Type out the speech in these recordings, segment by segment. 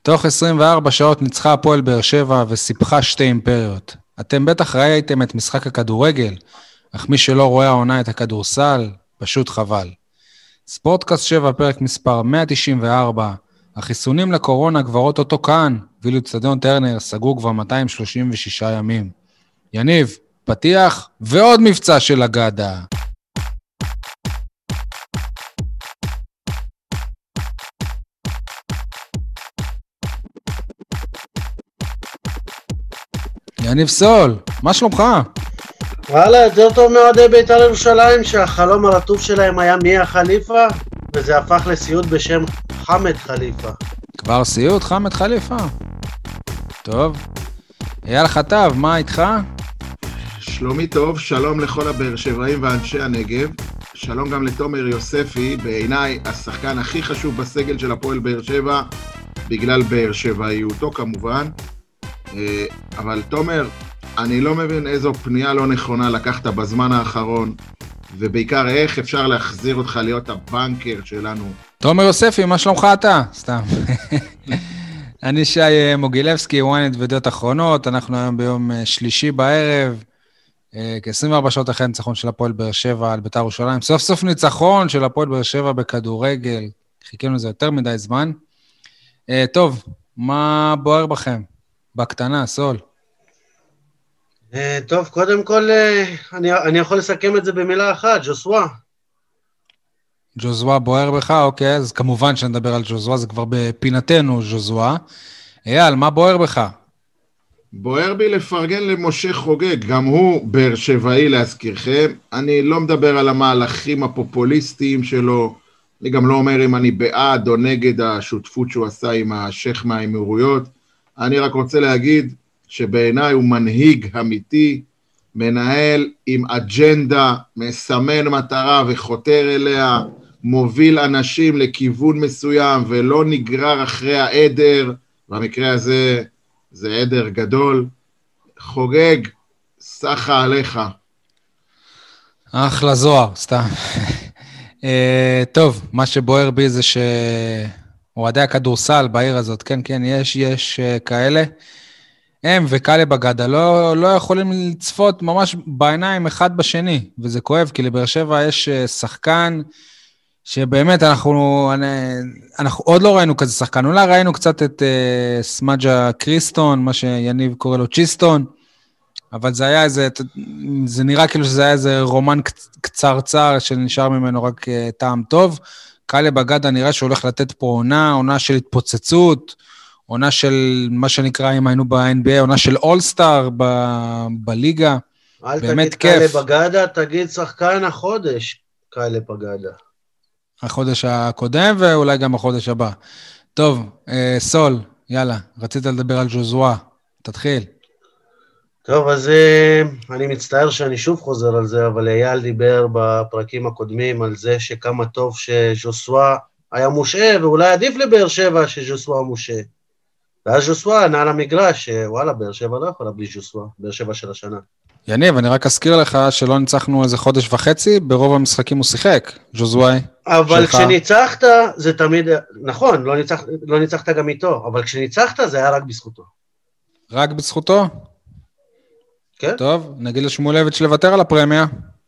תוך 24 שעות ניצחה הפועל באר שבע וסיפחה שתי אימפריות. אתם בטח ראיתם את משחק הכדורגל, אך מי שלא רואה העונה את הכדורסל, פשוט חבל. ספורטקאסט 7, פרק מספר 194, החיסונים לקורונה כבר אוטוטו כאן, ואילו אצטדיון טרנר סגרו כבר 236 ימים. יניב, פתיח ועוד מבצע של אגדה. יניב סול, מה שלומך? וואלה, יותר טוב מאוהדי בית"ר ירושלים שהחלום הרטוב שלהם היה מיה חליפה, וזה הפך לסיוט בשם חמד חליפה. כבר סיוט, חמד חליפה. טוב. אייל חטב, מה איתך? שלומי טוב, שלום לכל הבאר שבעים ואנשי הנגב. שלום גם לתומר יוספי, בעיניי השחקן הכי חשוב בסגל של הפועל באר שבע, בגלל באר שבעיותו כמובן. אבל תומר, אני לא מבין איזו פנייה לא נכונה לקחת בזמן האחרון, ובעיקר איך אפשר להחזיר אותך להיות הבנקר שלנו. תומר יוספי, מה שלומך אתה? סתם. אני שי מוגילבסקי, וואנט וידיעות אחרונות, אנחנו היום ביום שלישי בערב, כ-24 שעות אחרי ניצחון של הפועל באר שבע על בית"ר ירושלים, סוף סוף ניצחון של הפועל באר שבע בכדורגל, חיכינו לזה יותר מדי זמן. טוב, מה בוער בכם? בקטנה, סול. טוב, קודם כל, אני יכול לסכם את זה במילה אחת, ג'וסווה. ג'וזווה בוער בך, אוקיי, אז כמובן שנדבר על ג'וזווה, זה כבר בפינתנו ג'וזווה. אייל, מה בוער בך? בוער בי לפרגן למשה חוגג, גם הוא באר שבעי להזכירכם. אני לא מדבר על המהלכים הפופוליסטיים שלו, אני גם לא אומר אם אני בעד או נגד השותפות שהוא עשה עם השייך מהאמירויות. אני רק רוצה להגיד שבעיניי הוא מנהיג אמיתי, מנהל עם אג'נדה, מסמן מטרה וחותר אליה, מוביל אנשים לכיוון מסוים ולא נגרר אחרי העדר, במקרה הזה זה עדר גדול. חוגג, סחה עליך. אחלה זוהר, סתם. טוב, מה שבוער בי זה שאוהדי הכדורסל בעיר הזאת, כן, יש כאלה. הם וקאלה בגדה לא יכולים לצפות ממש בעיניים אחד בשני, וזה כואב, כי לבאר שבע יש שחקן שבאמת אנחנו עוד לא ראינו כזה שחקן, אולי ראינו קצת את סמאג'ה קריסטון, מה שיניב קורא לו צ'יסטון, אבל זה נראה כאילו שזה היה איזה רומן קצרצר שנשאר ממנו רק טעם טוב. קאלה בגדה נראה שהוא הולך לתת פה עונה של התפוצצות, עונה של מה שנקרא, אם היינו ב-NBA, עונה של אול-סטאר בליגה. באמת כיף. אל תגיד קאלה בגדה, תגיד שחקן החודש, קאלה בגדה. החודש הקודם ואולי גם החודש הבא. טוב, סול, יאללה, רצית לדבר על ג'וזווה, תתחיל. טוב, אז אני מצטער שאני שוב חוזר על זה, אבל אייל דיבר בפרקים הקודמים על זה שכמה טוב שג'וסווה היה מושעה, ואולי עדיף לבאר שבע שג'וסווה מושעה. ואז ג'וסווה ענה למגרש, שוואלה, באר שבע לא יכולה בלי ג'וסווה, באר שבע של השנה. יניב, אני רק אזכיר לך שלא ניצחנו איזה חודש וחצי, ברוב המשחקים הוא שיחק, ג'וזווה. אבל כשניצחת, זה תמיד, נכון, לא ניצחת גם איתו, אבל כשניצחת זה היה רק בזכותו. רק בזכותו? כן. טוב, נגיד לשמואלביץ' לוותר על הפרמיה.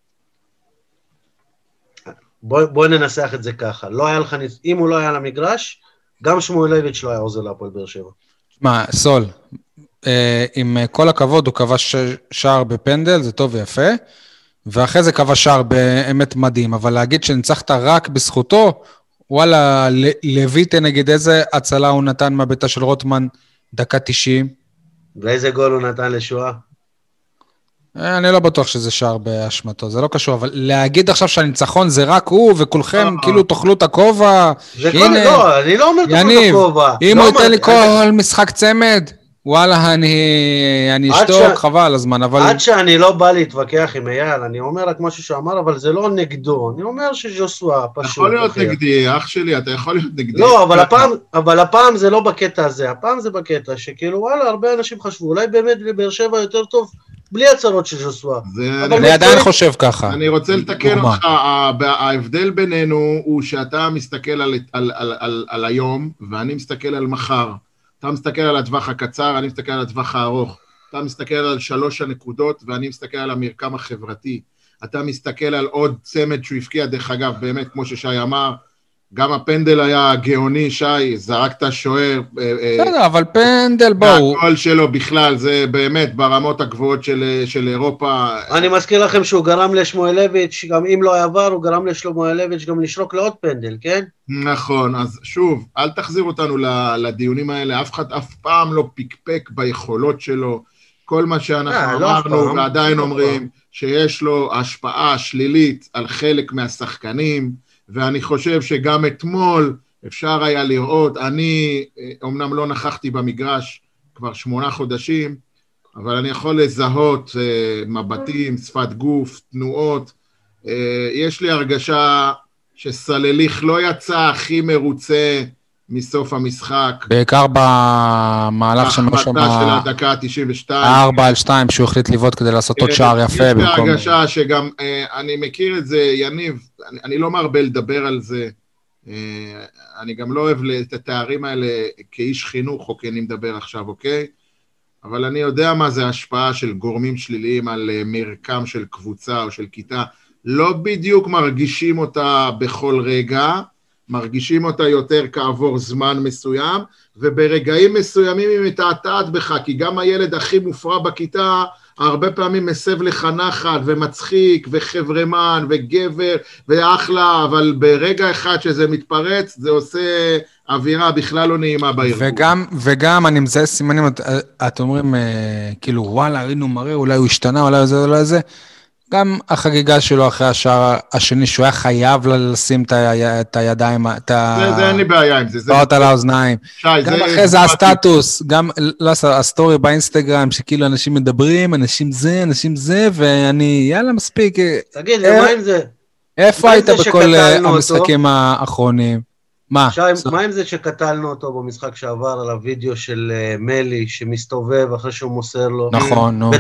בוא ננסח את זה ככה, אם הוא לא היה למגרש, גם שמואלביץ' לא היה עוזר להפועל באר שבע. מה, סול, עם כל הכבוד הוא כבש שער בפנדל, זה טוב ויפה, ואחרי זה כבש שער באמת מדהים, אבל להגיד שניצחת רק בזכותו, וואלה, לויטה נגיד איזה הצלה הוא נתן מהביתה של רוטמן, דקה 90. ואיזה גול הוא נתן לשואה? אני לא בטוח שזה שער באשמתו, זה לא קשור, אבל להגיד עכשיו שהניצחון זה רק הוא, וכולכם כאילו תאכלו את הכובע, הנה, לא, אני לא אומר תאכלו את הכובע. אם הוא ייתן לי כל משחק צמד, וואלה, אני אשתוק, חבל הזמן, אבל... עד שאני לא בא להתווכח עם אייל, אני אומר רק משהו שאמר, אבל זה לא נגדו, אני אומר שג'וסווה פשוט... יכול להיות נגדי, אח שלי, אתה יכול להיות נגדי. לא, אבל הפעם זה לא בקטע הזה, הפעם זה בקטע שכאילו, וואלה, הרבה אנשים חשבו, אולי באמת לבאר שבע יותר טוב, בלי הצהרות של ג'וסווה. אני עדיין חושב ככה. אני רוצה לתקן אותך, ההבדל בינינו הוא שאתה מסתכל על היום, ואני מסתכל על מחר. אתה מסתכל על הטווח הקצר, אני מסתכל על הטווח הארוך. אתה מסתכל על 3 הנקודות, ואני מסתכל על המרקם החברתי. אתה מסתכל על עוד צמד שהוא הפקיע, דרך אגב, באמת, כמו ששי אמר, גם הפנדל היה גאוני, שי, זרקת שוער. בסדר, אבל פנדל בואו. הקול שלו בכלל, זה באמת ברמות הגבוהות של אירופה. אני מזכיר לכם שהוא גרם לשמואלביץ', גם אם לא עבר, הוא גרם לשמואלביץ' גם לשרוק לעוד פנדל, כן? נכון, אז שוב, אל תחזיר אותנו לדיונים האלה, אף אחד אף פעם לא פיקפק ביכולות שלו, כל מה שאנחנו אמרנו ועדיין אומרים, שיש לו השפעה שלילית על חלק מהשחקנים, ואני חושב שגם אתמול אפשר היה לראות, אני אומנם לא נכחתי במגרש כבר 8 חודשים, אבל אני יכול לזהות מבטים, שפת גוף, תנועות, יש לי הרגשה שסלליך לא יצא הכי מרוצה מסוף המשחק. בעיקר במהלך של הדקה ה-92. 4-2 שהוא החליט לבעוט כדי לעשות עוד שער יפה. יש לי הרגשה שגם, אני מכיר את זה, יניב, אני לא מרבה לדבר על זה, אני גם לא אוהב את התארים האלה כאיש חינוך, או כי אני מדבר עכשיו, אוקיי? אבל אני יודע מה זה השפעה של גורמים שליליים על מרקם של קבוצה או של כיתה, לא בדיוק מרגישים אותה בכל רגע, מרגישים אותה יותר כעבור זמן מסוים, וברגעים מסוימים היא מתעתעת בך, כי גם הילד הכי מופרע בכיתה, הרבה פעמים מסב לך נחת ומצחיק וחברמן וגבר ואחלה, אבל ברגע אחד שזה מתפרץ, זה עושה אווירה בכלל לא נעימה בארגון. וגם אני מזהה סימנים, אתם אומרים, כאילו, וואלה, ראינו מראה, אולי הוא השתנה, אולי זה, אולי זה, גם החגיגה שלו אחרי השער השני, שהוא היה חייב לשים את הידיים, זה אין לי בעיה עם זה. פעות על האוזניים. גם אחרי זה הסטטוס, גם הסטורי באינסטגרם, שכאילו אנשים מדברים, אנשים זה, ואני, יאללה, מספיק. תגיד, ומה עם זה? איפה היית בכל המשחקים האחרונים? מה? שי, מה עם זה שקטלנו אותו במשחק שעבר על הוידאו של מלי, שמסתובב אחרי שהוא מוסר לו? נכון, נו.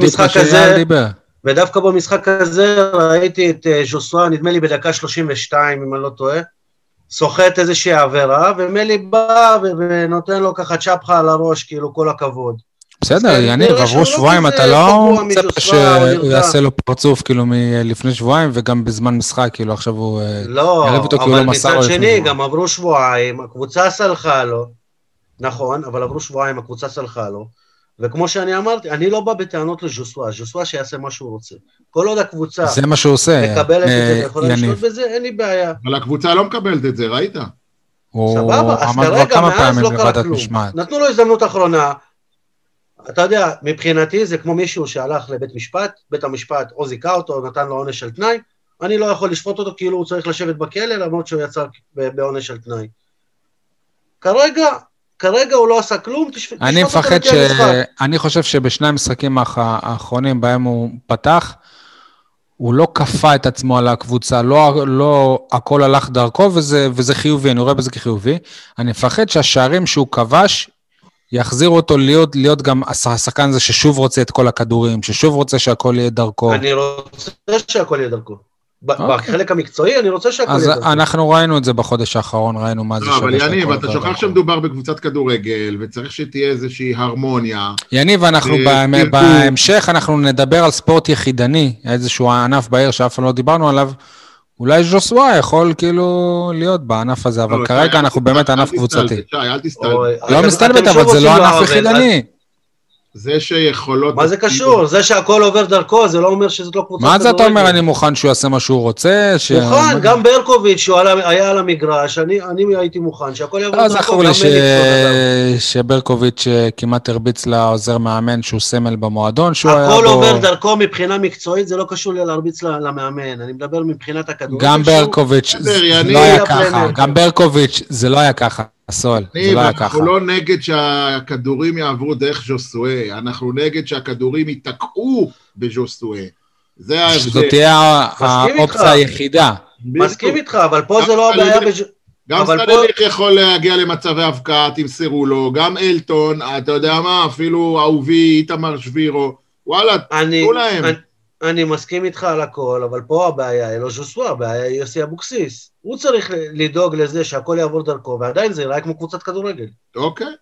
ודווקא במשחק הזה ראיתי את ז'וסווה, נדמה לי בדקה 32, אם אני לא טועה, סוחט איזושהי עבירה, ומלי בא ונותן לו ככה צ'פחה על הראש, כאילו כל הכבוד. בסדר, יניב, עברו שבועיים, אתה לא מצפה שהוא יעשה לו פרצוף, כאילו, מלפני שבועיים, וגם בזמן משחק, כאילו, עכשיו הוא... לא, אבל מצד שני, גם עברו שבועיים, הקבוצה סלחה לו, נכון, אבל עברו שבועיים, הקבוצה סלחה לו, וכמו שאני אמרתי, אני לא בא בטענות לז'וסווה, ז'וסווה שיעשה מה שהוא רוצה. כל עוד הקבוצה... זה מה שהוא עושה, מקבלת את זה, ויכולה לשלוט בזה, אין לי בעיה. אבל הקבוצה לא מקבלת את זה, ראית? סבבה, אז כרגע מאז לא קרה כלום. נתנו לו הזדמנות אחרונה, אתה יודע, מבחינתי זה כמו מישהו שהלך לבית משפט, בית המשפט או זיקה אותו, נתן לו עונש של תנאי, אני לא יכול לשפוט אותו כאילו הוא צריך לשבת בכלא, למרות שהוא יצא בעונש של תנאי. כרגע הוא לא עשה כלום, אני מפחד אני חושב שבשני המשחקים האחרונים בהם הוא פתח, הוא לא כפה את עצמו על הקבוצה, לא הכל הלך דרכו, וזה חיובי, אני רואה בזה כחיובי. אני מפחד שהשערים שהוא כבש, יחזיר אותו להיות גם השחקן הזה ששוב רוצה את כל הכדורים, ששוב רוצה שהכל יהיה דרכו. אני רוצה שהכל יהיה דרכו. בחלק המקצועי אני רוצה שהכל יהיה דרכו. אז אנחנו ראינו את זה בחודש האחרון, ראינו מה זה שווה. אבל יניב, אתה שוכח שמדובר בקבוצת כדורגל, וצריך שתהיה איזושהי הרמוניה. יניב, אנחנו בהמשך, אנחנו נדבר על ספורט יחידני, איזשהו ענף בעיר שאף פעם לא דיברנו עליו, אולי ז'וסווה יכול כאילו להיות בענף הזה, אבל כרגע אנחנו באמת ענף קבוצתי. אל תסתלבט. לא מסתלבט, אבל זה לא ענף יחידני. זה שיכולות... מה זה קשור? זה שהכל עובר דרכו, זה לא אומר שזה לא קבוצת כדורגל. מה זה אתה אומר, אני מוכן שהוא יעשה מה שהוא רוצה? מוכן, גם ברקוביץ' שהוא היה על המגרש, אני הייתי מוכן שהכל יעבור דרכו. לא זכור לי שברקוביץ' כמעט הרביץ לעוזר מאמן שהוא סמל במועדון, הכל עובר דרכו מבחינה מקצועית, זה לא קשור להרביץ למאמן, אני מדבר מבחינת הכדורגל. גם ברקוביץ' זה לא היה ככה, גם ברקוביץ' זה לא היה ככה. הסול, זה לא היה ככה. אנחנו לא נגד שהכדורים יעברו דרך ז'וסווה, אנחנו נגד שהכדורים ייתקעו בז'וסווה. זה ההבדל. זאת תהיה האופציה היחידה. מסכים איתך, אבל פה זה לא הבעיה גם סטלליך יכול להגיע למצבי הבקעה, תמסרו לו, גם אלטון, אתה יודע מה, אפילו אהובי, איתמר שבירו, וואלה, תנו להם. אני מסכים איתך על הכל, אבל פה הבעיה היא לא ז'וסווה, הבעיה היא יוסי אבוקסיס. הוא צריך לדאוג לזה שהכל יעבור דרכו, ועדיין זה יראה כמו קבוצת כדורגל. אוקיי,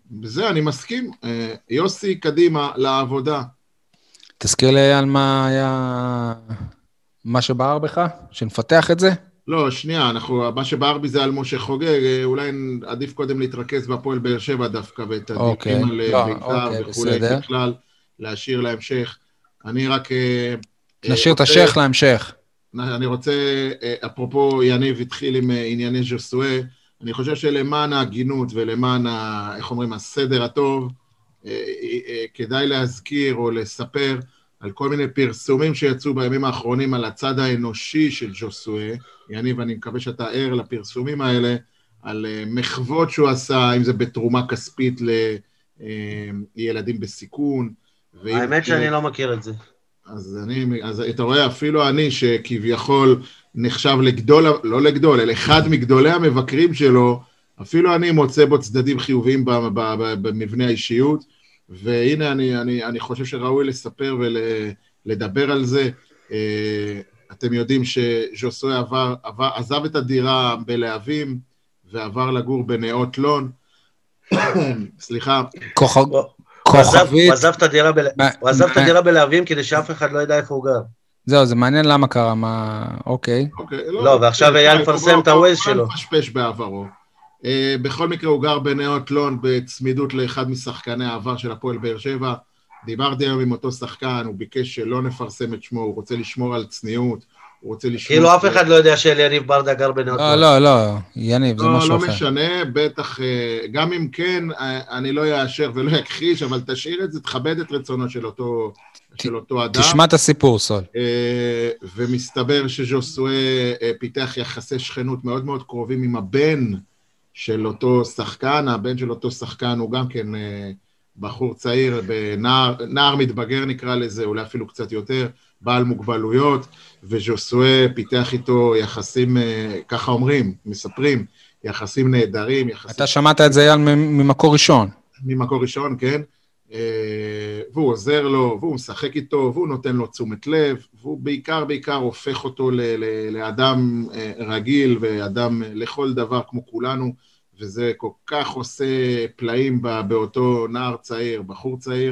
בזה אני מסכים. יוסי, קדימה, לעבודה. תזכיר לי על מה היה, מה שבער בך, שנפתח את זה? לא, שנייה, מה שבער בי זה על משה חוגג, אולי עדיף קודם להתרכז בהפועל באר שבע דווקא, ואת הדיונים על בית"ר וכולי בכלל, להשאיר להמשך. אני רק... נשאיר את השייך להמשך. אני רוצה, אפרופו יניב התחיל עם ענייני ז'וסואה, אני חושב שלמען ההגינות ולמען, איך אומרים, הסדר הטוב, כדאי להזכיר או לספר על כל מיני פרסומים שיצאו בימים האחרונים על הצד האנושי של ז'וסואה, יניב, אני מקווה שאתה ער לפרסומים האלה, על מחוות שהוא עשה, אם זה בתרומה כספית לילדים בסיכון. האמת שאני לא מכיר את זה. אז אתה רואה, אפילו אני שכביכול נחשב לגדול, לא לגדול, אלא אחד מגדולי המבקרים שלו, אפילו אני מוצא בו צדדים חיוביים במבנה האישיות, והנה אני חושב שראוי לספר ולדבר על זה. אתם יודעים שז'וסואה עזב את הדירה בלהבים, ועבר לגור בנאות לון, סליחה. הוא עזב את הדירה בלהבים כדי שאף אחד לא ידע איפה הוא גר. זהו, זה מעניין למה קרה, מה... אוקיי. לא, ועכשיו היה לפרסם את הווייז שלו. הוא מפשפש בעברו. בכל מקרה הוא גר בנאות לון, בצמידות לאחד משחקני העבר של הפועל באר שבע. דיברתי היום עם אותו שחקן, הוא ביקש שלא נפרסם את שמו, הוא רוצה לשמור על צניעות, הוא רוצה לשמור... כאילו אף אחד לא יודע יניב ברדה גר בנאות לון. לא, יניב, זה משהו אחר. לא משנה, בטח, גם אם כן, אני לא יאשר ולא יכחיש, אבל תשאיר את זה, תכבד את רצונו של אותו אדם. תשמע את הסיפור, סול. ומסתבר שז'וסואה פיתח יחסי שכנות מאוד מאוד קרובים עם הבן של אותו שחקן, הבן של אותו שחקן הוא גם כן בחור צעיר, נער מתבגר נקרא לזה, אולי אפילו קצת יותר, בעל מוגבלויות, וז'וסואה פיתח איתו יחסים, ככה אומרים, מספרים, יחסים נהדרים, אתה שמעת את זה אייל ממקור ראשון. ממקור ראשון, כן. והוא עוזר לו, והוא משחק איתו, והוא נותן לו תשומת לב, והוא בעיקר הופך אותו לאדם רגיל, ואדם לכל דבר כמו כולנו, וזה כל כך עושה פלאים באותו נער צעיר, בחור צעיר,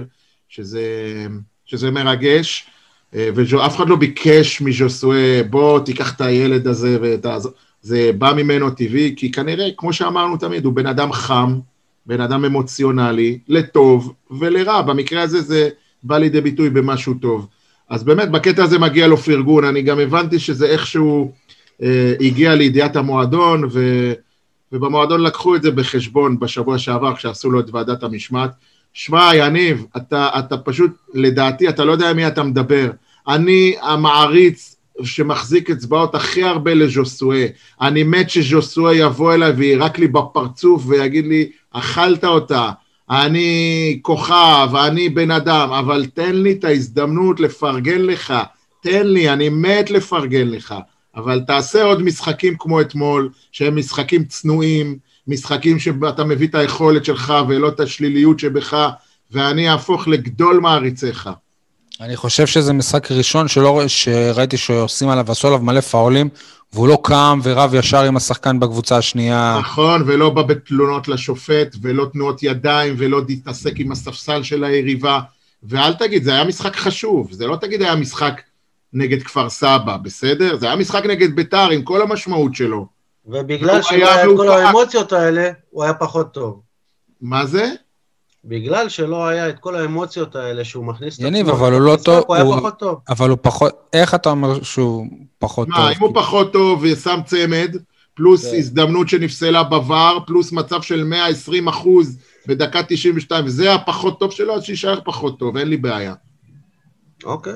שזה מרגש, ואף אחד לא ביקש מז'וסואה, בוא תיקח את הילד הזה, זה בא ממנו טבעי, כי כנראה, כמו שאמרנו תמיד, הוא בן אדם חם, בן אדם אמוציונלי, לטוב ולרע, במקרה הזה זה בא לידי ביטוי במשהו טוב. אז באמת בקטע הזה מגיע לו פרגון, אני גם הבנתי שזה איכשהו הגיע לידיעת המועדון, ובמועדון לקחו את זה בחשבון בשבוע שעבר, כשעשו לו את ועדת המשמעת. שמע, יניב, אתה פשוט, לדעתי, אתה לא יודע מי אתה מדבר, אני המעריץ שמחזיק אצבעות הכי הרבה לז'וסואה, אני מת שז'וסואה יבוא אליי וירק לי בפרצוף ויגיד לי, אכלת אותה, אני כוכב, אני בן אדם, אבל תן לי את ההזדמנות לפרגן לך, תן לי, אני מת לפרגן לך, אבל תעשה עוד משחקים כמו אתמול, שהם משחקים צנועים, משחקים שאתה מביא את היכולת שלך ולא את השליליות שבך, ואני אהפוך לגדול מעריציך. אני חושב שזה משחק ראשון שראיתי שעושים עליו, עשו עליו מלא פאולים, והוא לא קם ורב ישר עם השחקן בקבוצה השנייה. נכון, ולא בא בתלונות לשופט, ולא תנועות ידיים, ולא תתעסק עם הספסל של היריבה, ואל תגיד, זה היה משחק חשוב, זה לא תגיד היה משחק נגד כפר סבא, בסדר? זה היה משחק נגד בית"ר עם כל המשמעות שלו. ובגלל שלא היה את כל האמוציות האלה, הוא היה פחות טוב. מה זה? בגלל שלא היה את כל האמוציות האלה שהוא מכניס... יניב, אבל הוא לא טוב. הוא היה פחות טוב. אבל הוא פחות... איך אתה אומר שהוא פחות טוב? מה, אם הוא פחות טוב ושם צמד, פלוס הזדמנות שנפסלה בבר, פלוס מצב של 120% בדקה 92, וזה הפחות טוב שלו, אז שישאר פחות טוב, אין לי בעיה. אוקיי.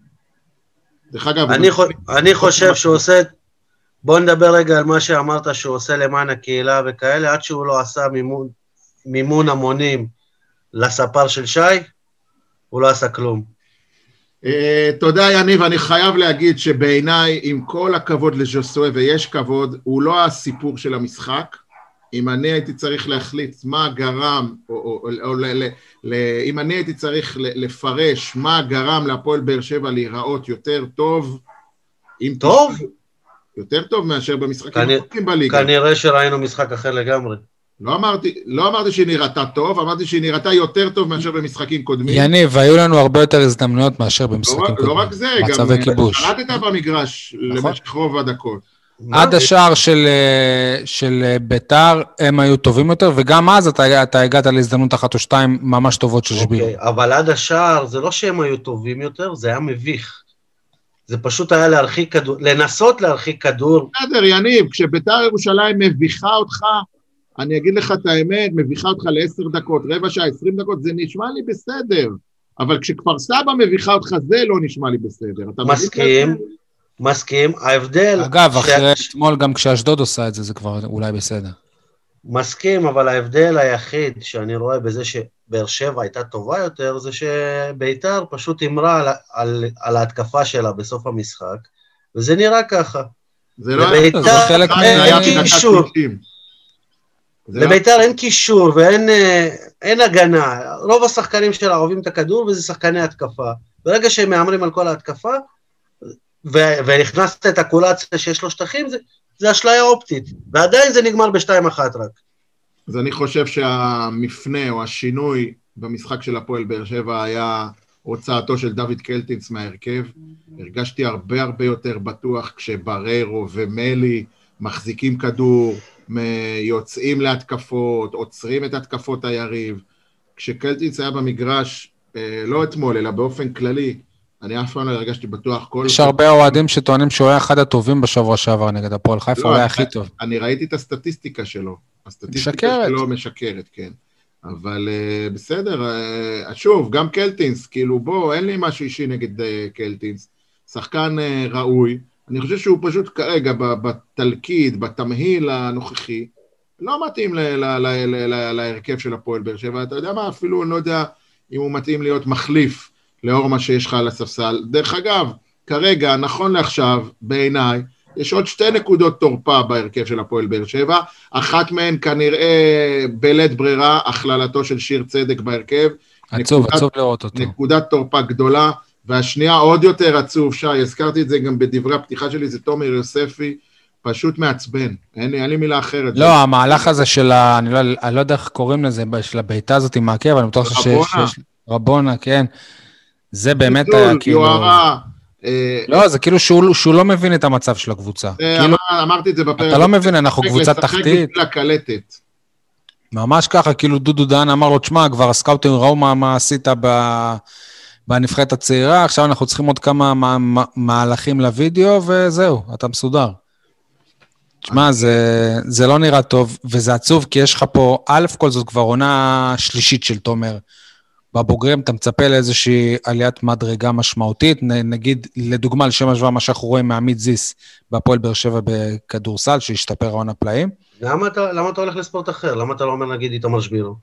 דרך אגב... אני חושב שהוא עושה... בוא נדבר רגע על מה שאמרת שהוא עושה למען הקהילה וכאלה, עד שהוא לא עשה מימון המונים לספר של שי, הוא לא עשה כלום. תודה יניב, אני חייב להגיד שבעיניי, עם כל הכבוד לז'וסואה, ויש כבוד, הוא לא הסיפור של המשחק. אם אני הייתי צריך להחליט מה גרם, אם אני הייתי צריך לפרש מה גרם להפועל באר שבע להיראות יותר טוב, טוב? יותר טוב מאשר במשחקים הקודמים בליגה. כנראה שראינו משחק אחר לגמרי. לא אמרתי שהיא נראתה טוב, אמרתי שהיא נראתה יותר טוב מאשר במשחקים קודמים. יניב, והיו לנו הרבה יותר הזדמנויות מאשר במשחקים קודמים. לא רק זה, גם שלטת במגרש למשך רוב הדקות. עד השער של ביתר, הם היו טובים יותר, וגם אז אתה הגעת להזדמנות אחת או שתיים ממש טובות של שבירו. אבל עד השער, זה לא שהם היו טובים יותר, זה היה מביך. זה פשוט היה להרחיק כדור, לנסות להרחיק כדור. בסדר, יניב, כשביתר ירושלים מביכה אותך, אני אגיד לך את האמת, מביכה אותך ל10 דקות, רבע שעה, 20 דקות, זה נשמע לי בסדר. אבל כשכפר סבא מביכה אותך, זה לא נשמע לי בסדר. מסכים, ההבדל... אגב, אחרי אתמול גם כשאשדוד עושה את זה, זה כבר אולי בסדר. מסכים, אבל ההבדל היחיד שאני רואה בזה שבאר שבע הייתה טובה יותר, זה שביתר פשוט אמרה על ההתקפה שלה בסוף המשחק, וזה נראה ככה. זה לא אין קישור. לביתר אין קישור ואין הגנה. רוב השחקנים שלה אוהבים את הכדור, וזה שחקני התקפה. ברגע שהם מאמרים על כל ההתקפה, ונכנסת את הקולציה שיש לו שטחים, זה אשליה אופטית, ועדיין זה נגמר ב2-1 רק. אז אני חושב שהמפנה או השינוי במשחק של הפועל באר שבע היה הוצאתו של דוד קלטינס מההרכב. הרגשתי הרבה יותר בטוח כשבררו ומלי מחזיקים כדור, יוצאים להתקפות, עוצרים את התקפות היריב. כשקלטינס היה במגרש, לא אתמול, אלא באופן כללי, אני אף פעם לא הרגשתי בטוח. יש הרבה אוהדים שטוענים שהוא היה אחד הטובים בשבוע שעבר נגד הפועל חיפה, הוא היה הכי טוב. אני ראיתי את הסטטיסטיקה שלו. הסטטיסטיקה שלו משקרת, כן. אבל בסדר, שוב, גם קלטינס, כאילו בוא, אין לי משהו אישי נגד קלטינס. שחקן ראוי, אני חושב שהוא פשוט כרגע בתלכיד, בתמהיל הנוכחי, לא מתאים להרכב של הפועל באר שבע. אתה יודע מה, אפילו אני לא יודע אם הוא מתאים להיות מחליף לאור מה שיש לך על הספסל. דרך אגב, כרגע, נכון לעכשיו, בעיניי, יש עוד 2 נקודות תורפה בהרכב של הפועל באר שבע, אחת מהן כנראה בלית ברירה, הכללתו של שיר צדק בהרכב. עצוב לראות אותו. נקודת תורפה גדולה, והשנייה עוד יותר עצוב, שי, הזכרתי את זה גם בדברי הפתיחה שלי, זה תומר יוספי, פשוט מעצבן, אין לי מילה אחרת. לא, המהלך הזה של אני לא יודע איך קוראים לזה, של הביתה הזאת עם העקב, אני בטוח שיש רבונה, כן. זה באמת היה כאילו... יוערה. לא, זה כאילו שהוא לא מבין את המצב של הקבוצה. אמרתי את זה בפרק. אתה לא מבין, אנחנו קבוצה תחתית. ממש ככה, כאילו דודו דן אמר לו, תשמע, כבר הסקאוטים ראו מה עשית בנבחרת הצעירה, עכשיו אנחנו צריכים עוד כמה מהלכים לוידאו, וזהו, אתה מסודר. תשמע, זה לא נראה טוב, וזה עצוב, כי יש לך פה, כל זאת כבר עונה שלישית של תומר, בבוגרים אתה מצפה לאיזושהי עליית מדרגה משמעותית, נגיד לדוגמה לשם השוואה מה שאנחנו רואים מעמית זיס בהפועל באר שבע בכדורסל, שהשתפר העונה הפלאים. למה אתה הולך לספורט אחר? למה אתה לא אומר נגיד איתמר שבירו?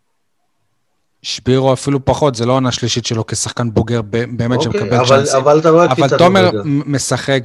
שבירו אפילו פחות, זה לא עונה שלישית שלו כשחקן בוגר באמת שמקבל צ'אנסים. אבל אתה רואה אבל תומר משחק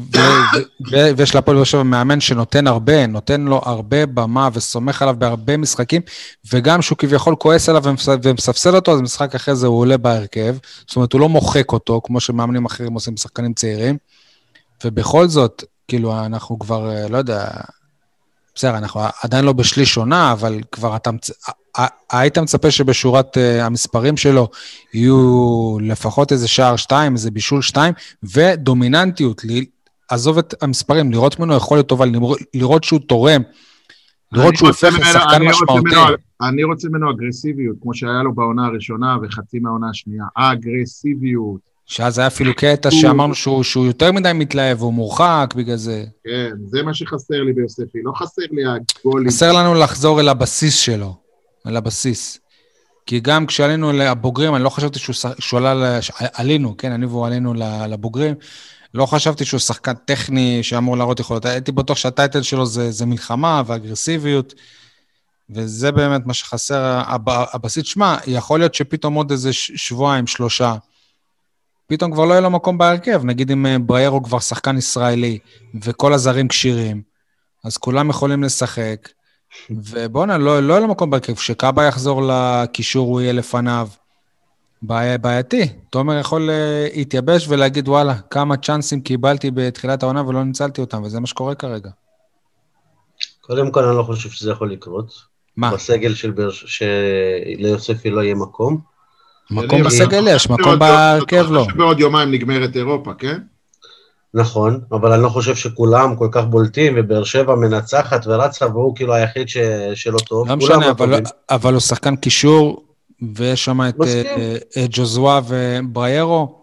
ויש להפועל באר שבע מאמן שנותן הרבה, נותן לו הרבה במה וסומך עליו בהרבה משחקים, וגם שהוא כביכול כועס עליו ומספסל אותו, אז משחק אחרי זה הוא עולה בהרכב, זאת אומרת הוא לא מוחק אותו, כמו שמאמנים אחרים עושים שחקנים צעירים, ובכל זאת, כאילו אנחנו כבר, לא יודע, בסדר, אנחנו עדיין לא בשליש עונה, אבל כבר היית מצפה שבשורת המספרים שלו יהיו לפחות איזה שער 2, איזה בישול 2, ודומיננטיות, עזוב את המספרים, לראות ממנו יכול להיות טובה, לראות שהוא תורם, לראות שהוא הופך לשחקן משמעותי. אני רוצה ממנו אגרסיביות, כמו שהיה לו בעונה הראשונה וחצי מהעונה השנייה, אגרסיביות. שאז היה אפילו קטע שאמרנו שהוא יותר מדי מתלהב, והוא מורחק בגלל זה. כן, זה מה שחסר לי ביוספי, לא חסר לי הגולים. חסר לנו לחזור אל הבסיס שלו, אל הבסיס. כי גם כשעלינו לבוגרים, אני לא חשבתי שהוא עלינו, כן, אני והוא עלינו לבוגרים, לא חשבתי שהוא שחקן טכני שאמור להראות יכולות. הייתי בטוח שהטייטל שלו זה מלחמה ואגרסיביות, וזה באמת מה שחסר הבסיס. שמה, יכול להיות שפתאום עוד איזה שבועיים, 3, פתאום כבר לא יהיה לו מקום בהרכב, נגיד אם בריירו כבר שחקן ישראלי, וכל הזרים קשירים, אז כולם יכולים לשחק, ובוא'נה, לא יהיה לו מקום בהרכב, שקאבה יחזור לקישור, הוא יהיה לפניו, בעייתי, תומר יכול להתייבש ולהגיד, וואלה, כמה צ'אנסים קיבלתי בתחילת העונה, ולא ניצלתי אותם, וזה מה שקורה כרגע. קודם כל, אני לא חושב שזה יכול לקרות, מה? בסגל שליוספי לא יהיה מקום. מקום בסגל יש, מקום בהרכב לא. שבעוד יומיים נגמרת אירופה, כן? נכון, אבל אני לא חושב שכולם כל כך בולטים, ובאר שבע מנצחת ורצה, והוא כאילו היחיד שלא טוב. לא משנה, אבל הוא שחקן קישור, ויש שם את ג'וזווה ובריירו,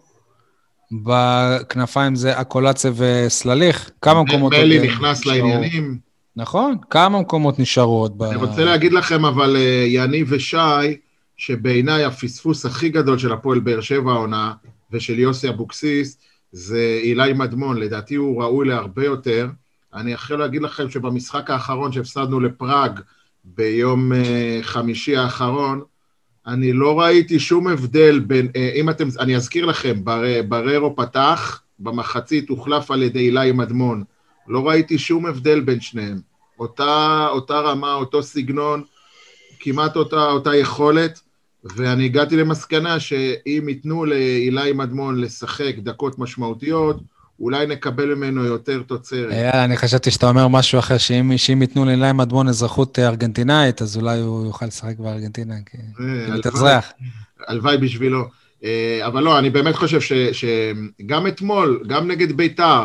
בכנפיים זה אקולציה וסלליך, כמה מקומות... מלי נכנס לעניינים. נכון, כמה מקומות נשארו עוד. אני רוצה להגיד לכם, אבל יני ושי, שבעיניי הפספוס הכי גדול של הפועל באר שבע העונה, ושל יוסי אבוקסיס, זה אילי מדמון, לדעתי הוא ראוי להרבה יותר. אני יכול להגיד לכם שבמשחק האחרון שהפסדנו לפראג, ביום חמישי האחרון, אני לא ראיתי שום הבדל בין, אני אזכיר לכם, בררו פתח, במחצית הוחלף על ידי אילי מדמון, לא ראיתי שום הבדל בין שניהם. אותה רמה, אותו סגנון, כמעט אותה יכולת, ואני הגעתי למסקנה שאם ייתנו לאילי מדמון לשחק דקות משמעותיות, אולי נקבל ממנו יותר תוצרת. אני חשבתי שאתה אומר משהו אחר, שאם ייתנו לאילי מדמון אזרחות ארגנטינאית, אז אולי הוא יוכל לשחק בארגנטינה, כי תזרח. הלוואי בשבילו. אבל לא, אני באמת חושב שגם אתמול, גם נגד ביתר,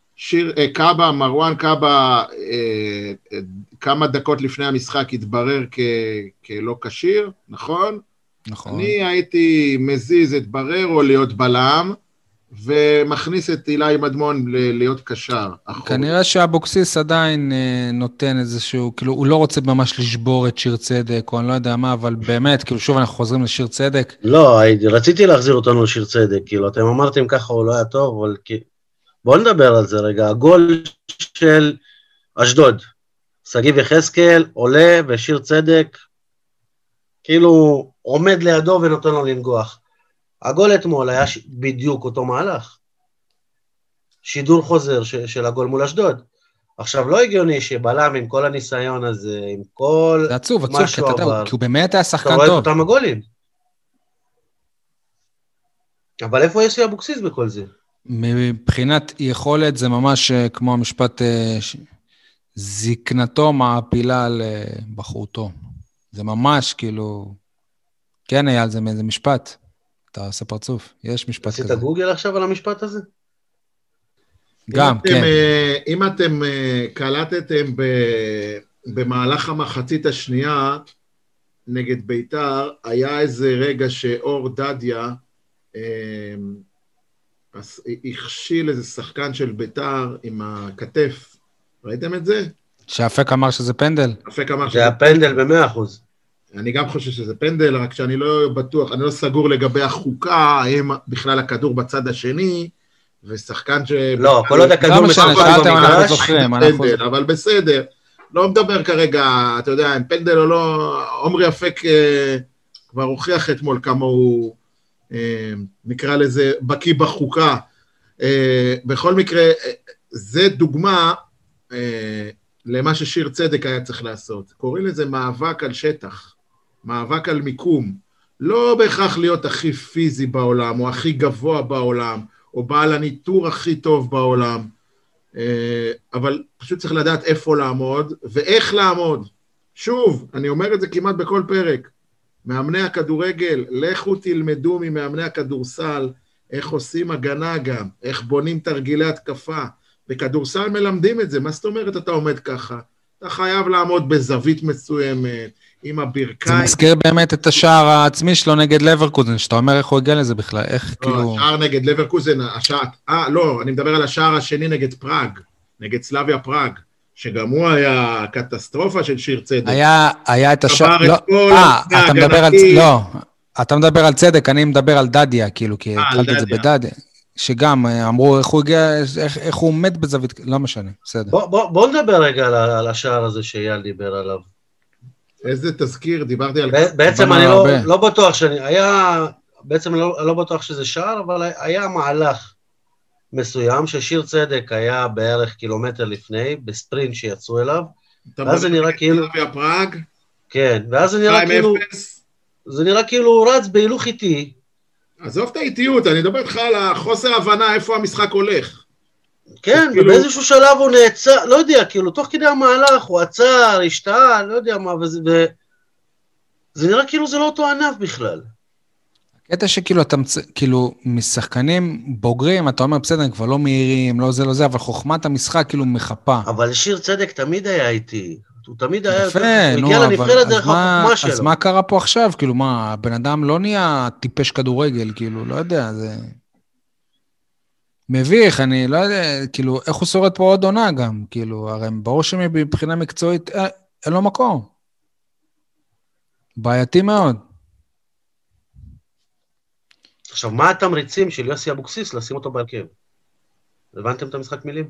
מרואן קאבה, כמה דקות לפני המשחק התברר כלא כשיר, נכון? נכון. אני הייתי מזיז את בררו להיות בלם, ומכניס את אילי מדמון להיות קשר. כנראה שאבוקסיס עדיין נותן איזשהו, כאילו הוא לא רוצה ממש לשבור את שיר צדק, או אני לא יודע מה, אבל באמת, כאילו שוב אנחנו חוזרים לשיר צדק. לא, רציתי להחזיר אותנו לשיר צדק, כאילו אתם אמרתם ככה הוא לא היה טוב, אבל בואו נדבר על זה רגע. הגול של אשדוד, סגיב יחזקאל עולה ושיר צדק, כאילו עומד לידו ונותן לו לנגוח. הגול אתמול היה בדיוק אותו מהלך. שידור חוזר של הגול מול אשדוד. עכשיו לא הגיוני שבלם עם כל הניסיון הזה, עם כל זה עצוב, משהו עבר. כי הוא באמת היה שחקן טוב. אתה רואה טוב. את אותם הגולים. אבל איפה יש לי אבוקסיס בכל זה? מבחינת יכולת זה ממש כמו המשפט זקנתו מעפילה על בחורתו. זה ממש כאילו, כן היה על זה מאיזה משפט. אתה עושה פרצוף, יש משפט כזה. עשית גוגל עכשיו על המשפט הזה? גם, כן. אם אתם קלטתם במהלך המחצית השנייה נגד ביתר, היה איזה רגע שאור דדיה הכשיל איזה שחקן של ביתר עם הכתף. ראיתם את זה? שאפק אמר שזה פנדל. זה הפנדל ב100%. אני גם חושב שזה פנדל, רק שאני לא בטוח, אני לא סגור לגבי החוקה, האם בכלל הכדור בצד השני, ושחקן ש... לא, כל עוד הכדור משחקן במגרש, פנדל, אבל בסדר. לא מדבר כרגע, אתה יודע, אם פנדל או לא, עומרי אפק כבר הוכיח אתמול כמה הוא, נקרא לזה, בקיא בחוקה. בכל מקרה, זה דוגמה למה ששיר צדק היה צריך לעשות. קוראים לזה מאבק על שטח, מאבק על מיקום. לא בהכרח להיות הכי פיזי בעולם, או הכי גבוה בעולם, או בעל הניטור הכי טוב בעולם, אבל פשוט צריך לדעת איפה לעמוד, ואיך לעמוד. שוב, אני אומר את זה כמעט בכל פרק, מאמני הכדורגל, לכו תלמדו ממאמני הכדורסל, איך עושים הגנה גם, איך בונים תרגילי התקפה, בכדורסל מלמדים את זה, מה זאת אומרת אתה עומד ככה? אתה חייב לעמוד בזווית מסוימת, עם הברכיים. זה מזכיר באמת את השער העצמי שלו נגד לברקוזן, שאתה אומר איך הוא הגיע לזה בכלל, איך לא, כאילו... השער נגד לברקוזן, לא, אני מדבר על השער השני נגד פראג, נגד סלאביה פראג, שגם הוא היה קטסטרופה של שיר צדק. היה את השער... אתה מדבר על צדק, אני מדבר על דדיה, כאילו, כי התחלתי את זה בדדיה. שגם אמרו איך הוא הגיע, איך הוא עומד בזווית, לא משנה, בסדר. בוא נדבר רגע על השער הזה שאייל דיבר עליו. איזה תזכיר, דיברתי על... בעצם אני לא בטוח בעצם לא בטוח שזה שער, אבל היה מהלך מסוים ששיר צדק היה בערך קילומטר לפני, בספרינט שיצאו אליו, ואז זה נראה כאילו... פראג? כן, ואז זה נראה כאילו הוא רץ בהילוך איטי, עזוב את האיטיות, אני מדבר איתך על החוסר הבנה איפה המשחק הולך. כן, ובאיזשהו שלב הוא נעצר, לא יודע, כאילו, תוך כדי המהלך, הוא עצר, השתעה, לא יודע מה, זה נראה כאילו זה לא אותו ענף בכלל. הקטע שכאילו, כאילו, משחקנים בוגרים, אתה אומר, בסדר, כבר לא מהירים, לא זה, לא זה, אבל חוכמת המשחק כאילו מחפה. אבל שיר צדק תמיד היה איתי. הוא תמיד היה... יפה, הוא הגיע לנבחרת דרך החוכמה שלו. אז מה קרה פה עכשיו? כאילו, מה, הבן אדם לא נהיה טיפש כדורגל, כאילו, לא יודע, זה... מביך, אני לא יודע, כאילו, איך הוא שורד פה עוד עונה גם, כאילו, הרי ברור שמבחינה מקצועית, אין לו מקום. בעייתי מאוד. עכשיו, מה התמריצים של יוסי אבוקסיס לשים אותו בהרכב? הבנתם את המשחק מילים?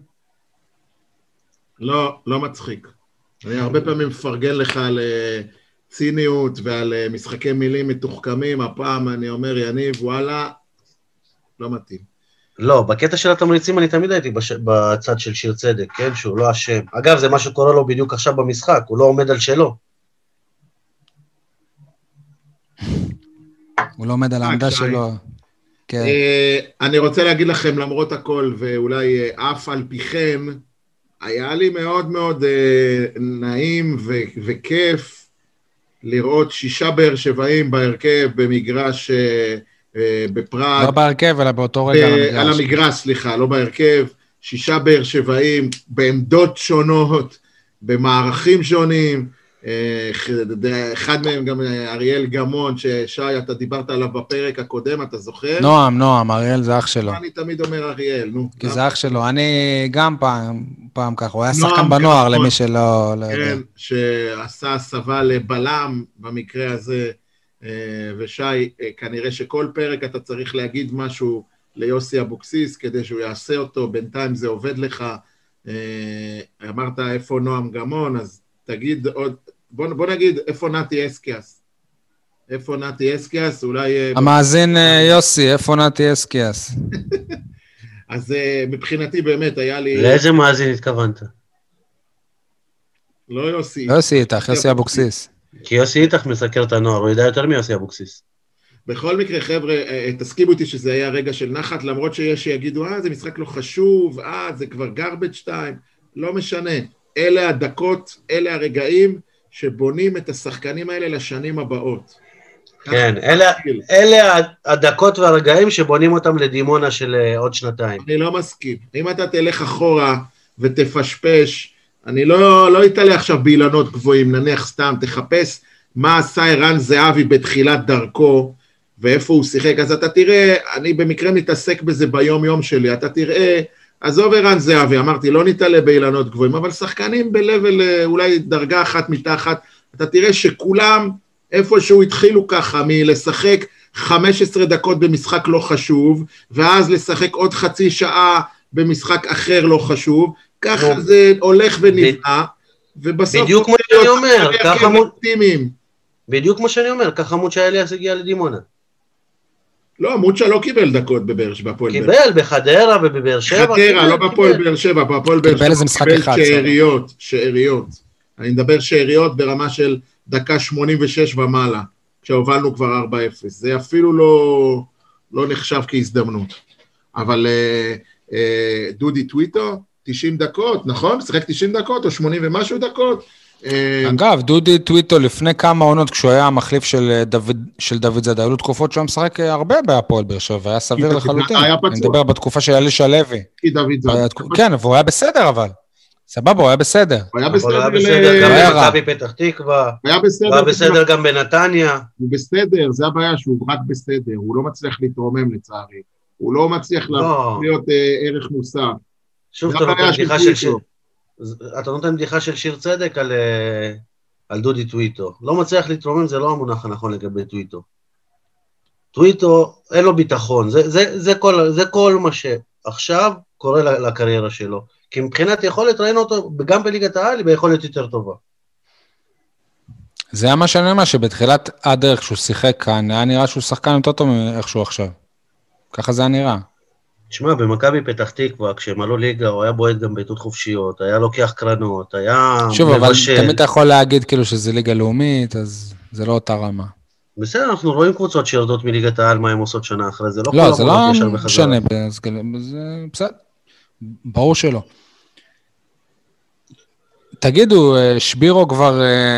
לא, לא מצחיק. אני הרבה פעמים מפרגן לך על ציניות ועל משחקי מילים מתוחכמים, הפעם אני אומר, יניב, וואלה, לא מתאים. לא, בקטע של התמריצים אני תמיד הייתי בצד של שיר צדק, כן? שהוא לא אשם. אגב, זה מה שקורה לו בדיוק עכשיו במשחק, הוא לא עומד על שלו. הוא לא עומד על העמדה שלו. כן. אני רוצה להגיד לכם, למרות הכל, ואולי אף על פיכם, היה לי מאוד מאוד נעים וכיף לראות 6 באר שבעים בהרכב במגרש בפראג. לא בהרכב, אלא באותו רגע על המגרש. על המגרש, סליחה, לא בהרכב. 6 באר שבעים בעמדות שונות, במערכים שונים. אחד מהם גם אריאל גמון, ששי, אתה דיברת עליו בפרק הקודם, אתה זוכר? נועם, אריאל זה אח שלו. אני תמיד אומר אריאל, נו. כי זה אח שלו, אני גם פעם ככה, הוא היה שחקן בנוער למי שלא... כן, שעשה הסבה לבלם במקרה הזה, ושי, כנראה שכל פרק אתה צריך להגיד משהו ליוסי אבוקסיס, כדי שהוא יעשה אותו, בינתיים זה עובד לך, אמרת איפה נועם גמון, אז תגיד עוד, בוא נגיד איפה נתי אסקיאס. איפה נתי אסקיאס, אולי... המאזין יוסי, איפה נתי אסקיאס? אז מבחינתי באמת היה לי... לאיזה מאזין התכוונת? לא יוסי. לא יוסי איתך, יוסי אבוקסיס. כי יוסי איתך מסקר את הנוער, הוא ידע יותר מיוסי אבוקסיס. בכל מקרה, חבר'ה, תסכימו אותי שזה היה רגע של נחת, למרות שיש שיגידו, זה משחק לא חשוב, זה כבר garbage time, לא משנה. אלה הדקות, אלה הרגעים שבונים את השחקנים האלה לשנים הבאות. כן, אלה הדקות והרגעים שבונים אותם לדימונה של עוד שנתיים. אני לא מסכים. אם אתה תלך אחורה ותפשפש, אני לא אתעלה עכשיו באילנות גבוהים, נניח סתם, תחפש מה עשה ערן זהבי בתחילת דרכו, ואיפה הוא שיחק, אז אתה תראה, אני במקרה מתעסק בזה ביום יום שלי, אתה תראה, עזוב ערן זהבי, אמרתי, לא נתעלה באילנות גבוהים, אבל שחקנים בלבל, אולי דרגה אחת מתחת, אתה תראה שכולם, איפשהו התחילו ככה, מלשחק 15 דקות במשחק לא חשוב, ואז לשחק עוד חצי שעה במשחק אחר לא חשוב, ככה זה הולך ונבנה, ובסוף... בדיוק כמו שאני אומר, בדיוק כמו שאני אומר, ככה מוצ'ה אליאס הגיע לדימונה. לא, מוצ'ה לא קיבל דקות בבאר שבע. קיבל בחדרה ובבאר שבע. בחדרה, לא בפועל באר שבע, בפועל באר שבע קיבל שאריות. אני מדבר שאריות ברמה של דקה 86 ומעלה, כשהובלנו כבר 4-0. זה אפילו לא נחשב כהזדמנות. אבל דודי טוויטו, 90 דקות, נכון? משחק 90 דקות או 80 ומשהו דקות. אגב, דודי טוויטו לפני כמה עונות, כשהוא היה המחליף של דוד זאדה, היו לו תקופות שהוא משחק הרבה בהפועל באר שבע, היה סביר לחלוטין. אני מדבר בתקופה של אלישע לוי. כן, והוא היה בסדר אבל. סבבה, הוא היה בסדר. הוא היה בסדר גם במכבי פתח תקווה, הוא היה בסדר גם בנתניה. הוא בסדר, זה הבעיה שהוא רק בסדר, הוא לא מצליח להתרומם לצערי. הוא לא מצליח להיות ערך מוסף. שוב, אתה נותן בדיחה של שיר צדק על דודי טוויטו. לא מצליח להתרומם, זה לא המונח הנכון לגבי טוויטו. טוויטו, אין לו ביטחון. זה כל מה שעכשיו קורה לקריירה שלו. כי מבחינת יכולת ראינו אותו, גם בליגת העל, היא ביכולת יותר טובה. זה היה מה שאני אומר, שבתחילת הדרך, כשהוא שיחק כאן, היה נראה שהוא שחקן יותר טוב מאיכשהו עכשיו. ככה זה היה נראה. תשמע, במכבי פתח תקווה, כשהם עלו ליגה, הוא היה בועט גם בעיטות חופשיות, היה לוקח קרנות, היה שוב, מבשל. אבל תמיד אתה יכול להגיד כאילו שזה ליגה לאומית, אז זה לא אותה רמה. בסדר, אנחנו רואים קבוצות שירדות מליגת העל, מה הם עושות שנה אחרי זה, לא, זה לא משנה, זה בסדר. ברור שלא. תגידו, שבירו כבר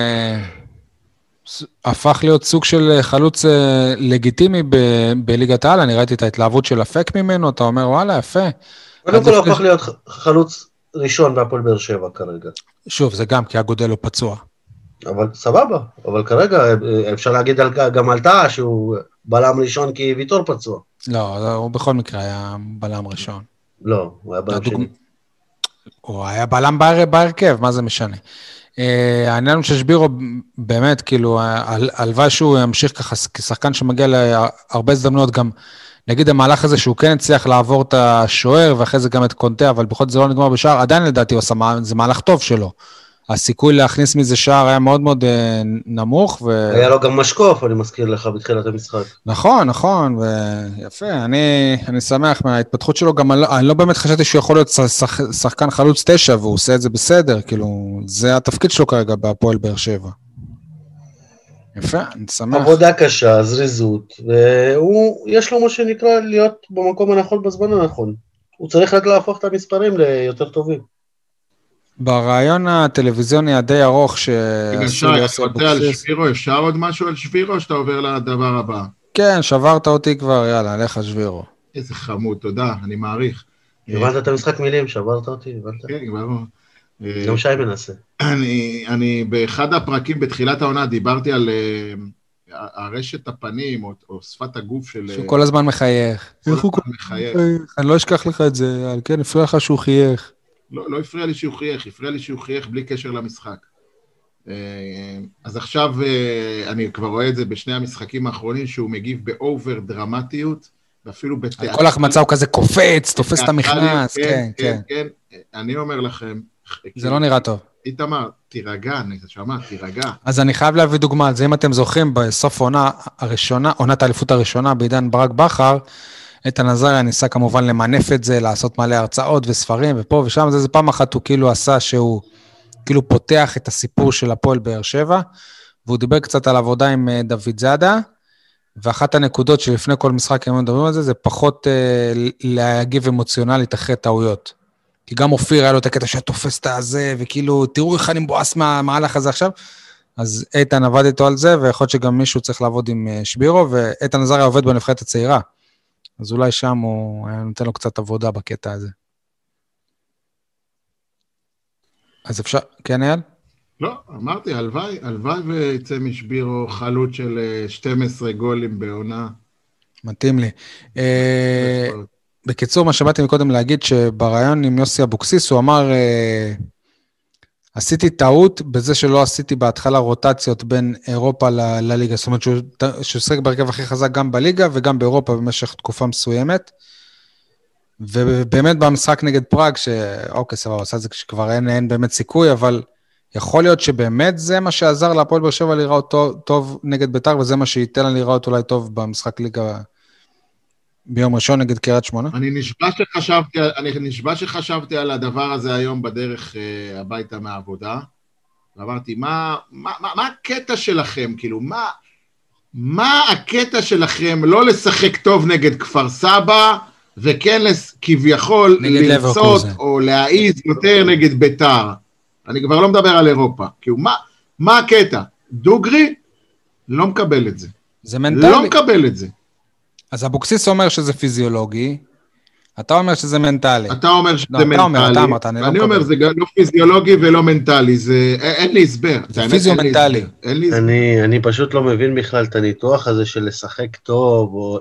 הפך להיות סוג של חלוץ לגיטימי בליגת העל, אני ראיתי את ההתלהבות של אפק ממנו, אתה אומר, וואלה, יפה. קודם כל הפך להיות חלוץ ראשון בהפועל באר שבע כרגע. שוב, זה גם כי הגודל הוא פצוע. אבל סבבה, אבל כרגע אפשר להגיד גם על טאה שהוא בלם ראשון כי ויטור פצוע. לא, הוא בכל מקרה היה בלם ראשון. לא, הוא היה בלם שני. הוא היה בלם בהרכב, מה זה משנה? העניין הוא ששבירו באמת, כאילו, הלוואי שהוא ימשיך ככה כשחקן שמגיע להרבה הזדמנויות, גם נגיד המהלך הזה שהוא כן הצליח לעבור את השוער, ואחרי זה גם את קונטה, אבל בכל זאת זה לא נגמר בשער, עדיין לדעתי הוא עשה, זה מהלך טוב שלו. הסיכוי להכניס מזה שער היה מאוד מאוד נמוך. היה לו גם משקוף, אני מזכיר לך, בתחילת המשחק. נכון, נכון, ויפה, אני שמח מההתפתחות שלו, גם אני לא באמת חשבתי שהוא יכול להיות שחקן חלוץ 9, והוא עושה את זה בסדר, כאילו, זה התפקיד שלו כרגע בהפועל באר שבע. יפה, אני שמח. עבודה קשה, זריזות, ויש לו מה שנקרא להיות במקום הנכון בזמן הנכון. הוא צריך רק להפוך את המספרים ליותר טובים. ברעיון הטלוויזיוני הדי ארוך רגע, שי, אני רוצה על שבירו, אפשר עוד משהו על שבירו, או שאתה עובר לדבר הבא? כן, שברת אותי כבר, יאללה, לך שבירו. איזה חמוד, תודה, אני מעריך. הבנת את המשחק מילים, שברת אותי, הבנת? כן, ברור. גם שי מנסה. אני באחד הפרקים בתחילת העונה דיברתי על הרשת הפנים, או שפת הגוף של... שהוא כל הזמן מחייך. כל הזמן מחייך. אני לא אשכח לך את זה, על כן, הפריע לך שהוא חייך. לא הפריע לי שהוא חייך, הפריע לי שהוא חייך בלי קשר למשחק. אז עכשיו אני כבר רואה את זה בשני המשחקים האחרונים, שהוא מגיב באובר דרמטיות, ואפילו בתיאטרליות. כל החמצה הוא כזה קופץ, תופס את המכנס, כן, כן. כן, אני אומר לכם... זה לא נראה טוב. איתמר, תירגע, נשמה, תירגע. אז אני חייב להביא דוגמה על זה, אם אתם זוכרים, בסוף העונה הראשונה, עונת האליפות הראשונה, בעידן ברק בכר, איתן עזריה ניסה כמובן למנף את זה, לעשות מלא הרצאות וספרים, ופה ושם, זה פעם אחת הוא כאילו עשה שהוא כאילו פותח את הסיפור של הפועל באר שבע, והוא דיבר קצת על עבודה עם דוד זאדה, ואחת הנקודות שלפני כל משחק הם מדברים על זה, זה פחות להגיב אמוציונלית אחרי טעויות. כי גם אופיר היה לו את הקטע שתופס את הזה, וכאילו, תראו איך אני מבואס מהמהלך הזה עכשיו, אז איתן עבד איתו על זה, ויכול להיות שגם מישהו צריך לעבוד עם שבירו, ואיתן עזריה עובד בנבחרת הצעירה. אז אולי שם הוא היה נותן לו קצת עבודה בקטע הזה. אז אפשר, כן אייל? לא, אמרתי, הלוואי ויצא משבירו חלוץ של 12 גולים בעונה. מתאים לי. בקיצור, מה שבאתי מקודם להגיד, שברעיון עם יוסי אבוקסיס, הוא אמר, עשיתי טעות בזה שלא עשיתי בהתחלה רוטציות בין אירופה לליגה, זאת אומרת שהוא שחק בהרכב הכי חזק גם בליגה וגם באירופה במשך תקופה מסוימת, ובאמת במשחק נגד פראג, שאוקיי, סבבה, עושה את זה כשכבר אין באמת סיכוי, אבל יכול להיות שבאמת זה מה שעזר להפועל באר שבע לראות טוב נגד בית"ר, וזה מה שייתן לה לראות אולי טוב במשחק ליגה ביום ראשון נגד קריית שמונה? אני נשבע שחשבתי על הדבר הזה היום בדרך הביתה מהעבודה, ואמרתי, מה הקטע שלכם, כאילו, מה הקטע שלכם לא לשחק טוב נגד כפר סבא, וכן כביכול לרצות או להעיז יותר נגד בית"ר? אני כבר לא מדבר על אירופה, כאילו, מה הקטע? דוגרי? לא מקבל את זה. זה מנטלי. לא מקבל את זה. אז אבוקסיס אומר שזה פיזיולוגי, אתה אומר שזה מנטלי. אתה אומר שזה מנטלי, אני אומר זה לא פיזיולוגי ולא מנטלי, אין לי הסבר. זה פיזיו-מנטלי. אני פשוט לא מבין בכלל את הניתוח הזה של לשחק טוב,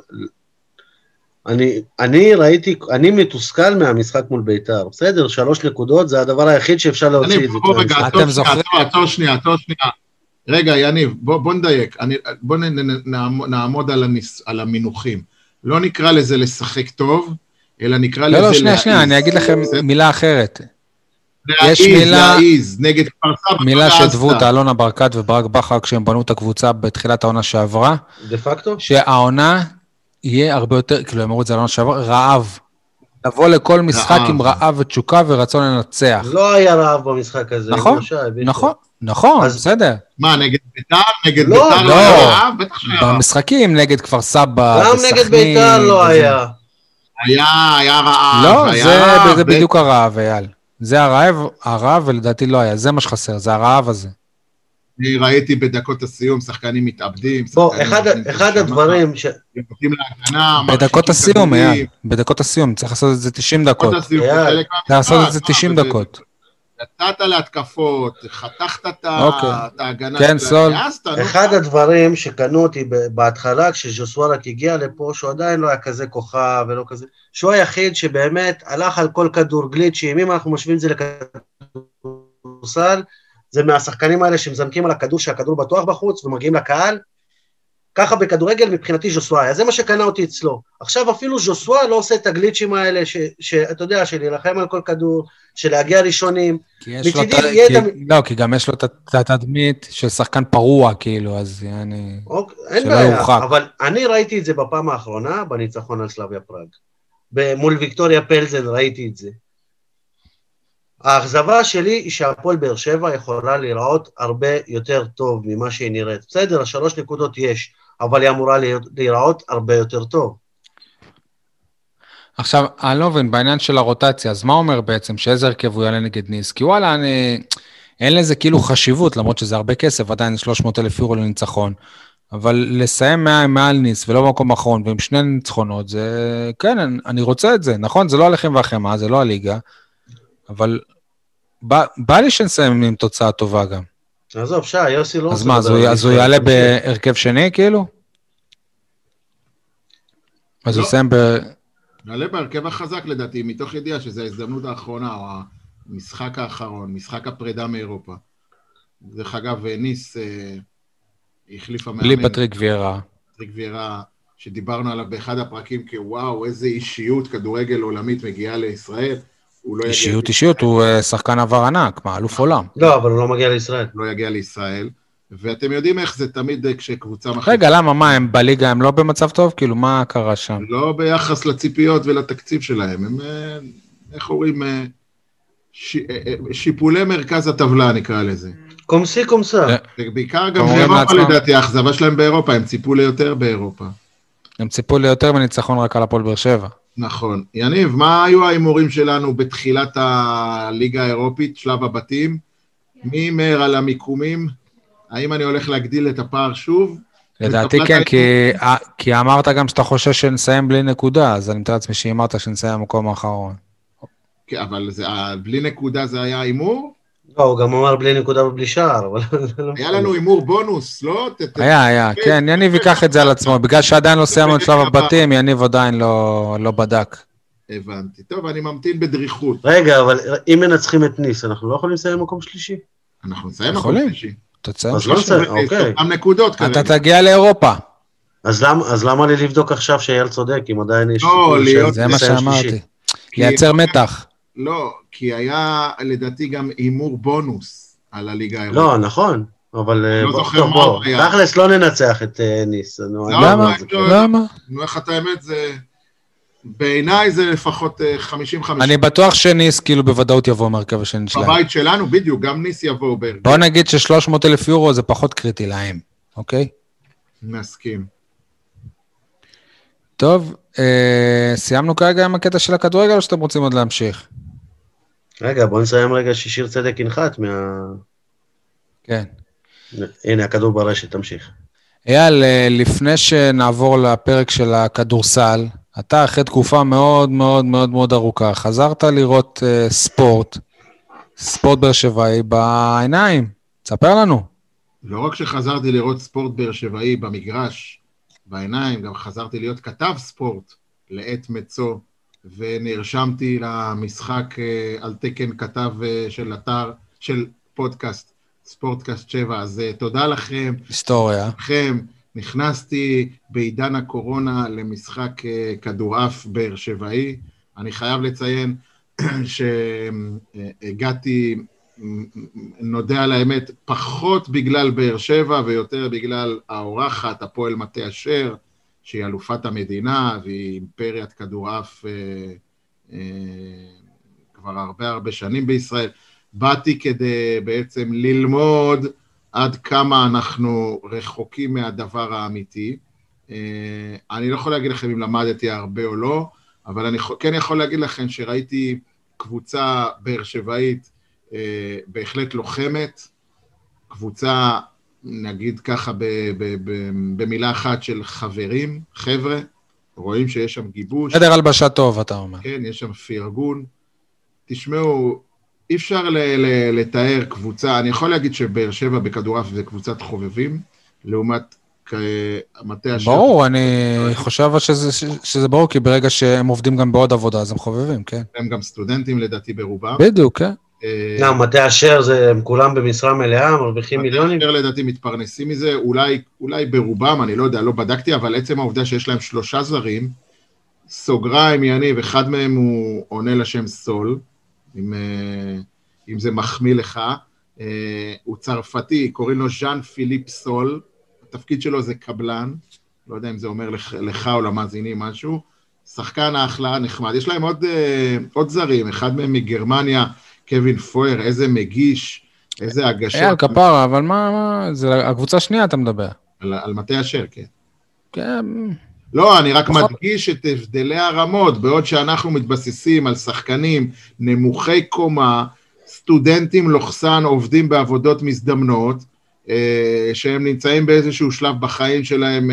אני ראיתי, אני מתוסכל מהמשחק מול בית"ר, בסדר, 3 נקודות, זה הדבר היחיד שאפשר להוציא את זה. אתם זוכרים? עצור שנייה. רגע, יניב, בוא נדייק, בוא נעמוד על המינוחים. לא נקרא לזה לשחק טוב, אלא נקרא לזה להעיז. לא, שנייה, אני אגיד לכם מילה אחרת. להעיז, נגד כפר סבא. מילה שדבו את אלונה ברקת וברק בכר, כשהם בנו את הקבוצה בתחילת העונה שעברה. דה פקטו? שהעונה יהיה הרבה יותר, כאילו, אמרו את זה על העונה שעברה, רעב. לבוא לכל משחק עם רעב ותשוקה ורצון לנצח. לא היה רעב במשחק הזה. נכון, בסדר. מה, נגד בית"ר? נגד בית"ר לא היה רעב? במשחקים נגד כפר סבא. גם נגד בית"ר לא היה. היה רעב. לא, היה זה בדיוק הרעב, אייל. זה הרעב, ולדעתי לא היה, זה מה שחסר, זה הרעב הזה. אני ראיתי בדקות הסיום, שחקנים מתאבדים, בוא, אחד הדברים נותנים להגנה, בדקות הסיום, אייל, בדקות הסיום, צריך לעשות את זה 90 דקות. צריך לעשות את זה 90 דקות. נתת להתקפות, חתכת את ההגנה. כן, סול. אחד הדברים שקנו אותי בהתחלה, כשז'וסווה רק הגיע לפה, שהוא עדיין לא היה כזה כוכב ולא כזה, שהוא היחיד שבאמת הלך על כל כדור גליצ'ים, אם אנחנו משווים את זה לכדורסל, זה מהשחקנים האלה שמזנקים על הכדור, שהכדור בטוח בחוץ ומגיעים לקהל, ככה בכדורגל מבחינתי ז'וסווה, אז זה מה שקנה אותי אצלו. עכשיו אפילו ז'וסווה לא עושה את הגליצ'ים האלה, שאתה יודע, של להילחם על כל כדור, של להגיע ראשונים. כי גם יש לו את התדמית של שחקן פרוע, כאילו, אז אני... אין בעיה, אבל אני ראיתי את זה בפעם האחרונה, בניצחון על סלאביה פראג. מול ויקטוריה פלזן ראיתי את זה. האכזבה שלי היא שהפועל באר שבע יכולה להיראות הרבה יותר טוב ממה שהיא נראית. בסדר, 3 נקודות יש, אבל היא אמורה להיראות הרבה יותר טוב. עכשיו, אני לא מבין, בעניין של הרוטציה, אז מה אומר בעצם שאיזה הרכב הוא יעלה נגד ניס? כי וואלה, אין לזה כאילו חשיבות, למרות שזה הרבה כסף, עדיין 300,000 יורו לניצחון, אבל לסיים מעל ניס ולא במקום האחרון, ועם 2 ניצחונות, זה, כן, אני רוצה את זה, נכון? זה לא הלחם והחמאה, זה לא הליגה, אבל בא לי שנסיים עם תוצאה טובה גם. עזוב, יוסי לא... אז מה, אז הוא יעלה בהרכב שני, כאילו? אז הוא יסיים נעלה בהרכב החזק לדעתי, מתוך ידיעה שזו ההזדמנות האחרונה, או המשחק האחרון, משחק הפרידה מאירופה. דרך אגב, ניס החליף המאמן. בלי פטריק ויירה. פטריק ויירה, שדיברנו עליו באחד הפרקים, כוואו, איזה אישיות כדורגל עולמית מגיעה לישראל. אישיות, הוא שחקן עבר ענק, מה, אלוף עולם. לא, אבל הוא לא מגיע לישראל. לא יגיע לישראל. ואתם יודעים איך זה תמיד כשקבוצה מחליטה. רגע, למה, מה, הם בליגה, הם לא במצב טוב? כאילו, מה קרה שם? לא ביחס לציפיות ולתקציב שלהם. הם, איך אומרים, שיפולי מרכז הטבלה, נקרא לזה. קומסה. בעיקר גם באירופה, לדעתי, האכזבה שלהם באירופה, הם ציפו ליותר באירופה. הם ציפו ליותר מניצחון רק על הפועל באר שבע. נכון. יניב, מה היו ההימורים שלנו בתחילת הליגה האירופית, שלב הבתים? מי הימר על המיקומים? האם אני הולך להגדיל את הפער שוב? לדעתי כן, כי אמרת גם שאתה חושש שנסיים בלי נקודה, אז אני מתאר לעצמי שאמרת שנסיים במקום האחרון. כן, אבל בלי נקודה זה היה הימור? לא, הוא גם אמר בלי נקודה ובלי שער. היה לנו הימור בונוס, לא? היה, כן, יניב ייקח את זה על עצמו, בגלל שעדיין לא סיימנו את שלב הבתים, יניב עדיין לא בדק. הבנתי. טוב, אני ממתין בדריכות. רגע, אבל אם מנצחים את ניס, אנחנו לא יכולים לסיים מקום שלישי? אנחנו נסיים מקום שלישי. תוצאים שלישי. אוקיי. אתה תגיע לאירופה. אז למה לי לבדוק עכשיו שאייל צודק, אם עדיין יש... זה מה שאמרתי. לייצר מתח. לא, כי היה לדעתי גם הימור בונוס על הליגה האירופית. לא, נכון, אבל בוא, תכלס לא ננצח את ניס. למה? איך אתה האמת זה... בעיניי זה לפחות 50-50. אני בטוח שניס כאילו בוודאות יבוא מרכב השני שלהם. בבית שלנו, בדיוק, גם ניס יבוא. בוא נגיד ש300,000 יורו זה פחות קריטי להם, אוקיי? מסכים. טוב, סיימנו כרגע עם הקטע של הכדורגל, או שאתם רוצים עוד להמשיך? רגע, בוא נסיים רגע ששיר צדק ינחת כן. הנה, הכדור ברשת, תמשיך. אייל, לפני שנעבור לפרק של הכדורסל, אתה אחרי תקופה מאוד מאוד מאוד מאוד ארוכה, חזרת לראות ספורט באר שבעי בעיניים, תספר לנו. לא רק שחזרתי לראות ספורט באר שבעי במגרש, בעיניים, גם חזרתי להיות כתב ספורט לעת מצו, ונרשמתי למשחק על תקן כתב של אתר, של פודקאסט, ספורטקאסט 7, אז תודה לכם. היסטוריה. נכנסתי בעידן הקורונה למשחק כדורעף באר שבעי, אני חייב לציין שהגעתי, נודע על האמת, פחות בגלל באר שבע ויותר בגלל האורחת, הפועל מטה אשר, שהיא אלופת המדינה והיא אימפריית כדורעף כבר הרבה שנים בישראל. באתי כדי בעצם ללמוד עד כמה אנחנו רחוקים מהדבר האמיתי. אני לא יכול להגיד לכם אם למדתי הרבה או לא, אבל אני כן יכול להגיד לכם שראיתי קבוצה באר שבעית בהחלט לוחמת, קבוצה, נגיד ככה במילה אחת של חברים, חבר'ה, רואים שיש שם גיבוש. חדר הלבשה טוב, אתה אומר. כן, יש שם פרגון. תשמעו, אי אפשר לתאר קבוצה, אני יכול להגיד שבאר שבע בכדורעף זה קבוצת חובבים, לעומת מטה השם. ברור, אני חושב שזה ברור, כי ברגע שהם עובדים גם בעוד עבודה, אז הם חובבים, כן. הם גם סטודנטים לדעתי ברובם. בדיוק, כן. מטה אשר הם כולם במשרה מלאה, מרוויחים מיליונים. מטה אשר לדעתי מתפרנסים מזה, אולי ברובם, אני לא יודע, לא בדקתי, אבל עצם העובדה שיש להם 3 זרים, סוגריים יניב, אחד מהם הוא עונה לשם סול, אם זה מחמיא לך, הוא צרפתי, קוראים לו ז'אן פיליפ סול, התפקיד שלו זה קבלן, לא יודע אם זה אומר לך או למאזינים משהו, שחקן האחלה, נחמד, יש להם עוד זרים, אחד מהם מגרמניה, קווין פויר, איזה מגיש, איזה הגשה. על כפרה, אבל מה, זה הקבוצה השנייה אתה מדבר. על מטה אשר, כן. כן. לא, אני רק מדגיש את הבדלי הרמות, בעוד שאנחנו מתבססים על שחקנים נמוכי קומה, סטודנטים לוחסן עובדים בעבודות מזדמנות, שהם נמצאים באיזשהו שלב בחיים שלהם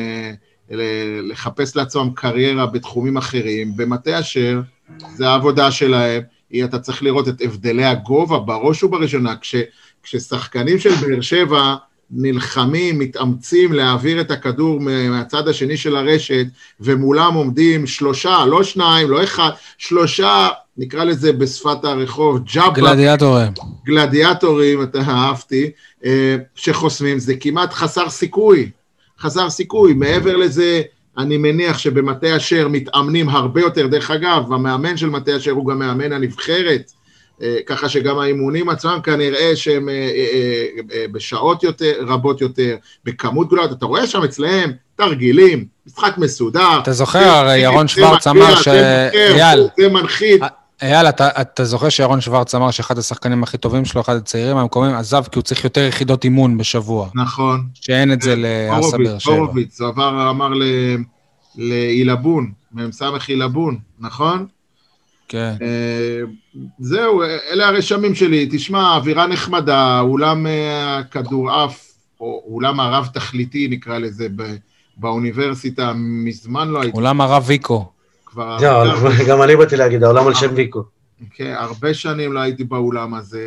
לחפש לעצמם קריירה בתחומים אחרים, במטה אשר, זה העבודה שלהם, אתה צריך לראות את הבדלי הגובה בראש ובראשונה, כששחקנים של באר שבע נלחמים, מתאמצים להעביר את הכדור מהצד השני של הרשת, ומולם עומדים 3, לא 2, לא 1, 3, נקרא לזה בשפת הרחוב, גלדיאטורים, אתה אהבתי, שחוסמים, זה כמעט חסר סיכוי, מעבר לזה, אני מניח שבמטה אשר מתאמנים הרבה יותר, דרך אגב, המאמן של מטה אשר הוא גם מאמן הנבחרת, ככה שגם האימונים עצמם כנראה שהם בשעות יותר, רבות יותר, בכמות גדולה, אתה רואה שם אצלהם תרגילים, משחק מסודר. אתה זוכר, ירון שוורץ אמר זה מנחית. אייל, אתה זוכר שירון שוורץ אמר שאחד השחקנים הכי טובים שלו, אחד הצעירים המקומיים, עזב כי הוא צריך יותר יחידות אימון בשבוע. נכון. שאין את זה לאסה באר שבע. הורוביץ, הוא אמר לאילבון, ממסמך אילבון, נכון? כן. זהו, אלה הרשמים שלי. תשמע, אווירה נחמדה, אולם הכדורעף, או אולם הרב תכליתי נקרא לזה, באוניברסיטה, מזמן לא הייתי. אולם הרב ויקו. גם אני באתי להגיד, העולם על שם ויקו. כן, הרבה שנים לא הייתי באולם הזה.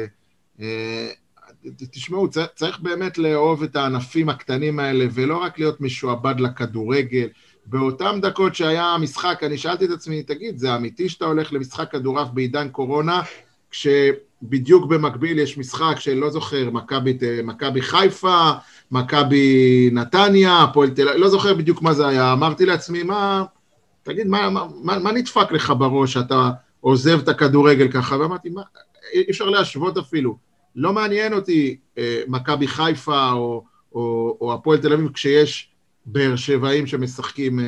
תשמעו, צריך באמת לאהוב את הענפים הקטנים האלה, ולא רק להיות משועבד לכדורגל. באותם דקות שהיה המשחק, אני שאלתי את עצמי, תגיד, זה אמיתי שאתה הולך למשחק כדורעף בעידן קורונה, כשבדיוק במקביל יש משחק שלא זוכר, מכבי חיפה, מכבי נתניה, הפועל תל אביב, לא זוכר בדיוק מה זה היה. אמרתי לעצמי, תגיד, מה נדפק לך בראש שאתה עוזב את הכדורגל ככה? ואמרתי, אי אפשר להשוות אפילו. לא מעניין אותי מכבי חיפה או הפועל תל אביב, כשיש באר שבעים שמשחקים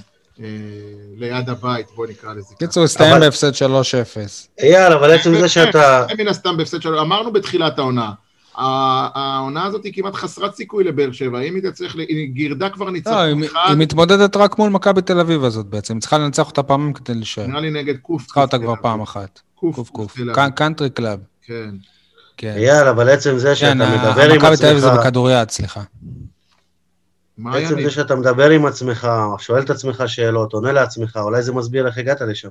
ליד הבית, בוא נקרא לזה. קיצור, הסתיים בהפסד 3-0. אייל, אבל עצם זה שאתה... מן הסתם בהפסד 3, אמרנו בתחילת העונה, העונה הזאת היא כמעט חסרת סיכוי לבאר שבע, אם היא תצליח, היא גירדה כבר ניצחון אחד. היא מתמודדת רק מול מכבי תל אביב הזאת בעצם, צריכה לנצח אותה פעמים כדי להישאר. נראה לי נגד קוף. צריכה אותה כבר פעם אחת. קוף. קאנטרי קלאב. כן. אייל, אבל עצם זה שאתה מדבר עם עצמך... מכבי תל אביב זה בכדוריד, סליחה. בעצם זה שאתה מדבר עם עצמך, שואל את עצמך שאלות, עונה לעצמך, אולי זה מסביר איך הגעת לשם.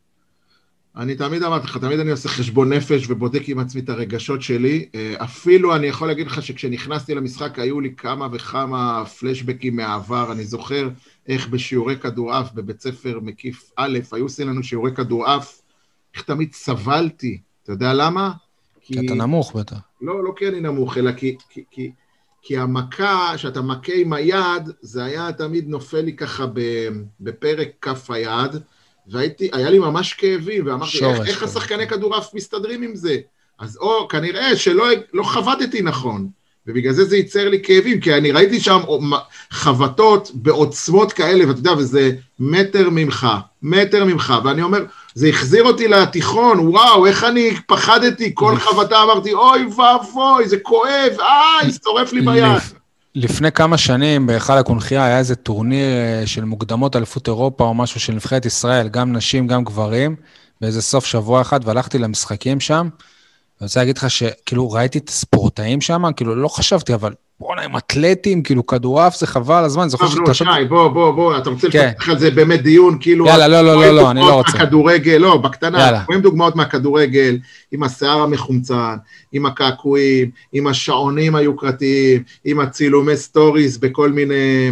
אני תמיד אמרתי לך, תמיד אני עושה חשבון נפש ובודק עם עצמי את הרגשות שלי, אפילו אני יכול להגיד לך שכשנכנסתי למשחק היו לי כמה וכמה פלשבקים מהעבר, אני זוכר איך בשיעורי כדורעף בבית ספר מקיף א', היו עושים לנו שיעורי כדורעף, איך תמיד סבלתי, אתה יודע למה? כי אתה נמוך בטח. לא כי אני נמוך, אלא כי המכה, שאתה מכה עם היד, זה היה תמיד נופל לי ככה בפרק כף היד, והיה לי ממש כאבים, ואמרתי, איך השחקני כדורעף מסתדרים עם זה? אז כנראה שלא חבטתי נכון, ובגלל זה ייצר לי כאבים, כי אני ראיתי שם חבטות בעוצמות כאלה, ואתה יודע, וזה מטר ממך, ואני אומר, זה החזיר אותי לתיכון, וואו, איך אני פחדתי, כל חבטה אמרתי, אוי ואבוי, זה כואב, שורף לי ביד. לפני כמה שנים, בהיכל הקונחייה, היה איזה טורניר של מוקדמות אליפות אירופה, או משהו של נבחרת ישראל, גם נשים, גם גברים, באיזה סוף שבוע אחד, והלכתי למשחקים שם, אני רוצה להגיד לך שכאילו ראיתי את הספורטאים שם, כאילו לא חשבתי, אבל בוא'נה, הם אתלטים, כאילו כדורעף, זה חבל הזמן, זוכר שאתה... שי, בוא, אתה רוצה לפתח על זה באמת דיון, כאילו... יאללה, לא, אני לא רוצה. מהכדורגל, לא, בקטנה, רואים דוגמאות מהכדורגל, עם השיער המחומצן, עם הקעקועים, עם השעונים היוקרתיים, עם הצילומי סטוריס בכל מיני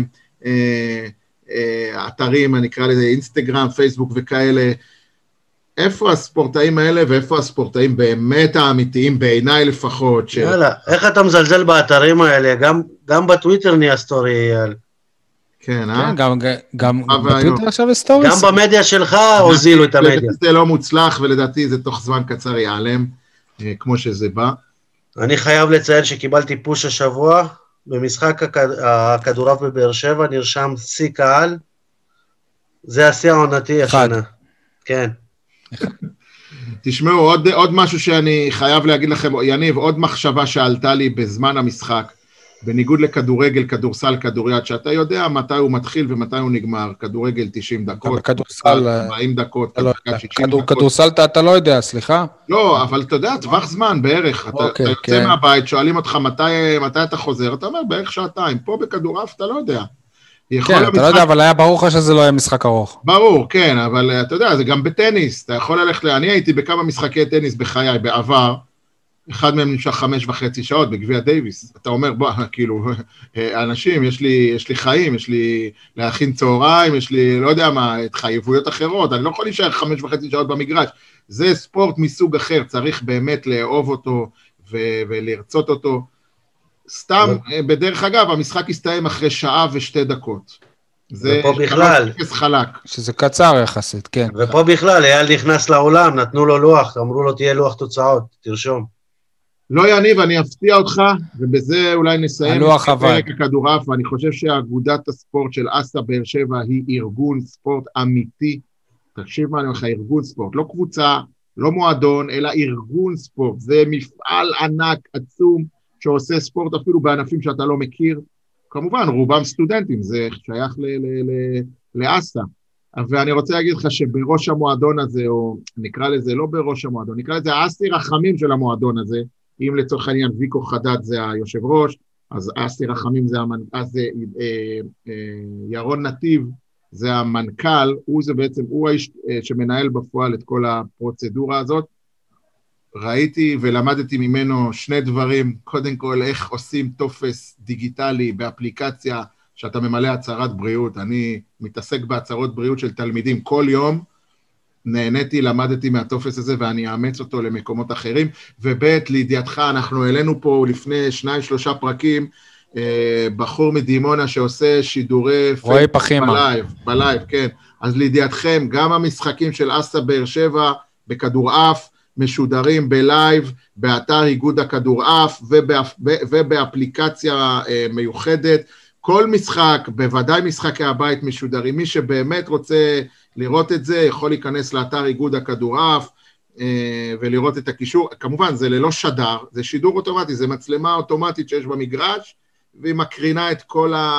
אתרים, אני אקרא לזה אינסטגרם, פייסבוק וכאלה, איפה הספורטאים האלה, ואיפה הספורטאים באמת האמיתיים, בעיניי לפחות. יאללה, איך אתה מזלזל באתרים האלה? גם בטוויטר נהיה סטורי. כן, גם בטוויטר עכשיו יש סטורי? גם במדיה שלך הוזילו את המדיה. לדעתי זה לא מוצלח, ולדעתי זה תוך זמן קצר ייעלם, כמו שזה בא. אני חייב לציין שקיבלתי פוש השבוע, במשחק הכדורעף בבאר שבע, נרשם שיא קהל, זה השיא העונתי השנה. כן. תשמעו, עוד משהו שאני חייב להגיד לכם, יניב, עוד מחשבה שעלתה לי בזמן המשחק, בניגוד לכדורגל, כדורסל, כדוריד, שאתה יודע מתי הוא מתחיל ומתי הוא נגמר, כדורגל 90 דקות, כדורסל 40 דקות, 60 דקות. כדורסל אתה לא יודע, סליחה? לא, אבל אתה יודע, טווח זמן בערך, אתה יוצא מהבית, שואלים אותך מתי אתה חוזר, אתה אומר בערך שעתיים, פה בכדורעף אתה לא יודע. כן, אתה לא יודע, אבל היה ברור לך שזה לא היה משחק ארוך. ברור, כן, אבל אתה יודע, זה גם בטניס, אתה יכול ללכת, אני הייתי בכמה משחקי טניס בחיי, בעבר, אחד מהם נמשך 5.5 שעות בגביע דייביס, אתה אומר, בוא, כאילו, אנשים, יש לי חיים, יש לי להכין צהריים, יש לי, לא יודע מה, התחייבויות אחרות, אני לא יכול להישאר 5.5 שעות במגרש, זה ספורט מסוג אחר, צריך באמת לאהוב אותו ולרצות אותו, סתם, בדרך אגב, המשחק הסתיים אחרי שעה ו2 דקות. ופה בכלל. שזה קצר יחסית, כן. ופה בכלל, אייל נכנס לעולם, נתנו לו לוח, אמרו לו תהיה לוח תוצאות, תרשום. לא יניב, אני אפתיע אותך, ובזה אולי נסיים את פרק הכדורעף, ואני חושב שאגודת הספורט של אסה באר שבע היא ארגון ספורט אמיתי. תקשיב מה אני אומר לך, ארגון ספורט, לא קבוצה, לא מועדון, אלא ארגון ספורט. זה מפעל ענק, עצום, שעושה ספורט אפילו בענפים שאתה לא מכיר, כמובן, רובם סטודנטים, זה שייך לאסה, ואני רוצה להגיד לך שבראש המועדון הזה, או נקרא לזה לא בראש המועדון, נקרא לזה האסי רחמים של המועדון הזה, אם לצורך העניין ויקו חדד זה היושב ראש, אז אסי רחמים זה ירון נתיב, זה המנכ"ל, הוא האיש שמנהל בפועל את כל הפרוצדורה הזאת, ראיתי ולמדתי ממנו שני דברים, קודם כל איך עושים טופס דיגיטלי באפליקציה שאתה ממלא הצהרת בריאות, אני מתעסק בהצהרות בריאות של תלמידים כל יום, נהניתי, למדתי מהטופס הזה ואני אאמץ אותו למקומות אחרים, ובית לידיעתך, אנחנו העלינו פה לפני 2-3 פרקים, בחור מדימונה שעושה שידורי רועי פחימה. בלייב, כן, אז לידיעתכם, גם המשחקים של אסה באר שבע בכדורעף, משודרים בלייב, באתר איגוד הכדורעף, ובאפליקציה מיוחדת, כל משחק, בוודאי משחקי הבית משודרים, מי שבאמת רוצה לראות את זה, יכול להיכנס לאתר איגוד הכדורעף, ולראות את הקישור, כמובן זה ללא שדר, זה שידור אוטומטי, זה מצלמה אוטומטית שיש במגרש, והיא מקרינה את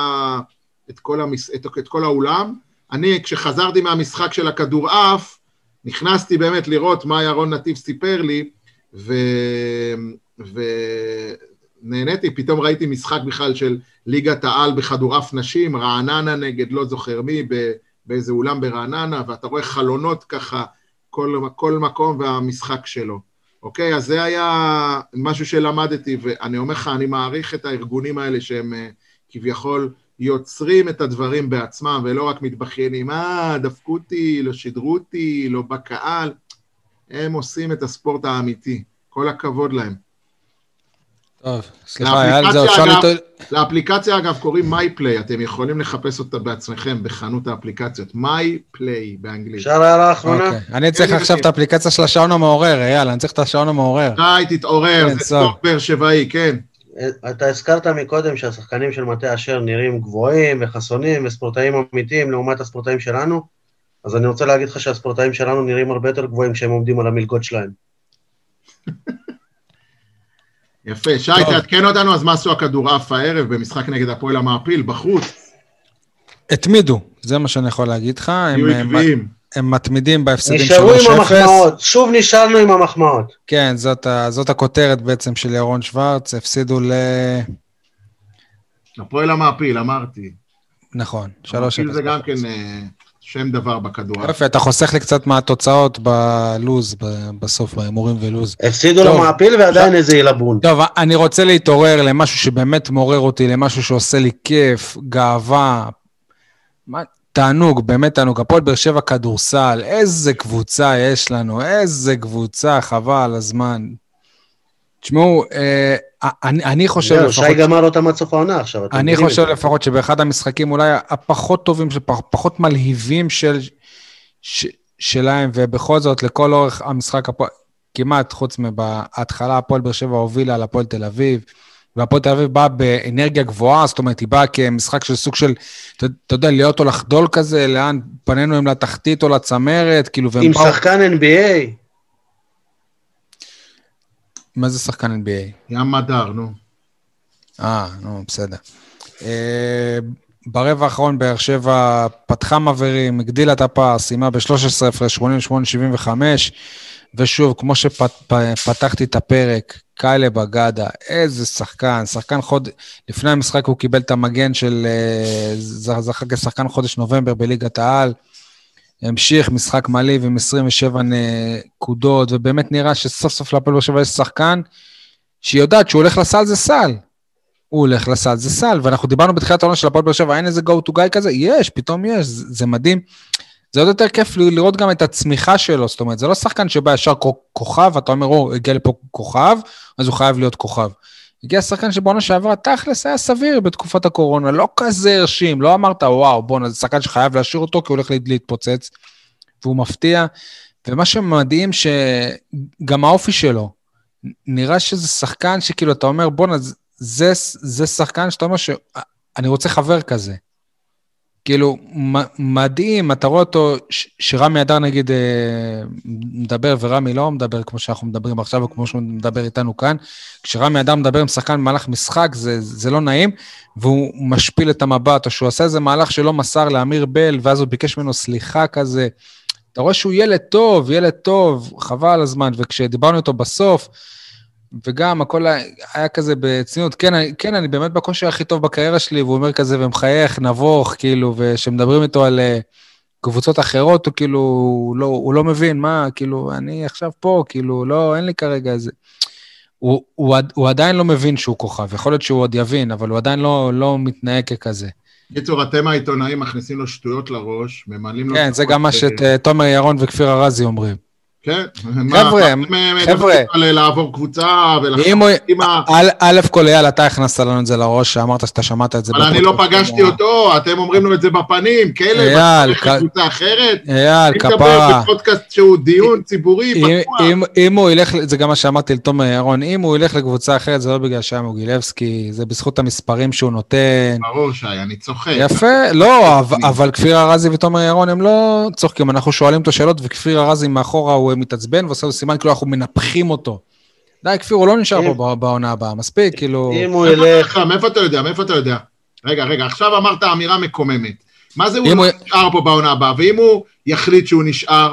כל האולם, אני כשחזרתי מהמשחק של הכדורעף, נכנסתי באמת לראות מה ירון נתיב סיפר לי, ונהניתי, פתאום ראיתי משחק בכלל של ליגת העל בכדורעף נשים, רעננה נגד לא זוכר מי, באיזה אולם ברעננה, ואתה רואה חלונות ככה, כל מקום והמשחק שלו. אוקיי, אז זה היה משהו שלמדתי, ואני אומר לך, אני מעריך את הארגונים האלה שהם כביכול יוצרים את הדברים בעצמם, ולא רק מתבחיינים, דפקו אותי, לא שידרו אותי, לא בקהל, הם עושים את הספורט האמיתי, כל הכבוד להם. טוב, סליחה, היה זה אפשר לאפליקציה אגב קוראים MyPlay, אתם יכולים לחפש אותה בעצמכם בחנות האפליקציות, MyPlay באנגלית. אפשר הערה האחרונה? אני צריך עכשיו את האפליקציה של השעון המעורר, יאללה, אני צריך את השעון המעורר. תתעורר, זה ספורט באר שבעי, כן. אתה הזכרת מקודם שהשחקנים של מטה אשר נראים גבוהים וחסונים וספורטאים אמיתיים לעומת הספורטאים שלנו, אז אני רוצה להגיד לך שהספורטאים שלנו נראים הרבה יותר גבוהים כשהם עומדים על המלגות שלהם. יפה, שי, תעדכן אותנו, אז מה עשו הכדורעף הערב במשחק נגד הפועל המעפיל, בחוץ? התמידו, זה מה שאני יכול להגיד לך. היו עקביים. הם מתמידים בהפסדים 3-0. נשארו עם המחמאות, שוב נשארנו עם המחמאות. כן, זאת הכותרת בעצם של ירון שוורץ, הפסידו הפועל המעפיל, אמרתי. נכון, 3-0. המעפיל זה גם כן שם דבר בכדורעף. יפה, אתה חוסך לי קצת מהתוצאות בלוז, בסוף, בהימורים ולוז. הפסידו למעפיל ועדיין איזה ילבון. טוב, אני רוצה להתעורר למשהו שבאמת מעורר אותי, למשהו שעושה לי כיף, גאווה, תענוג, באמת תענוג. הפועל באר שבע כדורסל, איזה קבוצה יש לנו, איזה קבוצה, חבל על הזמן. תשמעו, אני חושב לפחות... שי גמר אותם עד סוף העונה עכשיו. אני חושב לפחות שבאחד המשחקים אולי הפחות טובים, פחות מלהיבים שלהם, ובכל זאת לכל אורך המשחק, כמעט חוץ מבהתחלה, הפועל באר שבע הובילה על הפועל תל אביב, והפועל תל אביב באה באנרגיה גבוהה, זאת אומרת, היא באה כמשחק של סוג של, אתה יודע, להיות או לחדול כזה, לאן פנינו הם לתחתית או לצמרת, כאילו, עם שחקן NBA. מה זה שחקן NBA? ים מדר, נו. נו, בסדר. ברבע האחרון באר שבע פתחה מברים, הגדילה את הפער, סיימה ב-13 הפרש, 88-75, ושוב, כמו שפתחתי את הפרק, קיילה בגדה, איזה שחקן, לפני המשחק הוא קיבל את המגן של, זכה כשחקן חודש נובמבר בליגת העל, המשיך משחק מלא עם 27 נקודות, ובאמת נראה שסוף סוף להפועל באר שבע יש שחקן, שיודעת שהוא הולך לסל זה סל, הוא הולך לסל זה סל, ואנחנו דיברנו בתחילת העונה של הפועל באר שבע, אין איזה go to guy כזה, פתאום יש, זה מדהים, זה עוד יותר כיף לראות גם את הצמיחה שלו, זאת אומרת, זה לא שחקן שבא ישר כוכב, אתה אומר, הגיע לפה כוכב, אז הוא חייב להיות כוכב. הגיע שחקן שבעונה שעברה, תכלס היה סביר בתקופת הקורונה, לא כזה הרשים, לא אמרת, וואו, בוא, זה שחקן שחייב להשאיר אותו, כי הוא הולך להתפוצץ, והוא מפתיע, ומה שמדהים שגם האופי שלו, נראה שזה שחקן שכאילו, אתה אומר, בוא, זה שחקן שאתה אומר שאני רוצה חבר כזה. כאילו, מדהים, אתה רואה אותו, שרמי אדר נגיד מדבר, ורמי לא מדבר כמו שאנחנו מדברים עכשיו, וכמו שהוא מדבר איתנו כאן, כשרמי אדר מדבר עם שחקן במהלך משחק, זה לא נעים, והוא משפיל את המבט, או שהוא עושה איזה מהלך שלא מסר לאמיר בל, ואז הוא ביקש ממנו סליחה כזה, אתה רואה שהוא ילד טוב, חבל על הזמן, וכשדיברנו איתו בסוף, וגם הכל היה כזה בצניעות, כן, אני באמת בכושר הכי טוב בקריירה שלי, והוא אומר כזה ומחייך, נבוך, כאילו, ושמדברים איתו על קבוצות אחרות, הוא כאילו, הוא לא מבין מה, כאילו, אני עכשיו פה, כאילו, לא, אין לי כרגע איזה, הוא עדיין לא מבין שהוא כוכב, יכול להיות שהוא עוד יבין, אבל הוא עדיין לא מתנהג ככזה. קיצור, אתם העיתונאים מכניסים לו שטויות לראש, ממלאים לו... כן, זה גם מה שתומר ירון וכפיר ארזי אומרים. כן, חבר'ה, לעבור קבוצה א' כל אייל, אתה הכנסת לנו את זה לראש, שאמרת שאתה שמעת את זה. אבל אני לא פגשתי אותו, אתם אומרים לו את זה בפנים, כלב, קבוצה אחרת. אייל, כפרה. אני מדבר בפודקאסט שהוא דיון ציבורי, אם הוא ילך, זה גם מה שאמרתי לתומר ירון, אם הוא ילך לקבוצה אחרת, זה לא בגלל שהיה מוגילבסקי, זה בזכות המספרים שהוא נותן. ברור שי, אני צוחק. יפה, לא, אבל כפיר ארזי ותומר ירון הם לא צוחקים, אנחנו שואלים אותו שאלות, וכפיר ארזי מאחורה הוא מתעצבן, ועושה לו סימן כאילו אנחנו מנפחים אותו. די, כפיר, הוא לא נשאר פה בעונה הבאה, מספיק, כאילו... אם הוא ילך... מאיפה אתה יודע? רגע, עכשיו אמרת אמירה מקוממת. מה זה הוא לא נשאר פה בעונה הבאה? ואם הוא יחליט שהוא נשאר?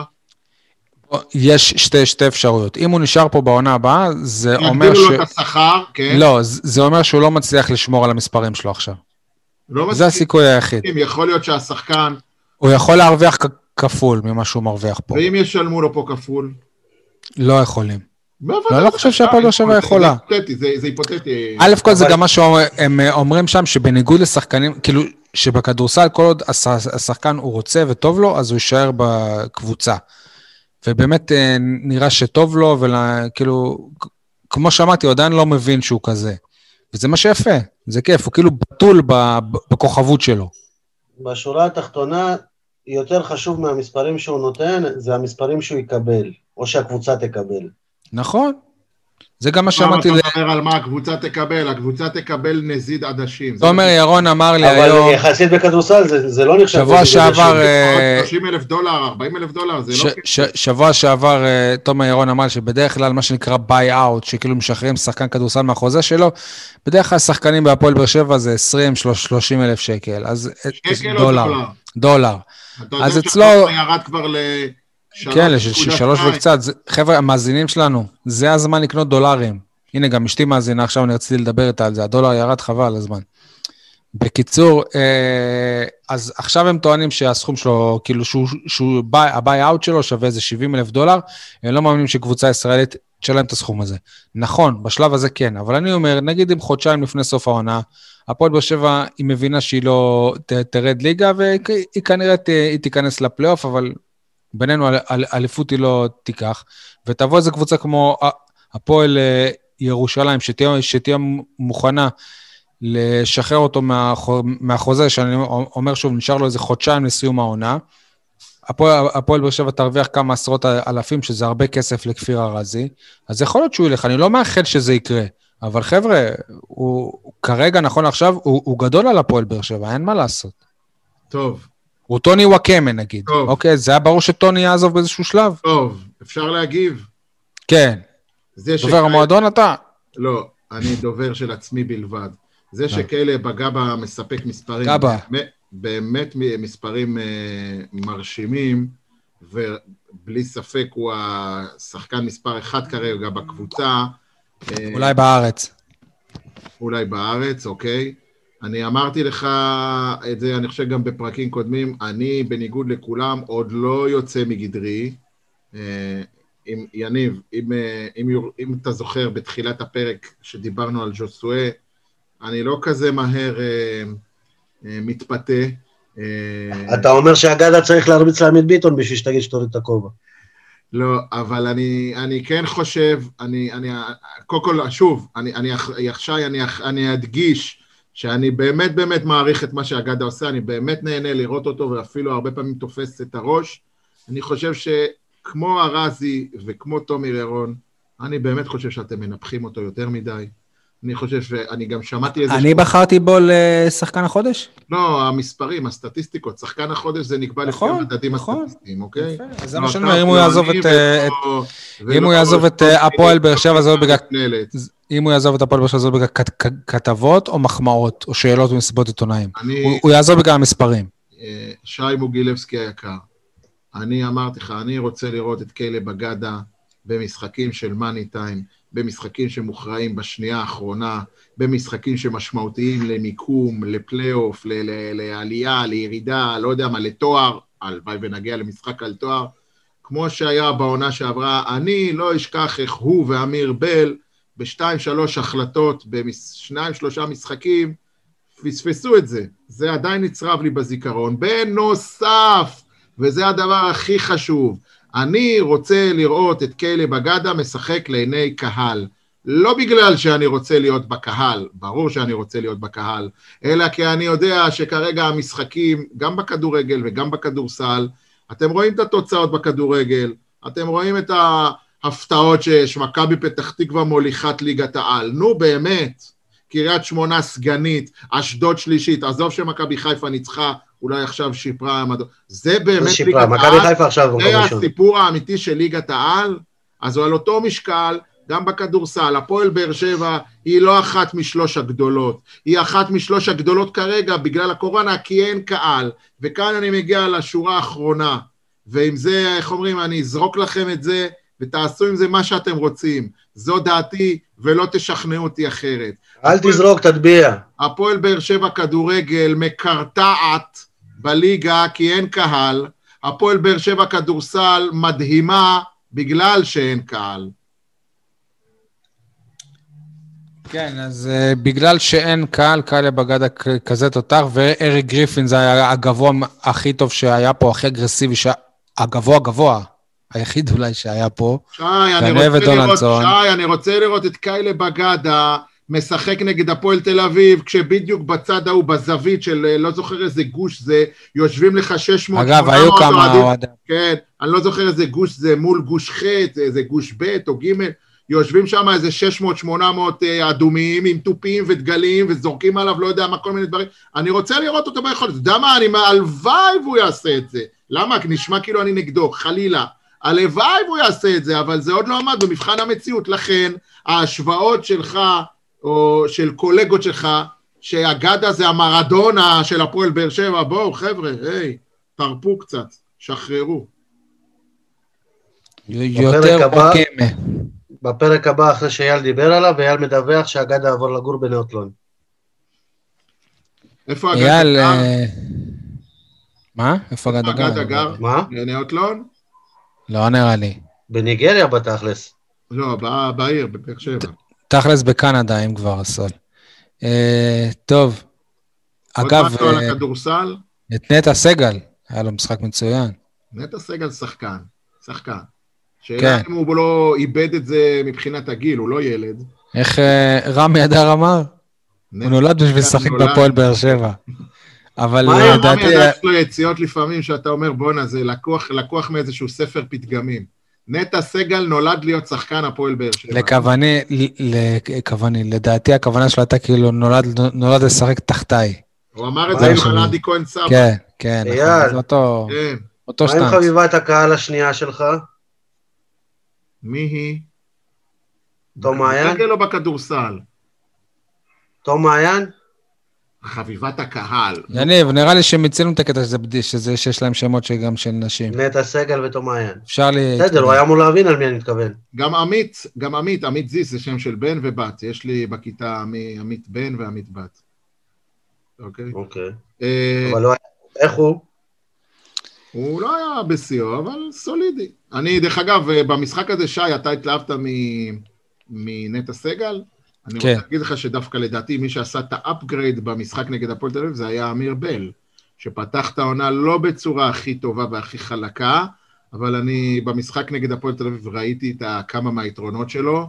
יש שתי אפשרויות. אם הוא נשאר פה בעונה הבאה, זה אומר יגדילו לו את השכר, כן? לא, זה אומר שהוא לא מצליח לשמור על המספרים שלו עכשיו. זה הסיכוי היחיד. יכול להיות שהשחקן... הוא יכול להרוויח כפול ממה שהוא מרוויח פה. ואם ישלמו לו פה כפול? לא יכולים. לא חושב שהפועל באר שבע יכולה. זה היפותטי. א' כל זה גם מה שהם אומרים שם, שבניגוד לשחקנים, כאילו שבכדורסל כל עוד השחקן הוא רוצה וטוב לו, אז הוא יישאר בקבוצה. ובאמת נראה שטוב לו, וכאילו, כמו שאמרתי, הוא עדיין לא מבין שהוא כזה. וזה מה שיפה, זה כיף, הוא כאילו בטול בכוכבות שלו. בשורה התחתונה, יותר חשוב מהמספרים שהוא נותן, זה המספרים שהוא יקבל, או שהקבוצה תקבל. נכון. זה גם מה שאמרתי... אתה מדבר על מה הקבוצה תקבל? הקבוצה תקבל נזיד עדשים. תומר ירון אמר לי היום... אבל יחסית בכדורסל זה לא נחשב... שבוע שעבר... 30,000 דולר, 40,000 דולר, זה לא... שבוע שעבר תומר ירון אמר שבדרך כלל מה שנקרא ביי אאוט, שכאילו משחררים שחקן כדורסל מהחוזה שלו, בדרך כלל שחקנים בהפועל באר שבע זה 20-30 אלף שקל. אז שקל או דולר? דולר. אז אצלו... ירד כבר כן, לשלוש וקצת. חבר'ה, המאזינים שלנו, זה הזמן לקנות דולרים. הנה, גם אשתי מאזינה, עכשיו אני רציתי לדבר איתה על זה. הדולר ירד חבל הזמן. בקיצור, אז עכשיו הם טוענים שהסכום שלו, כאילו הביי-אאוט שלו שווה איזה 70,000 דולר, הם לא מאמינים שקבוצה ישראלית תשלם את הסכום הזה. נכון, בשלב הזה כן, אבל אני אומר, נגיד אם חודשיים לפני סוף העונה, הפועל באר שבע היא מבינה שהיא לא תרד ליגה, והיא כנראה תיכנס לפלייאוף, אבל בינינו אליפות היא לא תיקח, ותבוא איזו קבוצה כמו הפועל ירושלים, שתהיה מוכנה לשחרר אותו מהחוזה, שאני אומר שוב, נשאר לו איזה חודשיים לסיום העונה, הפועל באר שבע תרוויח כמה עשרות אלפים, שזה הרבה כסף לכפיר ארזי, אז יכול להיות שהוא ילך, אני לא מאחל שזה יקרה, אבל חבר'ה, הוא כרגע, נכון עכשיו, הוא גדול על הפועל באר שבע, אין מה לעשות. טוב. הוא טוני וואקמה נגיד. טוב. אוקיי, זה היה ברור שטוני יעזוב באיזשהו שלב. טוב, אפשר להגיב? כן. דובר המועדון אתה? לא, אני דובר של עצמי בלבד. זה שכאלה בגבה מספק מספרים, באמת מספרים מרשימים, ובלי ספק הוא השחקן מספר אחד כרגע בקבוצה. אולי בארץ. אולי בארץ, אוקיי. אני אמרתי לך את זה, אני חושב גם בפרקים קודמים, אני בניגוד לכולם עוד לא יוצא מגדרי. יניב, אם אתה זוכר בתחילת הפרק שדיברנו על ז'וסואה, אני לא כזה מהר מתפתה. אתה אומר שהגדה צריך להרביץ לעמית ביטון בשביל שתגיד שתוריד את הכובע. לא, אבל אני כן חושב, קודם כל, שוב, אני אדגיש שאני באמת באמת מעריך את מה שהגדה עושה, אני באמת נהנה לראות אותו, ואפילו הרבה פעמים תופס את הראש. אני חושב שכמו ארזי וכמו תומר ירון, אני באמת חושב שאתם מנפחים אותו יותר מדי. אני חושב שאני גם שמעתי איזה... אני בחרתי בו לשחקן החודש? לא, המספרים, הסטטיסטיקות, שחקן החודש זה נקבע לפי המדדים הסטטיסטיים, אוקיי? אז זה מה שאני אומר, אם הוא יעזוב את הפועל באר שבע, אם הוא יעזוב את הפועל באר שבע, זה בגלל כתבות או מחמאות, או שאלות ומסיבות עיתונאים. הוא יעזוב בגלל המספרים. שי מוגילבסקי היקר, אני אמרתי לך, אני רוצה לראות את קלב בגדה במשחקים של מאני טיים, במשחקים שמוכרעים בשנייה האחרונה, במשחקים שמשמעותיים למיקום, לפלייאוף, לעלייה, לירידה, לא יודע מה, לתואר, הלוואי ונגיע למשחק על תואר, כמו שהיה בעונה שעברה, אני לא אשכח איך הוא ואמיר בל, ב2-3 החלטות, ב2-3 משחקים, פספסו את זה. זה עדיין נצרב לי בזיכרון. בנוסף, וזה הדבר הכי חשוב, אני רוצה לראות את קלב בגדה משחק לעיני קהל. לא בגלל שאני רוצה להיות בקהל, ברור שאני רוצה להיות בקהל, אלא כי אני יודע שכרגע המשחקים, גם בכדורגל וגם בכדורסל, אתם רואים את התוצאות בכדורגל, אתם רואים את ההפתעות שיש, מכבי פתח תקווה מוליכת ליגת העל, נו באמת, קריית שמונה סגנית, אשדוד שלישית, עזוב שמכבי חיפה ניצחה, אולי עכשיו שיפרה, זה באמת ליגת העל, זה הסיפור האמיתי של ליגת העל, אז הוא על אותו משקל, גם בכדורסל, הפועל באר שבע היא לא אחת משלוש הגדולות, היא אחת משלוש הגדולות כרגע בגלל הקורונה, כי אין קהל, וכאן אני מגיע לשורה האחרונה, ועם זה, איך אומרים, אני אזרוק לכם את זה, ותעשו עם זה מה שאתם רוצים, זו דעתי, ולא תשכנעו אותי אחרת. אל תזרוק, תטביע. הפועל באר שבע כדורגל מקרטעת בליגה, כי אין קהל, הפועל באר שבע כדורסל מדהימה, בגלל שאין קהל. כן, אז בגלל שאין קהל, קהל בגדה כזה תותח, ואריק גריפין זה היה הגבוה הכי טוב שהיה פה, הכי אגרסיבי, הגבוה, היחיד אולי שהיה פה. שי, אני רוצה לראות את קיילה בגדה, משחק נגד הפועל תל אביב, כשבדיוק בצד ההוא, בזווית של, לא זוכר איזה גוש זה, יושבים לך 600... אגב, היו כמה... כן, אני לא זוכר איזה גוש זה, מול גוש ח', איזה גוש ב' או ג', יושבים שם איזה 600-800 אדומים עם טופים ודגלים וזורקים עליו, לא יודע מה, כל מיני דברים. אני רוצה לראות אותו ביכולת. אתה יודע מה, אני הלוואי והוא יעשה את זה. למה? כי נשמע כאילו אני נגדו, חלילה. הלוואי והוא יעשה את זה, אבל זה עוד לא עמד במבחן המציאות. לכן, ההשוואות שלך, או של קולגות שלך, שהגדה זה המרדונה של הפועל באר שבע, בואו חבר'ה, היי, תרפו קצת, שחררו. יותר בקמה. בפרק הבא, אחרי שאייל דיבר עליו, אייל מדווח שהגדה עבור לגור בנאוטלון. איפה הגדה גר? מה? איפה הגדה גר? מה? בנאוטלון? לא נראה לי. בניגריה בתכלס. לא, בעיר, בבאר שבע. תכלס בקנדה, אם כבר הסול. טוב. אגב... עוד משהו על הכדורסל? את נטע סגל, היה לו משחק מצוין. נטע סגל שחקן. שאלה אם הוא לא איבד את זה מבחינת הגיל, הוא לא ילד. איך רמי אדר אמר? הוא נולד בשביל לשחק בפועל באר שבע. אבל לדעתי... רמי אדר יש לו יציאות לפעמים שאתה אומר, בונה, זה לקוח מאיזשהו ספר פתגמים. נטע סגל נולד להיות שחקן הפועל באר שבע. לכווני, לדעתי הכוונה שלו הייתה כאילו נולד לשחק תחתיי. הוא אמר את זה עם עדי כהן סבא. כן, כן, זה אותו שטנץ. מה עם חביבת הקהל השנייה שלך? מי היא? תום מעיין? בכדורגל או בכדורסל? תום מעיין? חביבת הקהל. יניב, נראה לי שמיצינו את הקטע שיש להם שמות שגם של נשים. נטע סגל ותום מעיין. אפשר לי... בסדר, הוא היה אמור להבין על מי אני מתכוון. גם עמית זיס זה שם של בן ובת. יש לי בכיתה עמית בן ועמית בת. אוקיי. אבל לא היה... איך הוא? הוא לא היה בסיוע, אבל סולידי. אני, דרך אגב, במשחק הזה, שי, אתה התלהבת מנטע סגל? אני רוצה להגיד לך שדווקא לדעתי, מי שעשה את האפגרייד במשחק נגד הפועל תל אביב, זה היה אמיר בל, שפתח את העונה לא בצורה הכי טובה והכי חלקה, אבל אני במשחק נגד הפועל תל אביב ראיתי כמה מהיתרונות שלו.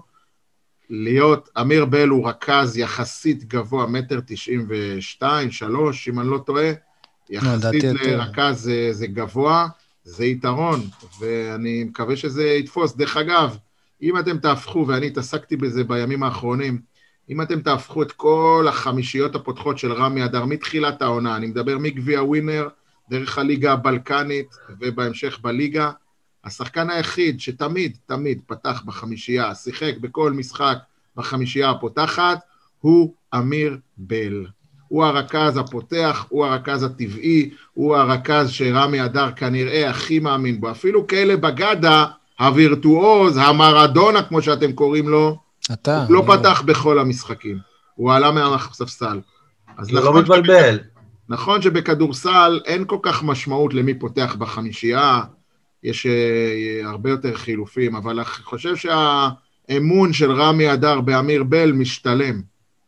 אמיר בל הוא רכז יחסית גבוה, 1.92, 3, אם אני לא טועה, יחסית לרכז זה גבוה, זה יתרון, ואני מקווה שזה יתפוס. דרך אגב, אם אתם תהפכו, ואני התעסקתי בזה בימים האחרונים, אם אתם תהפכו את כל החמישיות הפותחות של רמי אדר מתחילת העונה, אני מדבר מגביע ווינר, דרך הליגה הבלקנית, ובהמשך בליגה, השחקן היחיד שתמיד פתח בחמישייה, שיחק בכל משחק בחמישייה הפותחת, הוא אמיר בל. הוא הרכז הפותח, הוא הרכז הטבעי, הוא הרכז שרמי אדר כנראה הכי מאמין בו. אפילו כאלה בגדה, הווירטואוז, המרדונה, כמו שאתם קוראים לו, הוא לא פתח בכל המשחקים. הוא עלה מהספסל. הוא לא מתבלבל. נכון שבכדורסל אין כל כך משמעות למי פותח בחמישייה, יש הרבה יותר חילופים, אבל אני חושב שהאמון של רמי אדר באמיר בל משתלם.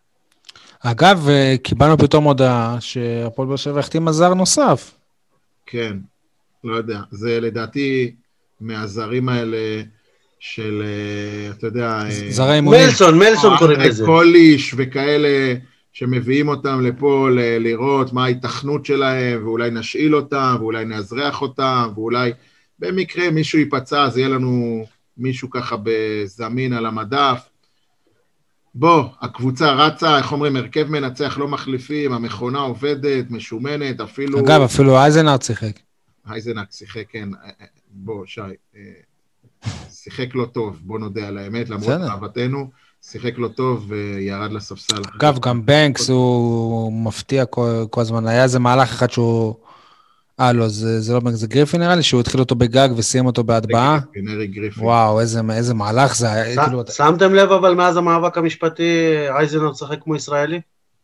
אגב, קיבלנו פתאום הודעה שהפועל באר שבע החתים זר נוסף. כן, לא יודע. זה לדעתי מהזרים האלה של, אתה יודע... זרי אימונים. מלסון קוראים לזה. קוליש וכאלה שמביאים אותם לפה לראות מה ההתכנות שלהם, ואולי נשאיל אותם, ואולי נאזרח אותם, ואולי במקרה מישהו ייפצע, אז יהיה לנו מישהו ככה בזמין על המדף. בוא, הקבוצה רצה, איך אומרים, הרכב מנצח לא מחליפים, המכונה עובדת, משומנת, אפילו... אגב, אפילו אייזנארט שיחק. אייזנארט שיחק, כן. בוא, שי, שיחק לא טוב, בוא נודה על האמת, למרות אהבתנו, שיחק לא טוב וירד לספסל. אגב, גם בנקס הוא מפתיע כל הזמן, היה איזה מהלך אחד שהוא... לא, זה לא בנקס, זה גריפין נראה לי, שהוא התחיל אותו בגג וסיים אותו בהטבעה. וואו, איזה מהלך זה היה. שמתם לב אבל מאז המאבק המשפטי, אייזנארט שחק כמו ישראלי?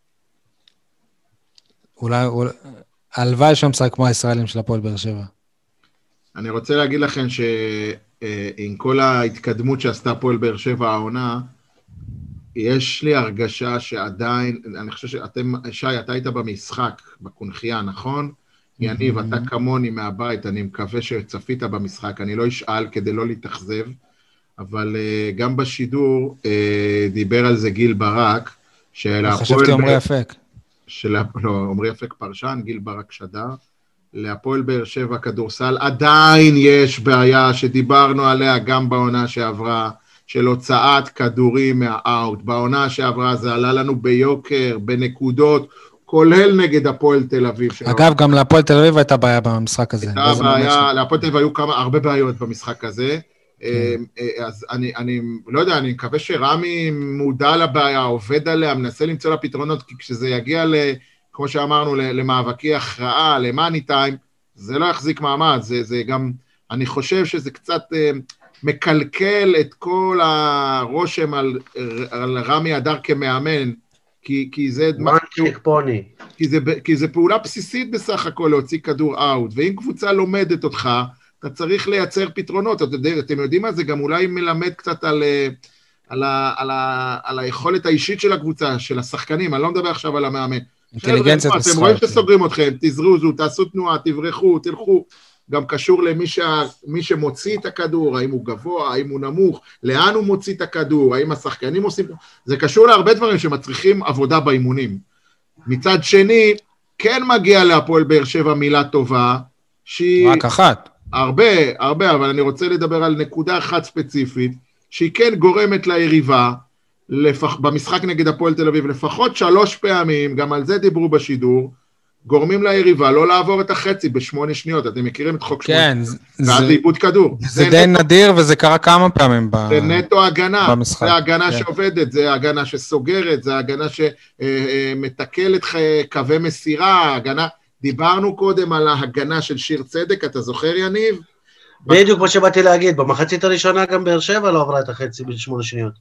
אולי, הלוואי שם שחק כמו הישראלים של הפועל באר שבע. אני רוצה להגיד לכם שעם כל ההתקדמות שעשתה הפועל באר שבע העונה, יש לי הרגשה שעדיין, אני חושב שאתם, שי, אתה היית במשחק, בקונחייה, נכון? יניב, אתה כמוני מהבית, אני מקווה שצפית במשחק, אני לא אשאל כדי לא להתאכזב, אבל גם בשידור דיבר על זה גיל ברק, חשבתי עומרי אפק. לא, עומרי אפק פרשן, גיל ברק שדר, להפועל באר שבע כדורסל, עדיין יש בעיה שדיברנו עליה גם בעונה שעברה, של הוצאת כדורים מהאוט. בעונה שעברה זה עלה לנו ביוקר, בנקודות, כולל נגד הפועל תל אביב. אגב, גם להפועל תל אביב הייתה בעיה במשחק הזה. הייתה בעיה, להפועל תל אביב היו הרבה בעיות במשחק הזה, אז אני לא יודע, אני מקווה שרמי מודע לבעיה, עובד עליה, מנסה למצוא לה פתרונות, כי כשזה יגיע, כמו שאמרנו, למאבקי הכרעה, למאני טיים, זה לא יחזיק מעמד, זה גם, אני חושב שזה קצת מקלקל את כל הרושם על רמי אדר כמאמן, כי זה... כי זה פעולה בסיסית בסך הכל להוציא כדור אאוט, ואם קבוצה לומדת אותך, אתה צריך לייצר פתרונות, אתם יודעים מה, זה גם אולי מלמד קצת על היכולת האישית של הקבוצה, של השחקנים, אני לא מדבר עכשיו על המאמן. אתם רואים שסוגרים אתכם, תזרוזו, תעשו תנועה, תברחו, תלכו, גם קשור למי שמוציא את הכדור, האם הוא גבוה, האם הוא נמוך, לאן הוא מוציא את הכדור, האם השחקנים עושים, זה קשור להרבה דברים שמצריכים עבודה באימונים. מצד שני, כן מגיע להפועל באר שבע מילה טובה, שהיא... רק אחת. הרבה, אבל אני רוצה לדבר על נקודה אחת ספציפית, שהיא כן גורמת ליריבה, במשחק נגד הפועל תל אביב, לפחות 3 פעמים, גם על זה דיברו בשידור, גורמים ליריבה לא לעבור את החצי ב8 שניות, אתם מכירים את חוק 8 שניות, ואז לאיבוד כדור. זה די נדיר וזה קרה כמה פעמים זה נטו הגנה, במשחק. זה הגנה שעובדת, זה הגנה שסוגרת, זה הגנה שמתקלת קווי מסירה, הגנה, דיברנו קודם על ההגנה של שיר צדק, אתה זוכר יניב? בדיוק כמו שבאתי להגיד, במחצית הראשונה גם באר שבע לא עברה את החצי ב8 שניות.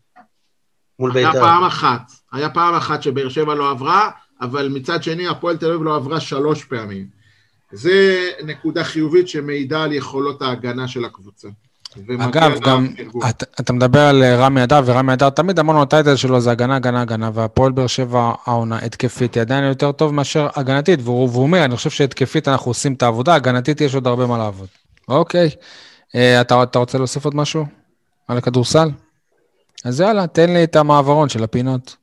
היה פעם אחת שבאר שבע לא עברה, אבל מצד שני הפועל תל אביב לא עברה 3 פעמים. זה נקודה חיובית שמעידה על יכולות ההגנה של הקבוצה. אגב, גם אתה מדבר על רמי אדר, ורמי אדר תמיד אמרנו הטייטל שלו זה הגנה, והפועל באר שבע העונה התקפית היא עדיין יותר טוב מאשר הגנתית, והוא אומר, אני חושב שהתקפית אנחנו עושים את העבודה, הגנתית יש עוד הרבה מה לעבוד. אוקיי, אתה רוצה להוסיף עוד משהו על הכדורסל? אז יאללה, תן לי את המעברון של הפינות.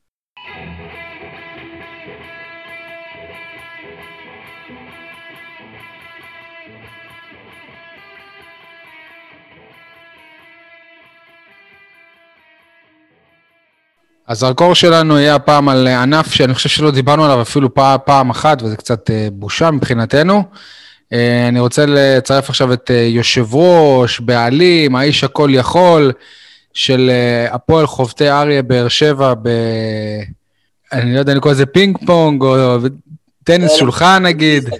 הזרקור שלנו יהיה הפעם על ענף שאני חושב שלא דיברנו עליו אפילו פעם אחת, וזה קצת בושה מבחינתנו. אני רוצה לצרף עכשיו את יושב ראש, בעלים, האיש הכל יכול, של הפועל חובטי אריה באר שבע, אני לא יודע, אני קורא לזה פינג פונג, או טניס שולחן נגיד.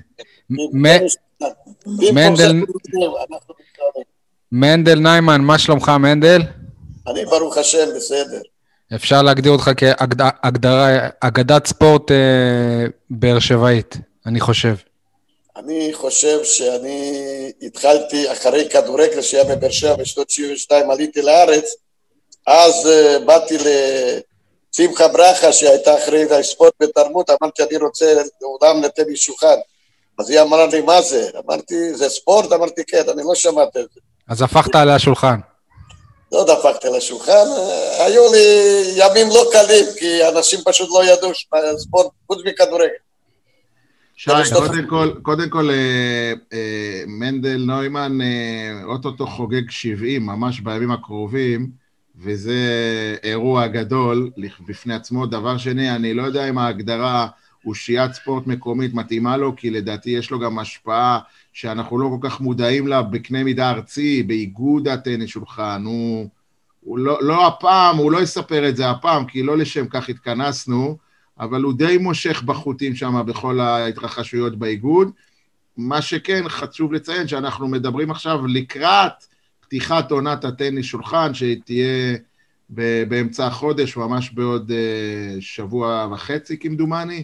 מנדל ניימן, מה שלומך מנדל? אני ברוך השם בסדר. אפשר להגדיר אותך כאגדת ספורט באר שבעית, אני חושב. אני חושב שאני התחלתי אחרי כדורגל שהיה בבאר שבע בשנות 72, עליתי לארץ, אז באתי לשמחה ברכה שהייתה אחרי הספורט בתרבות, אמרתי אני רוצה לעולם לטניס שולחן, אז היא אמרה לי מה זה? אמרתי זה ספורט? אמרתי כן, אני לא שמעתי את זה. אז הפכת עליה שולחן. לא דפקתי לשולחן, היו לי ימים לא קלים, כי אנשים פשוט לא ידעו ספורט חוץ מכדורגל. שי, קודם כל, מנדל נוימן, אוטוטו חוגג 70, ממש בימים הקרובים, וזה אירוע גדול בפני עצמו. דבר שני, אני לא יודע אם ההגדרה אושיית ספורט מקומית מתאימה לו, כי לדעתי יש לו גם השפעה שאנחנו לא כל כך מודעים לה בקנה מידה ארצי, באיגוד הטניס שולחן, הוא לא הפעם, הוא לא יספר את זה הפעם, כי לא לשם כך התכנסנו, אבל הוא די מושך בחוטים שם בכל ההתרחשויות באיגוד. מה שכן חשוב לציין שאנחנו מדברים עכשיו לקראת פתיחת עונת הטניס שולחן, שתהיה באמצע החודש, ממש בעוד שבוע וחצי כמדומני.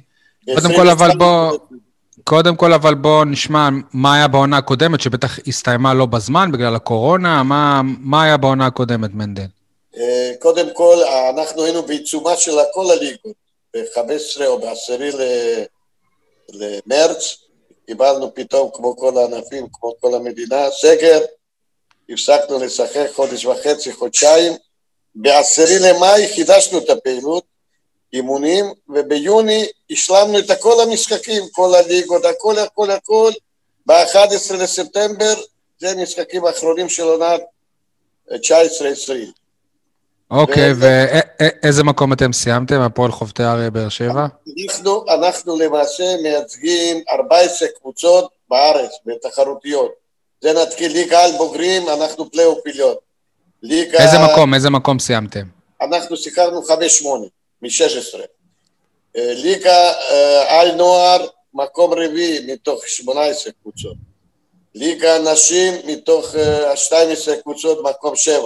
קודם כל אבל בוא נשמע מה היה בעונה הקודמת, שבטח הסתיימה לא בזמן בגלל הקורונה, מה היה בעונה הקודמת מנדל? קודם כל אנחנו היינו בעיצומה של כל הליגות, ב-15 או ב-10 למרץ, קיבלנו פתאום כמו כל הענפים, כמו כל המדינה, סגר, הפסקנו לשחק חודש וחצי, חודשיים, ב-10 למאי חידשנו את הפעילות, אימונים, וביוני השלמנו את כל המשחקים, כל הליגות, הכל, ב-11 לספטמבר, זה המשחקים האחרונים של עונת 19-20. אוקיי, ואיזה מקום אתם סיימתם? הפועל חובטי אריה באר שבע? אנחנו למעשה מייצגים 14 קבוצות בארץ, בתחרותיות. זה נתחיל ליגה על בוגרים, אנחנו פלייאוף עליון. איזה מקום סיימתם? אנחנו שיחקנו 5-8 מ-16. ליגה על נוער, מקום רביעי מתוך 18 קבוצות. ליגה נשים מתוך 12 קבוצות, מקום 7.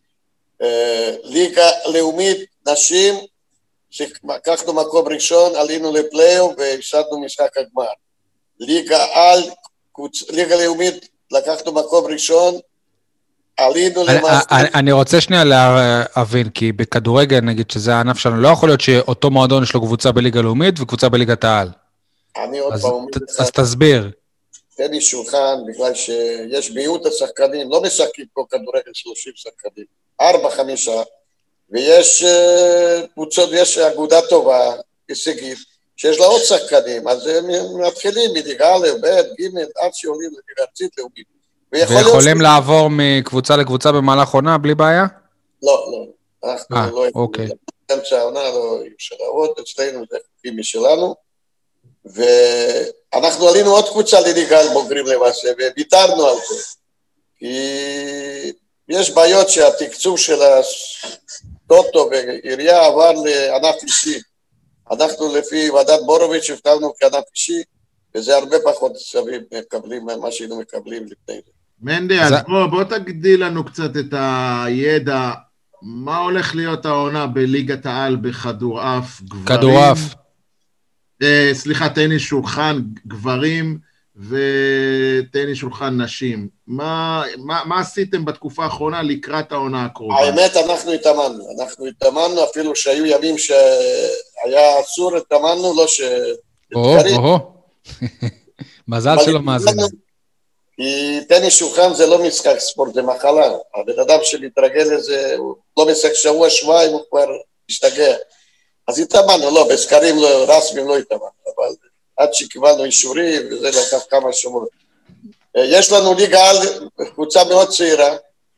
ליגה לאומית נשים, לקחנו מקום ראשון, עלינו לפלייאוף והפסדנו משחק הגמר. ליגה לאומית, לקחנו מקום ראשון, עלינו למעשה... אני רוצה שנייה להבין, כי בכדורגל, נגיד שזה הענף שלנו, לא יכול להיות שאותו מועדון יש לו קבוצה בליגה לאומית וקבוצה בליגת העל. אני עוד פעם אומר לך... אז תסביר. תן לי שולחן, בגלל שיש מיעוט השחקנים, לא משחקים פה כדורגל 30 שחקנים, 4-5, ויש קבוצות, יש אגודה טובה, הישגית, שיש לה עוד שחקנים, אז הם מתחילים מליגה א', ב', ג', עד שעולים לליגה ארצית לאומית. ויכולים לעבור מקבוצה לקבוצה במהלך עונה בלי בעיה? לא, אנחנו לא אוקיי. באמצע העונה, לא אפשר לעבוד, אצלנו זה חוקים משלנו, ואנחנו עלינו עוד קבוצה לליגה על בוגרים למעשה, וביטרנו על זה, כי יש בעיות שהתקצוב של הטוטו ועירייה עבר לענף אישי. אנחנו לפי ועדת בורוביץ' הבטחנו כענף אישי, וזה הרבה פחות סביב מקבלים מה שהיינו מקבלים לפני זה. מנדי, אז בוא תגדיל לנו קצת את הידע, מה הולך להיות העונה בליגת העל בכדורעף גברים? כדורעף. סליחה, טניס שולחן גברים וטניס שולחן נשים. מה עשיתם בתקופה האחרונה לקראת העונה הקרובה? האמת, אנחנו התאמנו, אפילו שהיו ימים שהיה אסור, התאמנו, לא ש... מזל שלא מאזינים. כי טניס שולחן זה לא משחק ספורט, זה מחלה. הבן אדם שמתרגל לזה, הוא לא משחק שבוע, שבועיים, הוא כבר משתגע. אז התאמנו, לא, בסקרים רסמיים לא התאמנו, אבל עד שקיבלנו אישורים, וזה לקח כמה שבועות. יש לנו ליגה על קבוצה מאוד צעירה,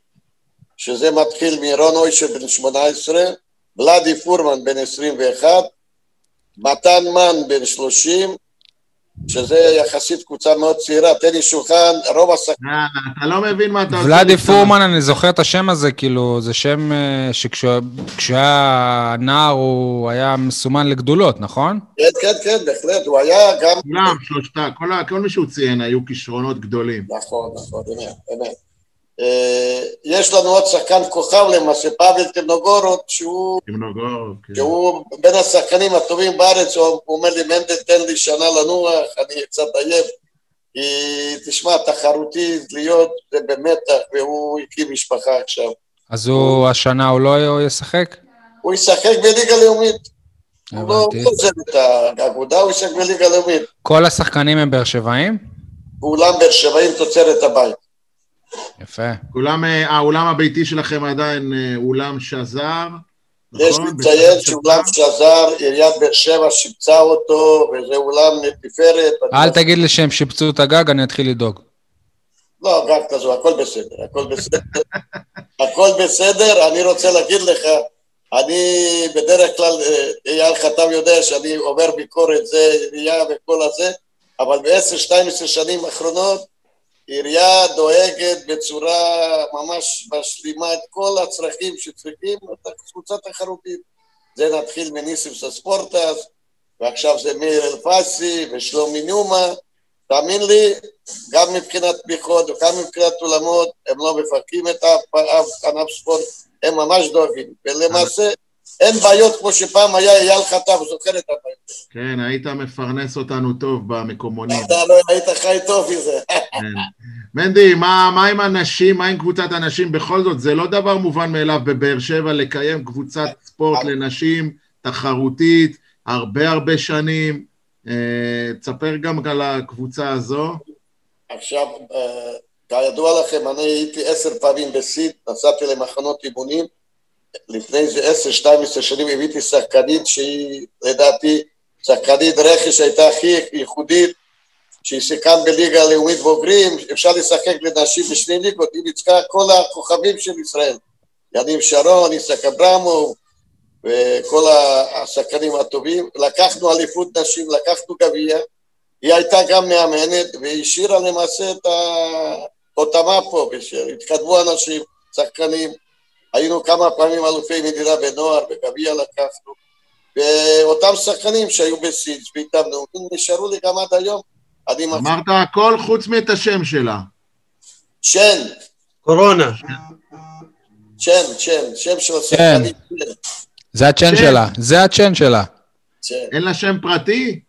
שזה מתחיל מרון אוישר בן 18, ולדי פורמן בן 21, מתן מן בן 30, שזה יחסית קבוצה מאוד צעירה, טניס שולחן, רוב השחקנים. אתה לא מבין מה אתה עושה. ולדי פורמן, אני זוכר את השם הזה, כאילו, זה שם שכשהיה נער הוא היה מסומן לגדולות, נכון? כן, בהחלט, הוא היה גם... כולם, שלושתה, כל מי שהוא ציין, היו כישרונות גדולים. נכון, באמת. יש לנו עוד שחקן כוכב למעשה, פאבל טמנוגורוב, שהוא בין השחקנים הטובים בארץ, הוא אומר לי, מנדל, תן לי שנה לנוח, אני קצת עייף, כי תשמע, תחרותי להיות, זה במתח, והוא הקים משפחה עכשיו. אז השנה הוא לא ישחק? הוא ישחק בליגה לאומית. הוא לא עוזב את האגודה, הוא ישחק בליגה לאומית. כל השחקנים הם באר שבעים? כולם באר שבעים תוצרת הבית. יפה. האולם הביתי שלכם עדיין אולם שזר. יש לציין שאולם שזר, עיריית באר שבע שיפצה אותו, וזה אולם לתפארת. אל תגיד לי שהם שיפצו את הגג, אני אתחיל לדאוג. לא, גג כזו, הכל בסדר. הכל בסדר, אני רוצה להגיד לך, אני בדרך כלל, אייל חתם יודע שאני עובר ביקורת זה, עירייה וכל הזה, אבל ב10-12 שנים האחרונות, עירייה דואגת בצורה ממש משלימה את כל הצרכים שצריכים, את הקבוצה תחרותית. זה נתחיל מניסיפס הספורטס, ועכשיו זה מאיר אלפסי ושלומי ניומה. תאמין לי, גם מבחינת תמיכות וגם מבחינת אולמות, הם לא מפרקים את ענף ספורט, הם ממש דואגים. ולמעשה, אין בעיות כמו שפעם היה אייל חטב, זוכר את הבעיות. כן, היית מפרנס אותנו טוב במקומונים. אתה לא היית חי טוב מזה. מנדי, מה עם אנשים, מה עם קבוצת אנשים? בכל זאת, זה לא דבר מובן מאליו בבאר שבע לקיים קבוצת ספורט לנשים, תחרותית, הרבה שנים. תספר גם על הקבוצה הזו. עכשיו, כידוע לכם, אני הייתי 10 פעמים בסין, נסעתי למחנות אימונים, לפני זה 10-12 שנים הבאתי שחקנית שהיא, לדעתי, שחקנית רכש שהייתה הכי ייחודית, שהיא שיחקה בליגה הלאומית בוגרים, אפשר לשחק לנשים בשני ליגות, היא ניצחה כל הכוכבים של ישראל. יניב שרון, איסק אברמוב, וכל השחקנים הטובים. לקחנו אליפות נשים, לקחנו גביע, היא הייתה גם מאמנת, והיא השאירה למעשה את החותמה פה, התקדמו אנשים, שחקנים, היינו כמה פעמים אלופי מדינה בנוער, בגביע לקחנו, ואותם שחקנים שהיו בסיץ, והתאמנו, נשארו לי גם עד היום. אמרת הכל חוץ מאת השם שלה. שן. קורונה. שן, שם של השחקנים. זה הצ'ן שלה, זה הצ'ן שלה. אין לה שם פרטי?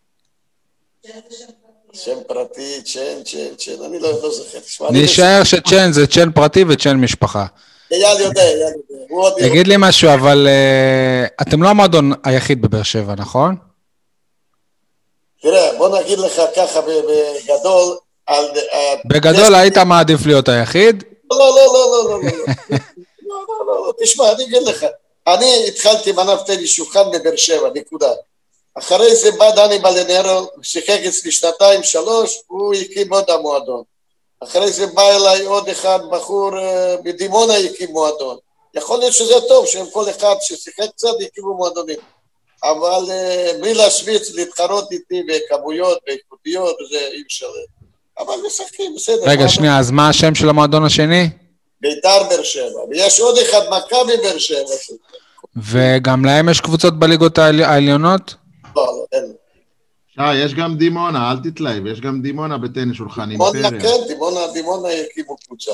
שם פרטי, צ'ן, אני לא זוכר. נשאר שצ'ן זה צ'ן פרטי וצ'ן משפחה. אייל יודע. תגיד לי משהו, אבל אתם לא המועדון היחיד בבאר שבע, נכון? תראה, בוא נגיד לך ככה בגדול. בגדול היית מעדיף להיות היחיד? לא, תשמע, אני אגיד לך. אני התחלתי עם ענף טניס שולחן בבאר שבע, נקודה. אחרי זה בא דני בלנרו, שיחק אצלי 2-3, הוא הקים עוד המועדון. אחרי זה בא אליי עוד אחד, בחור בדימונה הקים מועדון. יכול להיות שזה טוב, שהם כל אחד ששיחק קצת הקימו מועדונים. אבל בלי להשוויץ, להתחרות איתי בכמויות, באיכותיות, זה אי אפשר. אבל משחקים, בסדר. רגע, שנייה, אז מה השם של המועדון השני? בית"ר באר שבע. ויש עוד אחד, מכבי באר שבע. וגם להם יש קבוצות בליגות העליונות? לא, אין. יש גם דימונה, אל תתלהב, יש גם דימונה בטניס שולחן, דימונה, כן, דימונה הקימו קבוצה.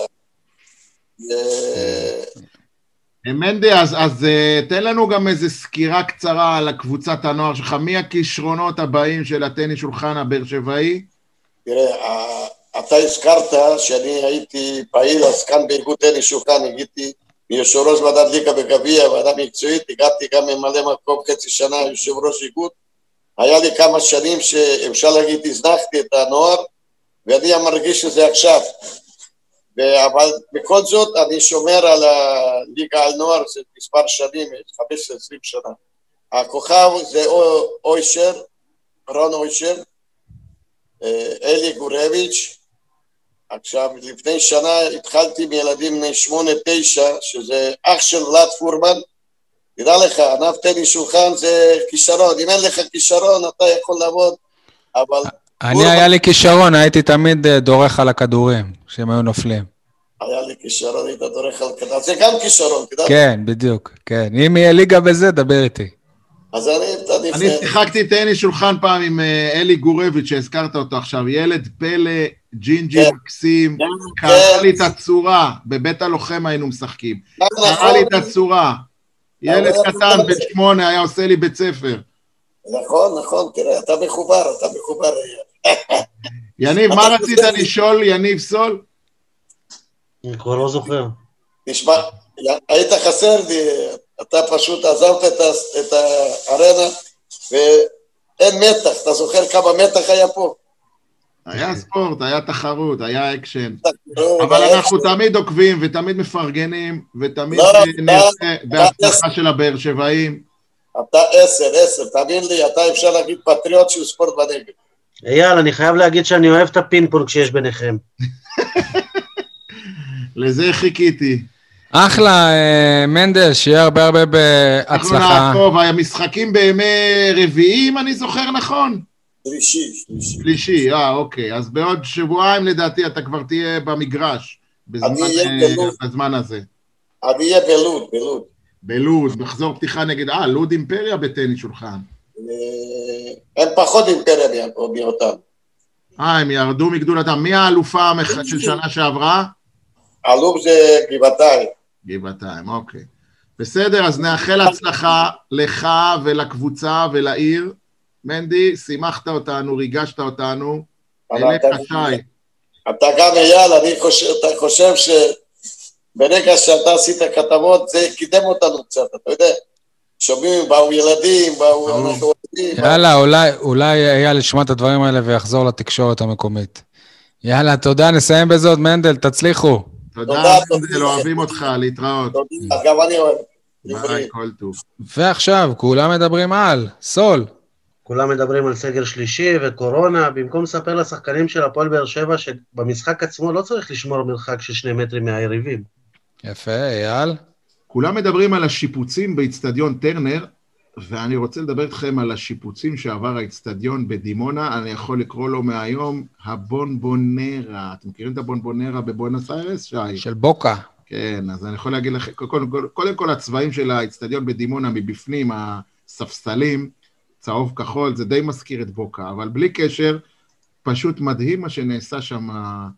מנדי, אז תן לנו גם איזו סקירה קצרה על קבוצת הנוער שלך, מי הכישרונות הבאים של הטניס שולחן הבאר שבעי? תראה, אתה הזכרת שאני הייתי פעיל, אז כאן באיגוד טניס שולחן, הגעתי מיושב ראש ועדת ליגה בגביע, ועדה מקצועית, הגעתי גם ממלא מקום חצי שנה, יושב ראש איגוד, היה לי כמה שנים שאפשר להגיד, הזנחתי את הנוער, ואני מרגיש שזה עכשיו. אבל בכל זאת, אני שומר על הליגה על נוער, זה מספר שנים, 15-20 שנה. הכוכב זה אוישר, רון אוישר, אלי גורביץ'. עכשיו, לפני שנה התחלתי מילדים בני 8-9, שזה אח של ולד פורמן. תדע לך, ענף טניס שולחן זה כישרון, אם אין לך כישרון אתה יכול לעבוד, אבל... היה לי כישרון, הייתי תמיד דורך על הכדורים, שהם היו נופלים. היה לי כישרון, היית דורך על כדורים, זה גם כישרון, תדע? כן, בדיוק, כן. אם יהיה ליגה בזה, דבר איתי. אז אני שיחקתי טניס שולחן פעם עם אלי גורביץ' שהזכרת אותו עכשיו, ילד פלא, ג'ינג'י מקסים, קרא לי את הצורה, בבית הלוחם היינו משחקים, קרא לי את הצורה, ילד קטן בן 8 היה עושה לי בית ספר. נכון, תראה, אתה מחובר. יניב, מה רצית לשאול, יניב סול? אני כבר לא זוכר. תשמע, היית חסר לי, אתה פשוט עזבת את הארנה, ואין מתח, אתה זוכר כמה מתח היה פה? היה ספורט, היה תחרות, היה אקשן, אבל אנחנו תמיד עוקבים ותמיד מפרגנים, ותמיד נרצה בהצלחה של הבאר שבעים. אתה 10, תאמין לי, אתה אפשר להגיד פטריוט של ספורט בנגב. אייל, אני חייב להגיד שאני אוהב את הפינפונג שיש ביניכם. לזה חיכיתי. אחלה, מנדל, שיהיה הרבה בהצלחה. אנחנו נעקוב, המשחקים בימי רביעי, אם אני זוכר נכון? שלישי, אוקיי. אז בעוד שבועיים לדעתי אתה כבר תהיה במגרש, בזמן הזה. אני אהיה בלוד. בלוד, מחזור פתיחה נגד, לוד אימפריה בטניס שולחן. הם פחות אימפריה מאותם. הם ירדו מגדולתם. מי האלופה של שנה שעברה? האלוף זה גבעתיים, אוקיי. בסדר, אז נאחל הצלחה לך ולקבוצה ולעיר. מנדי, שימחת אותנו, ריגשת אותנו. אלך השי. אתה גם אייל, אני חושב שברגע שאתה עשית כתבות, זה קידם אותנו קצת, אתה יודע. שומעים, באו ילדים, באו... יאללה, אולי אייל ישמע את הדברים האלה ויחזור לתקשורת המקומית. יאללה, תודה, נסיים בזאת, מנדל, תצליחו. תודה, מנדל, אוהבים אותך, להתראות. תודה, גם אני אוהב. ביי, כל טוב. ועכשיו, כולם מדברים על סול. כולם מדברים על סגר שלישי וקורונה, במקום לספר לשחקנים של הפועל באר שבע שבמשחק עצמו לא צריך לשמור מרחק של 2 מטרים מהיריבים. יפה, אייל. כולם מדברים על השיפוצים באצטדיון טרנר, ואני רוצה לדבר איתכם על השיפוצים שעבר האצטדיון בדימונה, אני יכול לקרוא לו מהיום הבונבונרה. אתם מכירים את הבונבונרה בבואנוס איירס, שי? של בוקה. כן, אז אני יכול להגיד לכם, קודם כל הצבעים של האצטדיון בדימונה מבפנים, הספסלים, צהוב כחול, זה די מזכיר את בוקה, אבל בלי קשר, פשוט מדהים מה שנעשה שם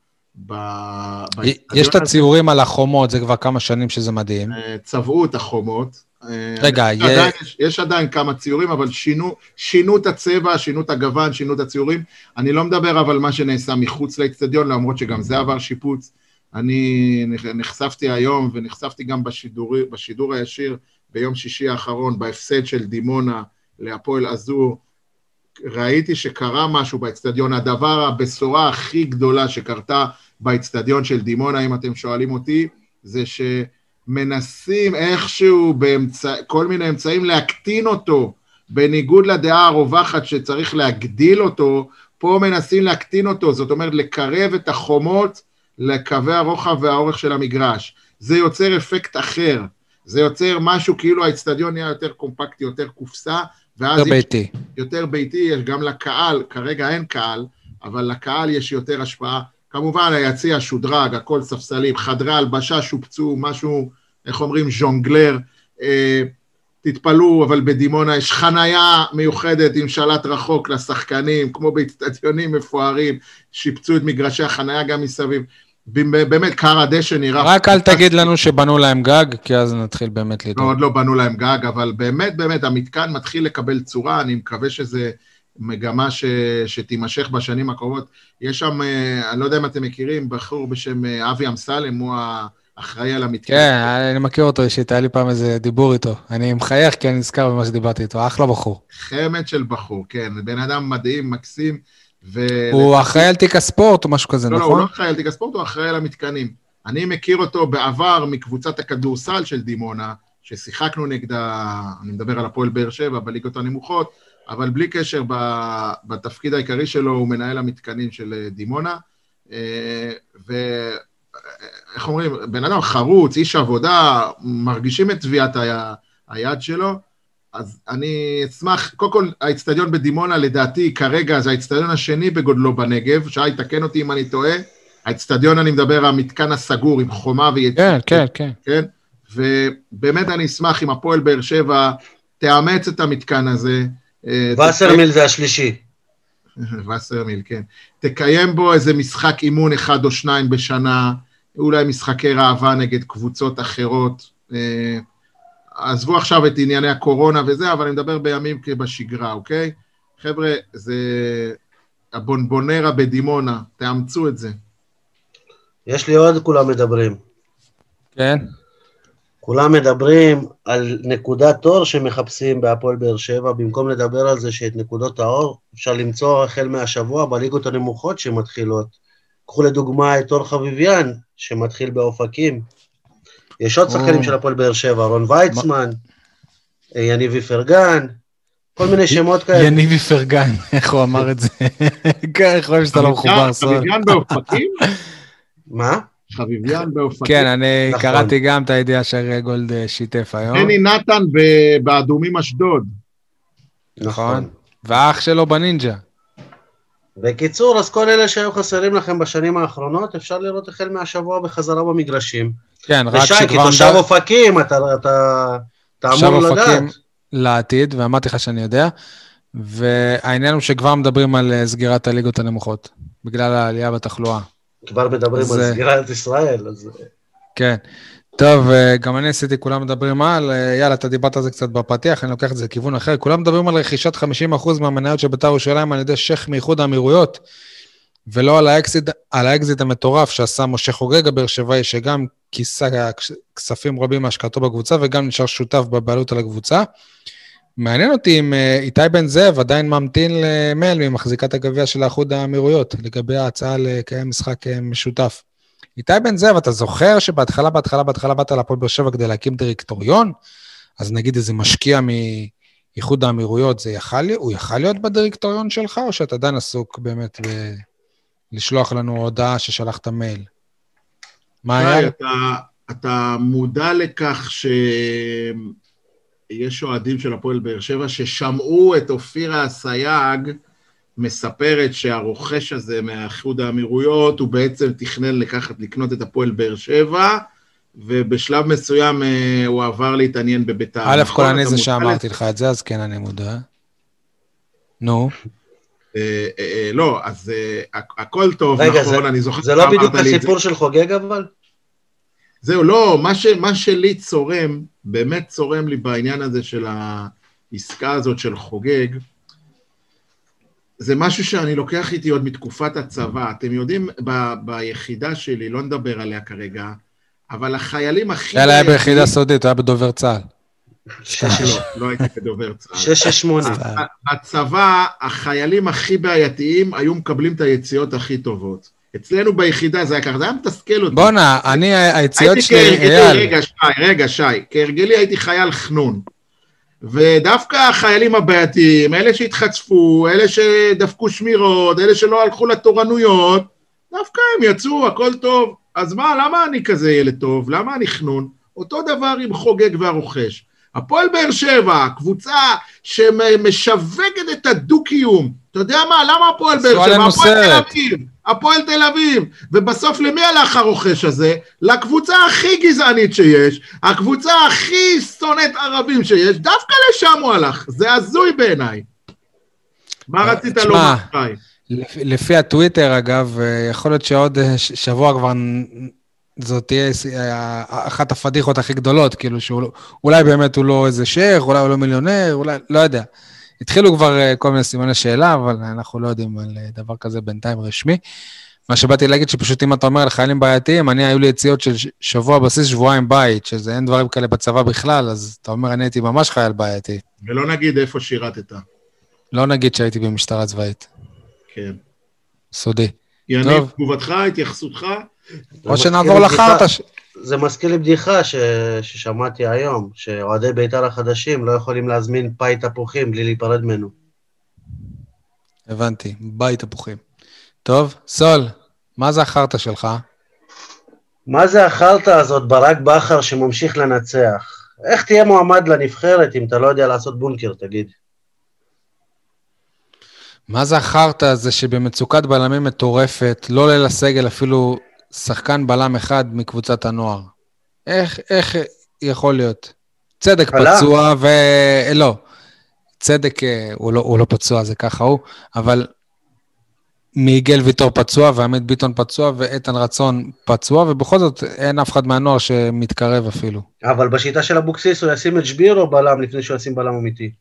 יש את הציורים על החומות, זה כבר כמה שנים שזה מדהים. צבעו את החומות. רגע, יש עדיין כמה ציורים, אבל שינו את הצבע, שינו את הגוון, שינו את הציורים. אני לא מדבר אבל מה שנעשה מחוץ לאצטדיון, למרות שגם זה עבר שיפוץ. אני נחשפתי היום, ונחשפתי גם בשידור הישיר, ביום שישי האחרון, בהפסד של דימונה להפועל אזור, ראיתי שקרה משהו באצטדיון, הבשורה הכי גדולה שקרתה באצטדיון של דימונה, אם אתם שואלים אותי, זה שמנסים איכשהו כל מיני אמצעים להקטין אותו, בניגוד לדעה הרווחת שצריך להגדיל אותו, פה מנסים להקטין אותו, זאת אומרת לקרב את החומות לקווי הרוחב והאורך של המגרש. זה יוצר אפקט אחר, זה יוצר משהו כאילו האצטדיון נהיה יותר קומפקטי, יותר קופסה, יותר ביתי. יותר ביתי, יש גם לקהל, כרגע אין קהל, אבל לקהל יש יותר השפעה. כמובן, היציע שודרג, הכל ספסלים, חדרי הלבשה שופצו, משהו, איך אומרים, ז'ונגלר, תתפלו, אבל בדימונה יש חנייה מיוחדת עם שלט רחוק לשחקנים, כמו באצטדיונים מפוארים, שיפצו את מגרשי החנייה גם מסביב. באמת קר הדשא נראה... רק אל תגיד לנו שבנו להם גג, כי אז נתחיל באמת לדבר. עוד לא בנו להם גג, אבל באמת המתקן מתחיל לקבל צורה, אני מקווה שזה מגמה שתימשך בשנים הקרובות. יש שם, אני לא יודע אם אתם מכירים, בחור בשם אבי אמסלם, הוא האחראי על המתקן. כן, אני מכיר אותו אישית, היה לי פעם איזה דיבור איתו. אני מחייך כי אני נזכר במה שדיברתי איתו, אחלה בחור. חמד של בחור, כן, בן אדם מדהים, מקסים, הוא אחראי על תיק הספורט או משהו כזה, נכון? לא, הוא לא אחראי על תיק הספורט, הוא אחראי על המתקנים. אני מכיר אותו בעבר מקבוצת הכדורסל של דימונה, ששיחקנו נגדה, אני מדבר על הפועל באר שבע, בליגות הנמוכות, אבל בלי קשר בתפקיד העיקרי שלו, הוא מנהל המתקנים של דימונה, ואיך אומרים, בן אדם חרוץ, איש עבודה, מרגישים את טביעת היד שלו, אז אני אשמח, קודם כל, האצטדיון בדימונה, לדעתי, כרגע, זה האצטדיון השני בגודלו בנגב, שי, תקן אותי אם אני טועה, האצטדיון, אני מדבר, המתקן הסגור, עם חומה ויציאה. כן. כן, ובאמת אני אשמח אם הפועל באר שבע תאמץ את המתקן הזה. וסרמיל זה השלישי. וסרמיל, כן. תקיים בו איזה משחק אימון 1 או 2 בשנה, אולי משחקי ראווה נגד קבוצות אחרות, עזבו עכשיו את ענייני הקורונה וזה, אבל אני מדבר בימים בשגרה, אוקיי? חבר'ה, זה הבונבונרה בדימונה, תאמצו את זה. יש לי עוד, כולם מדברים. כן. כולם מדברים על נקודת אור שמחפשים בהפועל באר שבע, במקום לדבר על זה שאת נקודות האור אפשר למצוא החל מהשבוע בליגות הנמוכות שמתחילות. קחו לדוגמה את אור חביביאן, שמתחיל באופקים. יש עוד שחקנים של הפועל באר שבע, רון ויצמן, יניב פרגן, כל מיני שמות כאלה. יניב פרגן, איך הוא אמר את זה? איך רואים שאתה לא מחובר סול. חביביאן באופקים? מה? חביביאן באופקים. כן, אני קראתי גם את הידיעה שרגולד שיתף היום. בני נתן באדומים אשדוד. נכון. והאח שלו בנינג'ה. בקיצור, אז כל אלה שהיו חסרים לכם בשנים האחרונות, אפשר לראות החל מהשבוע בחזרה במגרשים. כן, רק שכבר... ושי, כי תושב אופקים, אתה אמור לדעת. אופקים לעתיד, ואמרתי לך שאני יודע, והעניין הוא שכבר מדברים על סגירת הליגות הנמוכות, בגלל העלייה בתחלואה. כבר מדברים על סגירת ישראל, אז... כן. טוב, גם אני עשיתי, כולם מדברים על, יאללה, אתה דיברת על זה קצת בפתיח, אני לוקח את זה לכיוון אחר, כולם מדברים על רכישת 50% מהמניות של בית"ר ירושלים על ידי שייך מאיחוד האמירויות, ולא על האקזיט המטורף שעשה משה חוגג הבאר שבעי, שגם כיסה כספים רבים מהשקעתו בקבוצה, וגם נשאר שותף בבעלות על הקבוצה. מעניין אותי אם איתי בן זאב עדיין ממתין למייל ממחזיקת הגביע של האיחוד האמירויות, לגבי ההצעה לקיים משחק משותף. איתי בן זאב, אתה זוכר שבהתחלה באת להפועל באר שבע כדי להקים דירקטוריון? אז נגיד איזה משקיע מאיחוד האמירויות, הוא יכל להיות בדירקטוריון שלך, או שאתה עדיין עסוק באמת לשלוח לנו הודעה ששלחת מייל? מה היה? אתה מודע לכך שיש אוהדים של הפועל באר שבע ששמעו את אופירה אסייג מספרת שהרוכש הזה מהאיחוד האמירויות, הוא בעצם תכנן לקנות את הפועל באר שבע, ובשלב מסוים הוא עבר להתעניין בביתר. א' כל אני זה שאמרתי לך את זה, אז כן אני מודע. נו. לא, אז הכל טוב, נכון, אני זוכר. זה לא בדיוק הסיפור של חוגג אבל? זהו, לא, מה שלי צורם, באמת צורם לי בעניין הזה של העסקה הזאת של חוגג, זה משהו שאני לוקח איתי עוד מתקופת הצבא. אתם יודעים, ביחידה שלי, לא נדבר עליה כרגע, אבל החיילים הכי... יאללה, היה ביחידה סודית, היה בדובר צה"ל. לא הייתי בדובר צה"ל. 668. בצבא, החיילים הכי בעייתיים היו מקבלים את היציאות הכי טובות. אצלנו ביחידה זה היה ככה, זה היה מתסכל אותי. בונה, היציאות שלי... רגע, שי, כהרגלי הייתי חייל חנון. ודווקא החיילים הבעייתיים, אלה שהתחצפו, אלה שדפקו שמירות, אלה שלא הלכו לתורנויות, דווקא הם יצאו, הכל טוב. אז מה, למה אני כזה ילד טוב? למה אני חנון? אותו דבר עם חוגג והרוכש. הפועל באר שבע, קבוצה שמשווקת את הדו-קיום. אתה יודע מה? למה הפועל באר שבע? הפועל תל אביב. הפועל תל אביב. ובסוף למי הלך הרוכש הזה? לקבוצה הכי גזענית שיש, הקבוצה הכי שונאת ערבים שיש, דווקא לשם הוא הלך. זה הזוי בעיניי. מה רצית לומר? לפי הטוויטר, אגב, יכול להיות שעוד שבוע כבר זאת תהיה אחת הפדיחות הכי גדולות, כאילו שאולי באמת הוא לא איזה שייך, אולי הוא לא מיליונר, אולי, לא יודע. התחילו כבר כל מיני סימני שאלה, אבל אנחנו לא יודעים על דבר כזה בינתיים רשמי. מה שבאתי להגיד שפשוט אם אתה אומר לחיילים בעייתיים, היו לי יציאות של שבוע בסיס, שבועיים בית, שזה אין דברים כאלה בצבא בכלל, אז אתה אומר, אני הייתי ממש חייל בעייתי. ולא נגיד איפה שירתת. לא נגיד שהייתי במשטרה צבאית. כן. סודי. יניב, תגובתך, התייחסותך? או שנעבור לחרטה. זה מזכיר לי בדיחה ששמעתי היום, שאוהדי בית"ר החדשים לא יכולים להזמין פאי תפוחים בלי להיפרד ממנו. הבנתי, פאי תפוחים. טוב, סול, מה זה החרטה שלך? מה זה החרטה הזאת ברק בכר שממשיך לנצח? איך תהיה מועמד לנבחרת אם אתה לא יודע לעשות בונקר, תגיד? מה זה החרטה הזה שבמצוקת בלמים מטורפת, לא ליל הסגל אפילו שחקן בלם אחד מקבוצת הנוער? איך יכול להיות? צדק פצוע לא, צדק הוא לא פצוע, זה ככה הוא, אבל מיגל ויטור פצוע, ועמית ביטון פצוע, ואיתן רצון פצוע, ובכל זאת אין אף אחד מהנוער שמתקרב אפילו. אבל בשיטה של אבוקסיס הוא ישים את שבירו בלם לפני שהוא ישים בלם אמיתי.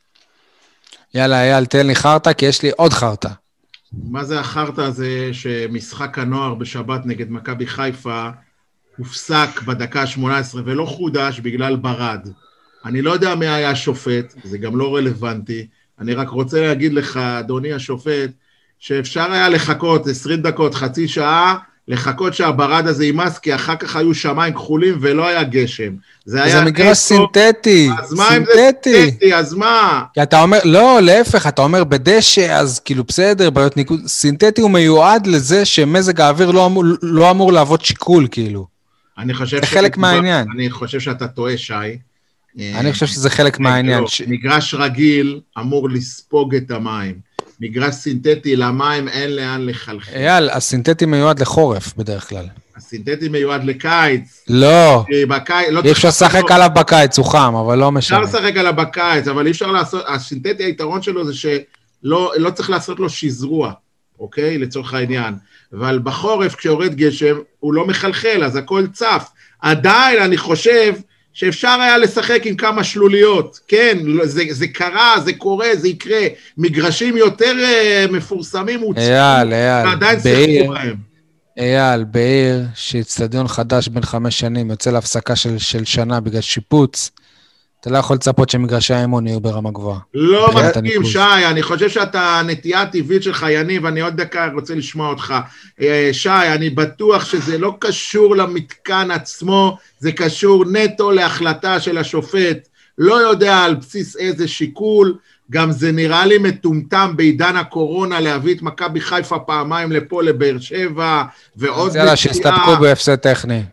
יאללה, אייל, תן לי חרטה, כי יש לי עוד חרטה. מה זה החרטה הזה שמשחק הנוער בשבת נגד מכבי חיפה הופסק בדקה ה-18 ולא חודש בגלל ברד? אני לא יודע מי היה השופט, זה גם לא רלוונטי, אני רק רוצה להגיד לך, אדוני השופט, שאפשר היה לחכות 20 דקות, חצי שעה, לחכות שהברד הזה יימס, כי אחר כך היו שמיים כחולים ולא היה גשם. זה מגרש סינתטי. אז מה אם זה סינתטי? אז מה? כי אתה אומר, לא, להפך, אתה אומר בדשא, אז כאילו בסדר, בעיות ניקוד. סינתטי הוא מיועד לזה שמזג האוויר לא אמור לעבוד שיקול, כאילו. זה חלק מהעניין. אני חושב שאתה טועה, שי. אני חושב שזה חלק מהעניין. מגרש רגיל אמור לספוג את המים. מגרש סינתטי, למים אין לאן לחלחל. אייל, הסינתטי מיועד לחורף בדרך כלל. הסינתטי מיועד לקיץ. לא. אי אפשר לשחק עליו בקיץ, הוא חם, אבל לא משנה. אפשר לשחק עליו בקיץ, אבל אי אפשר לעשות, הסינתטי, היתרון שלו זה שלא צריך לעשות לו שזרוע, אוקיי? לצורך העניין. אבל בחורף, כשיורד גשם, הוא לא מחלחל, אז הכל צף. עדיין אני חושב שאפשר היה לשחק עם כמה שלוליות, כן, זה קרה, זה קורה, זה יקרה, מגרשים יותר מפורסמים הוצאו, ועדיין שיחקו בהם. אייל, בעיר שאצטדיון חדש בין 5 שנים, יוצא להפסקה של שנה בגלל שיפוץ, אתה לא יכול לצפות שמגרשי האימון יהיו ברמה גבוהה. לא מסכים, שי, אני חושב שאתה נטייה טבעית שלך, יניב, אני עוד דקה רוצה לשמוע אותך. שי, אני בטוח שזה לא קשור למתקן עצמו, זה קשור נטו להחלטה של השופט, לא יודע על בסיס איזה שיקול, גם זה נראה לי מטומטם בעידן הקורונה להביא את מכבי חיפה פעמיים לפה לבאר שבע, ועוד יאללה, שהסתפקו בהפסד טכני.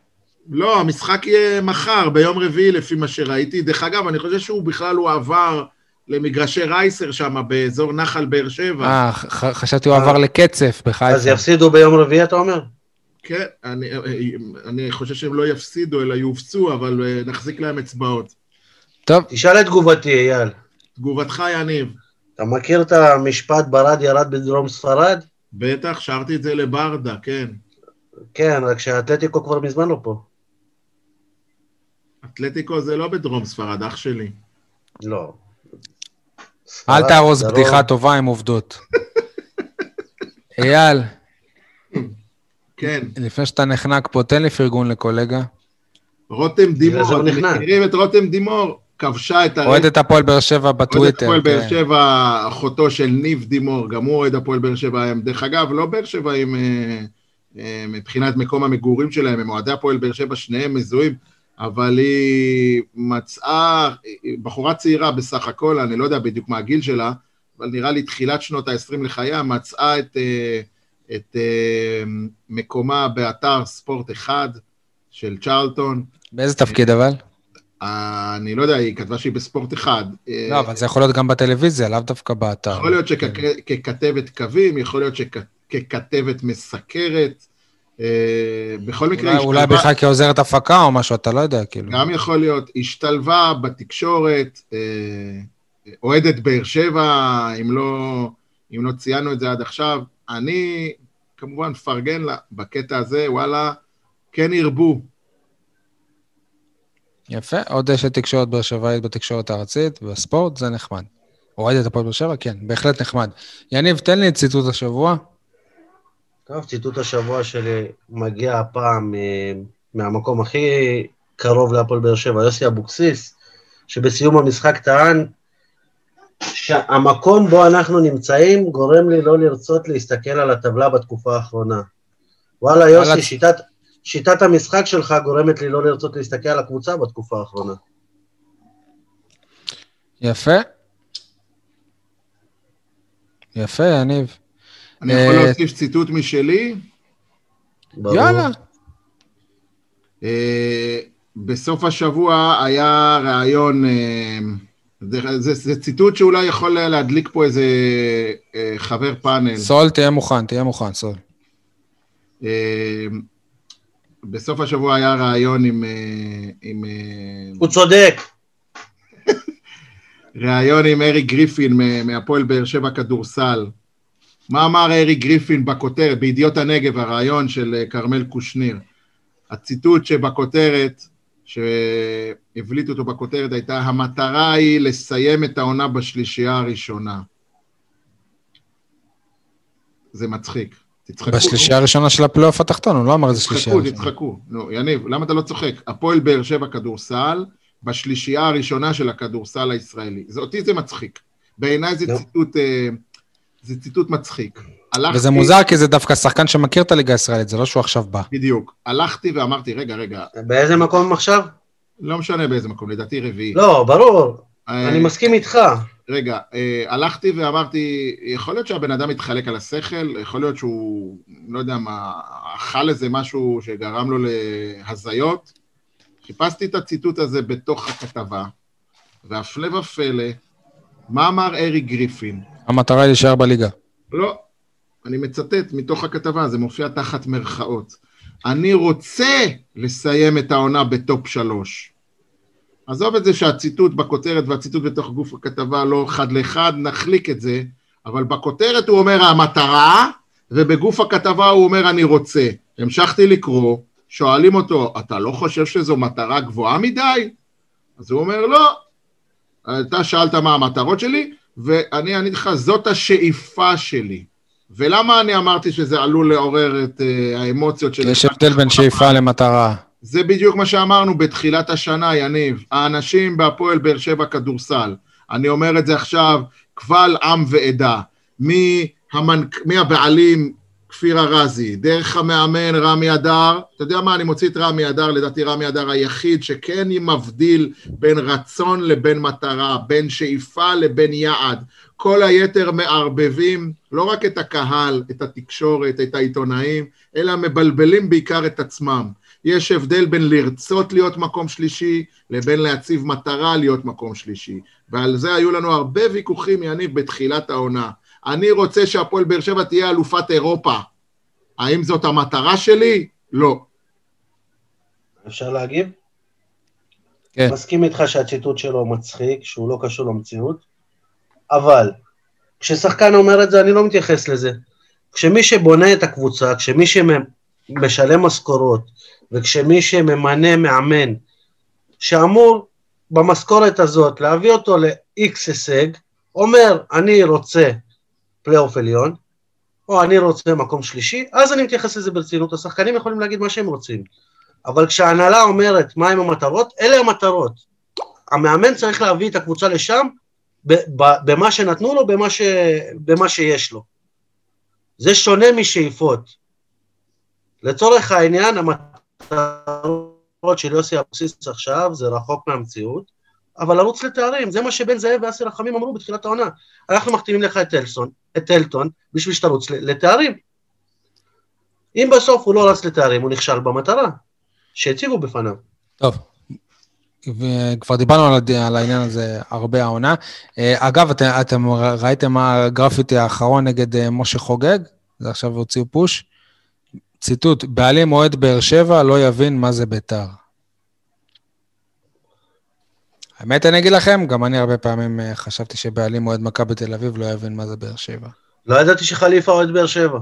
לא, המשחק יהיה מחר, ביום רביעי, לפי מה שראיתי. דרך אגב, אני חושב שהוא בכלל הוא עבר למגרשי רייסר שם, באזור נחל באר שבע. חשבתי הוא עבר לקצף בחיפה. אז יפסידו ביום רביעי, אתה אומר? כן, אני חושב שהם לא יפסידו, אלא יופצו, אבל נחזיק להם אצבעות. טוב. תשאל את תגובתי, אייל. תגובתך, יניב. אתה מכיר את המשפט ברד ירד בדרום ספרד? בטח, שרתי את זה לברדה, כן. כן, רק שהאתלטיקו כבר מזמן לא פה. אתלטיקו זה לא בדרום ספרד, אח שלי. לא. אל תהרוס בדיחה טובה עם עובדות. אייל. כן. לפני שאתה נחנק פה, תן לי פרגון לקולגה. רותם דימור, אתם מכירים את רותם דימור? כבשה את אוהד את הפועל באר שבע בטוויטר. אוהד את הפועל באר שבע, אחותו של ניב דימור, גם הוא אוהד הפועל באר שבע. דרך אגב, לא באר שבע מבחינת מקום המגורים שלהם, הם אוהדי הפועל באר שבע, שניהם מזוהים, אבל היא מצאה, בחורה צעירה בסך הכל, אני לא יודע בדיוק מה הגיל שלה, אבל נראה לי תחילת שנות ה-20 לחייה, מצאה את מקומה באתר ספורט אחד של צ'רלטון. באיזה תפקיד אבל? אני לא יודע, היא כתבה שהיא בספורט אחד. לא, אבל זה יכול להיות גם בטלוויזיה, לאו דווקא באתר. יכול להיות שככתבת קווים, יכול להיות שככתבת מסקרת, בכל מקרה... אולי בכלל כעוזרת הפקה או משהו, אתה לא יודע, כאילו. גם יכול להיות, השתלבה בתקשורת, אוהדת באר שבע, אם לא ציינו את זה עד עכשיו, אני כמובן פרגן לה בקטע הזה, וואלה, כן ירבו. יפה, עוד יש תקשורת באר שבעית בתקשורת הארצית, בספורט זה נחמד. אוהדת הפועל באר שבע? כן, בהחלט נחמד. יניב, תן לי את ציטוט השבוע. טוב, ציטוט השבוע שלי מגיע הפעם מהמקום הכי קרוב להפועל באר שבע, יוסי אבוקסיס, שבסיום המשחק טען, שהמקום בו אנחנו נמצאים גורם לי לא לרצות להסתכל על הטבלה בתקופה האחרונה. וואלה יוסי, שיטת המשחק שלך גורמת לי לא לרצות להסתכל על הקבוצה בתקופה האחרונה. יפה. יפה, יניב. אני יכול להוסיף ציטוט משלי? יאללה. בסוף השבוע היה רעיון, זה ציטוט שאולי יכול להדליק פה איזה חבר פאנל. סול, תהיה מוכן, סול. בסוף השבוע היה רעיון עם הוא צודק. רעיון עם ארי גריפין מהפועל באר שבע כדורסל. מה אמר ארי גריפין בכותרת, בידיעות הנגב, הרעיון של קרמל קושניר? הציטוט שבכותרת, שהבליט אותו בכותרת, הייתה, המטרה היא לסיים את העונה בשלישייה הראשונה. זה מצחיק. תצחקו. בשלישייה הראשונה של הפלייאוף התחתון, הוא לא אמר איזה שלישייה הראשונה. תצחקו. נו, יניב, למה אתה לא צוחק? הפועל באר שבע כדורסל, בשלישייה הראשונה של הכדורסל הישראלי. אותי זה מצחיק. בעיניי זה ציטוט מצחיק. וזה מוזר, כי זה דווקא שחקן שמכיר את הליגה הישראלית, זה לא שהוא עכשיו בא. בדיוק. הלכתי ואמרתי, רגע. באיזה מקום עכשיו? לא משנה באיזה מקום, לדעתי רביעי. לא, ברור. אני מסכים איתך. רגע, הלכתי ואמרתי, יכול להיות שהבן אדם מתחלק על השכל, יכול להיות שהוא, לא יודע מה, אכל איזה משהו שגרם לו להזיות. חיפשתי את הציטוט הזה בתוך הכתבה, והפלא ופלא, מה אמר ארי גריפין? המטרה היא להישאר בליגה. לא, אני מצטט מתוך הכתבה, זה מופיע תחת מרכאות. אני רוצה לסיים את העונה בטופ 3. עזוב את זה שהציטוט בכותרת והציטוט בתוך גוף הכתבה לא אחד לאחד, נחליק את זה, אבל בכותרת הוא אומר המטרה, ובגוף הכתבה הוא אומר אני רוצה. המשכתי לקרוא, שואלים אותו, אתה לא חושב שזו מטרה גבוהה מדי? אז הוא אומר לא, אתה שאלת מה המטרות שלי, ואני אענה לך, זאת השאיפה שלי. ולמה אני אמרתי שזה עלול לעורר את האמוציות שלי? יש הבדל בין שאיפה למטרה. זה בדיוק מה שאמרנו בתחילת השנה, יניב. האנשים בהפועל באר שבע כדורסל, אני אומר את זה עכשיו, קבל עם ועדה, מהבעלים כפיר ארזי, דרך המאמן רמי אדר, אתה יודע מה, אני מוציא את רמי אדר, לדעתי רמי אדר היחיד שכן מבדיל בין רצון לבין מטרה, בין שאיפה לבין יעד. כל היתר מערבבים, לא רק את הקהל, את התקשורת, את העיתונאים, אלא מבלבלים בעיקר את עצמם. יש הבדל בין לרצות להיות מקום שלישי, לבין להציב מטרה להיות מקום שלישי. ועל זה היו לנו הרבה ויכוחים, יניב, בתחילת העונה. אני רוצה שהפועל באר שבע תהיה אלופת אירופה. האם זאת המטרה שלי? לא. אפשר להגיב? כן. מסכים איתך שהציטוט שלו מצחיק, שהוא לא קשור למציאות, אבל כששחקן אומר את זה, אני לא מתייחס לזה. כשמי שבונה את הקבוצה, כשמי שמשלם משכורות, וכשמי שממנה מאמן, שאמור במשכורת הזאת להביא אותו ל-X הישג, אומר, אני רוצה פלייאוף עליון, או אני רוצה מקום שלישי, אז אני מתייחס לזה ברצינות. השחקנים יכולים להגיד מה שהם רוצים. אבל כשההנהלה אומרת מה הם המטרות, אלה המטרות. המאמן צריך להביא את הקבוצה לשם, במה שנתנו לו, במה שיש לו. זה שונה משאיפות. לצורך העניין, המטרות של יוסי אבוקסיס עכשיו, זה רחוק מהמציאות, אבל לרוץ לתארים, זה מה שבן זאב ואסי רחמים אמרו בתחילת העונה. אנחנו מחתימים לך את אלטון, בשביל שתרוץ לתארים. אם בסוף הוא לא רץ לתארים, הוא נכשל במטרה, שהציבו בפניו. טוב, וכבר דיברנו על העניין הזה הרבה העונה. אגב, אתם ראיתם הגרפיטי האחרון נגד משה חוגג? זה עכשיו הוציאו פוש. ציטוט, בעלים אוהד באר שבע לא יבין מה זה ביתר. האמת אני אגיד לכם, גם אני הרבה פעמים חשבתי שבעלים אוהד מכבי בתל אביב לא יבין מה זה באר שבע. לא ידעתי שחליפה אוהד באר שבע.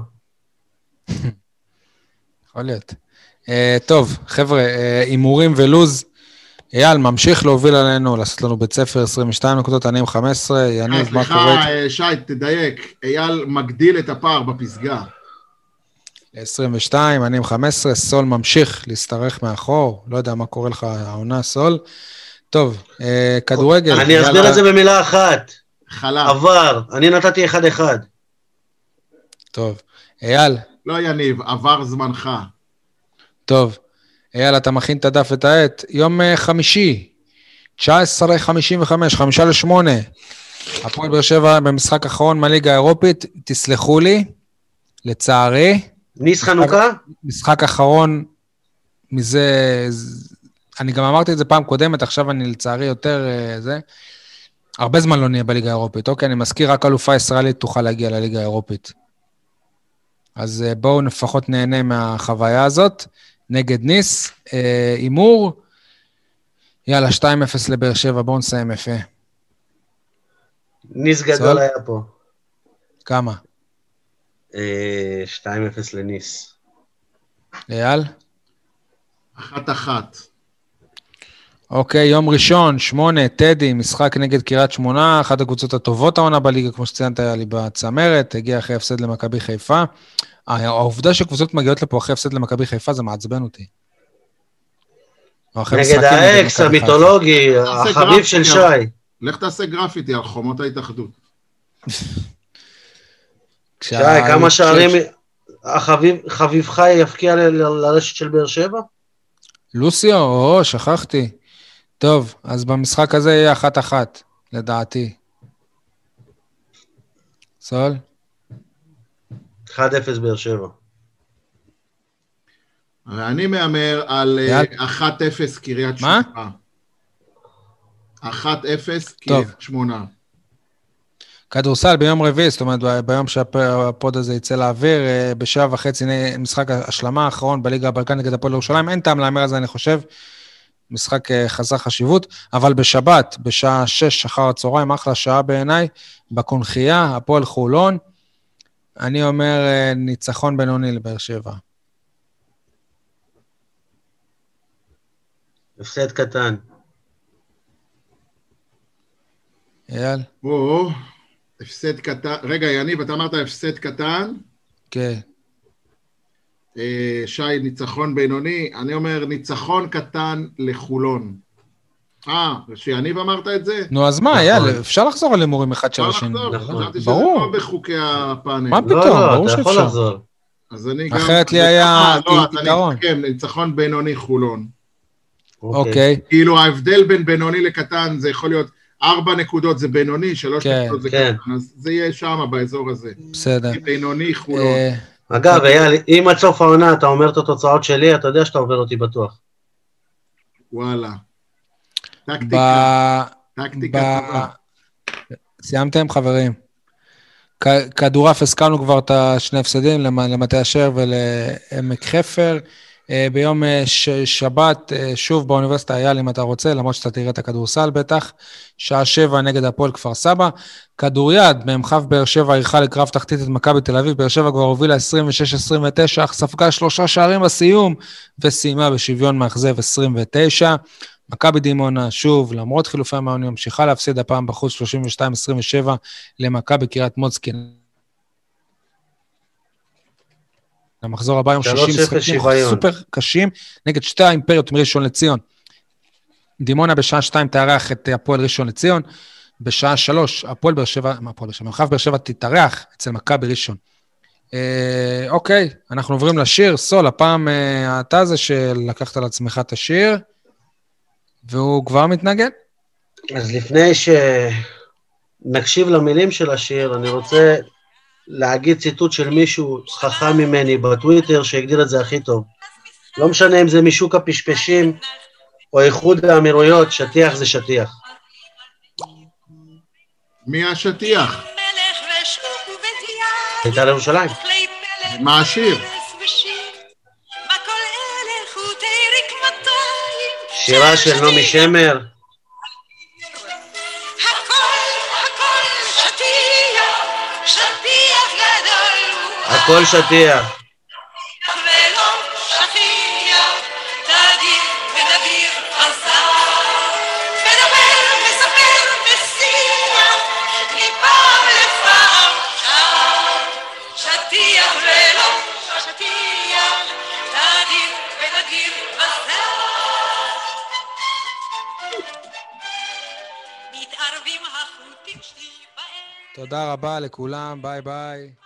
יכול להיות. טוב, חבר'ה, אימורים ולוז, אייל ממשיך להוביל עלינו, לעשות לנו בית ספר 22 נקודות, אני עם 15, יניב, מה קורה? סליחה, שי, תדייק, אייל מגדיל את הפער בפסגה. 22, אני עם 15, סול ממשיך להסתרך מאחור, לא יודע מה קורה לך העונה, סול. טוב, כדורגל. אני אסביר את זה במילה אחת. חלב. עבר, אני נתתי 1-1. טוב, אייל. לא יניב, עבר זמנך. טוב, אייל, אתה מכין את הדף ואת העט. יום חמישי, 19:55, 5:55, הפועל באר שבע במשחק אחרון מהליגה האירופית, תסלחו לי, לצערי. ניס חנוכה? משחק אחרון מזה, אני גם אמרתי את זה פעם קודמת, עכשיו אני לצערי יותר זה. הרבה זמן לא נהיה בליגה האירופית, אוקיי, אני מזכיר, רק אלופה ישראלית תוכל להגיע לליגה האירופית. אז בואו לפחות נהנה מהחוויה הזאת. נגד ניס, אימור, יאללה, 2-0 לבאר שבע, בואו נסיים יפה. ניס גדול היה פה. כמה? 2-0 לניס. אייל? 1-1. אוקיי, יום ראשון, 8, טדי, משחק נגד קריית שמונה, אחת הקבוצות הטובות העונה בליגה, כמו שציינת היה לי בצמרת, הגיע אחרי הפסד למכבי חיפה. העובדה שקבוצות מגיעות לפה אחרי הפסד למכבי חיפה, זה מעצבן אותי. נגד האקס, המיתולוגי, החביב של שי. לך תעשה גרפיטי על חומות ההתאחדות. שי, כמה שערים חביבך יפקיע לרשת של באר שבע? לוסיו, שכחתי. טוב, אז במשחק הזה יהיה 1-1, לדעתי. סול? 1-0 באר שבע. אני מאמר על 1-0 קריית שמונה. מה? 1-0 קריית שמונה. כדורסל ביום רביעי, זאת אומרת, ביום שהפוד הזה יצא לאוויר, ב7:30 משחק השלמה האחרון בליגה הבלקן נגד הפועל ירושלים, אין טעם לאמר הזה, אני חושב, משחק חסר חשיבות, אבל בשבת, בשעה 6 אחר הצהריים, אחלה שעה בעיניי, בקונחייה, הפועל חולון, אני אומר ניצחון בינוני לבאר שבע. הפסד קטן. אייל? הפסד קטן, רגע יניב, אתה אמרת הפסד קטן? כן. שי, ניצחון בינוני, אני אומר ניצחון קטן לחולון. שיניב אמרת את זה? נו, אז מה, אייל, אפשר לחזור על הימורים אחד של השני. חשבתי שזה לא בחוקי הפאנל. מה פתאום, ברור שאפשר. אז אני גם... אחרת לי היה יתרון. ניצחון בינוני חולון. אוקיי. כאילו ההבדל בין בינוני לקטן זה יכול להיות... 4 נקודות זה בינוני, 3 כן, נקודות זה כן. קטן, אז זה יהיה שם, באזור הזה. בסדר. בינוני, חולון. אגב, אייל, אם עד סוף העונה אתה אומר את התוצאות שלי, אתה יודע שאתה עובר אותי בטוח. וואלה. טקטיקה טובה. סיימתם, חברים? כדורעף הסכמנו כבר את השני הפסדים למטה אשר ולעמק חפר. ביום שבת, שוב באוניברסיטה אייל, אם אתה רוצה, למרות שאתה תראה את הכדורסל בטח, שעה 7 נגד הפועל כפר סבא. כדוריד, ממחף באר שבע עירכה לקרב תחתית את מכבי תל אביב, באר שבע כבר הובילה 26-29, אך ספגה 3 שערים בסיום, וסיימה בשוויון מאכזב 29. מכבי דימונה, שוב, למרות חילופי המאמנים, ממשיכה להפסיד הפעם בחוץ 32-27 למכבי קריית מוצקין. המחזור הבא יום 60 משחקים סופר קשים, נגד שתי האימפריות מראשון לציון. דימונה בשעה 2 תארח את הפועל ראשון לציון, בשעה 3 הפועל באר שבע, מחף באר שבע תתארח אצל מכבי ראשון. אוקיי, אנחנו עוברים לשיר. סול, הפעם אתה זה שלקחת לעצמך את השיר, והוא כבר מתנגן. אז לפני שנקשיב למילים של השיר, אני רוצה להגיד ציטוט של מישהו חכם ממני בטוויטר שהגדיר את זה הכי טוב. לא משנה אם זה משוק הפשפשים או איחוד האמירויות, שטיח זה שטיח. מי השטיח? הייתה לירושלים. מה השיר? שירה של נעמי שמר. הכל שטיח. תודה רבה לכולם, ביי ביי.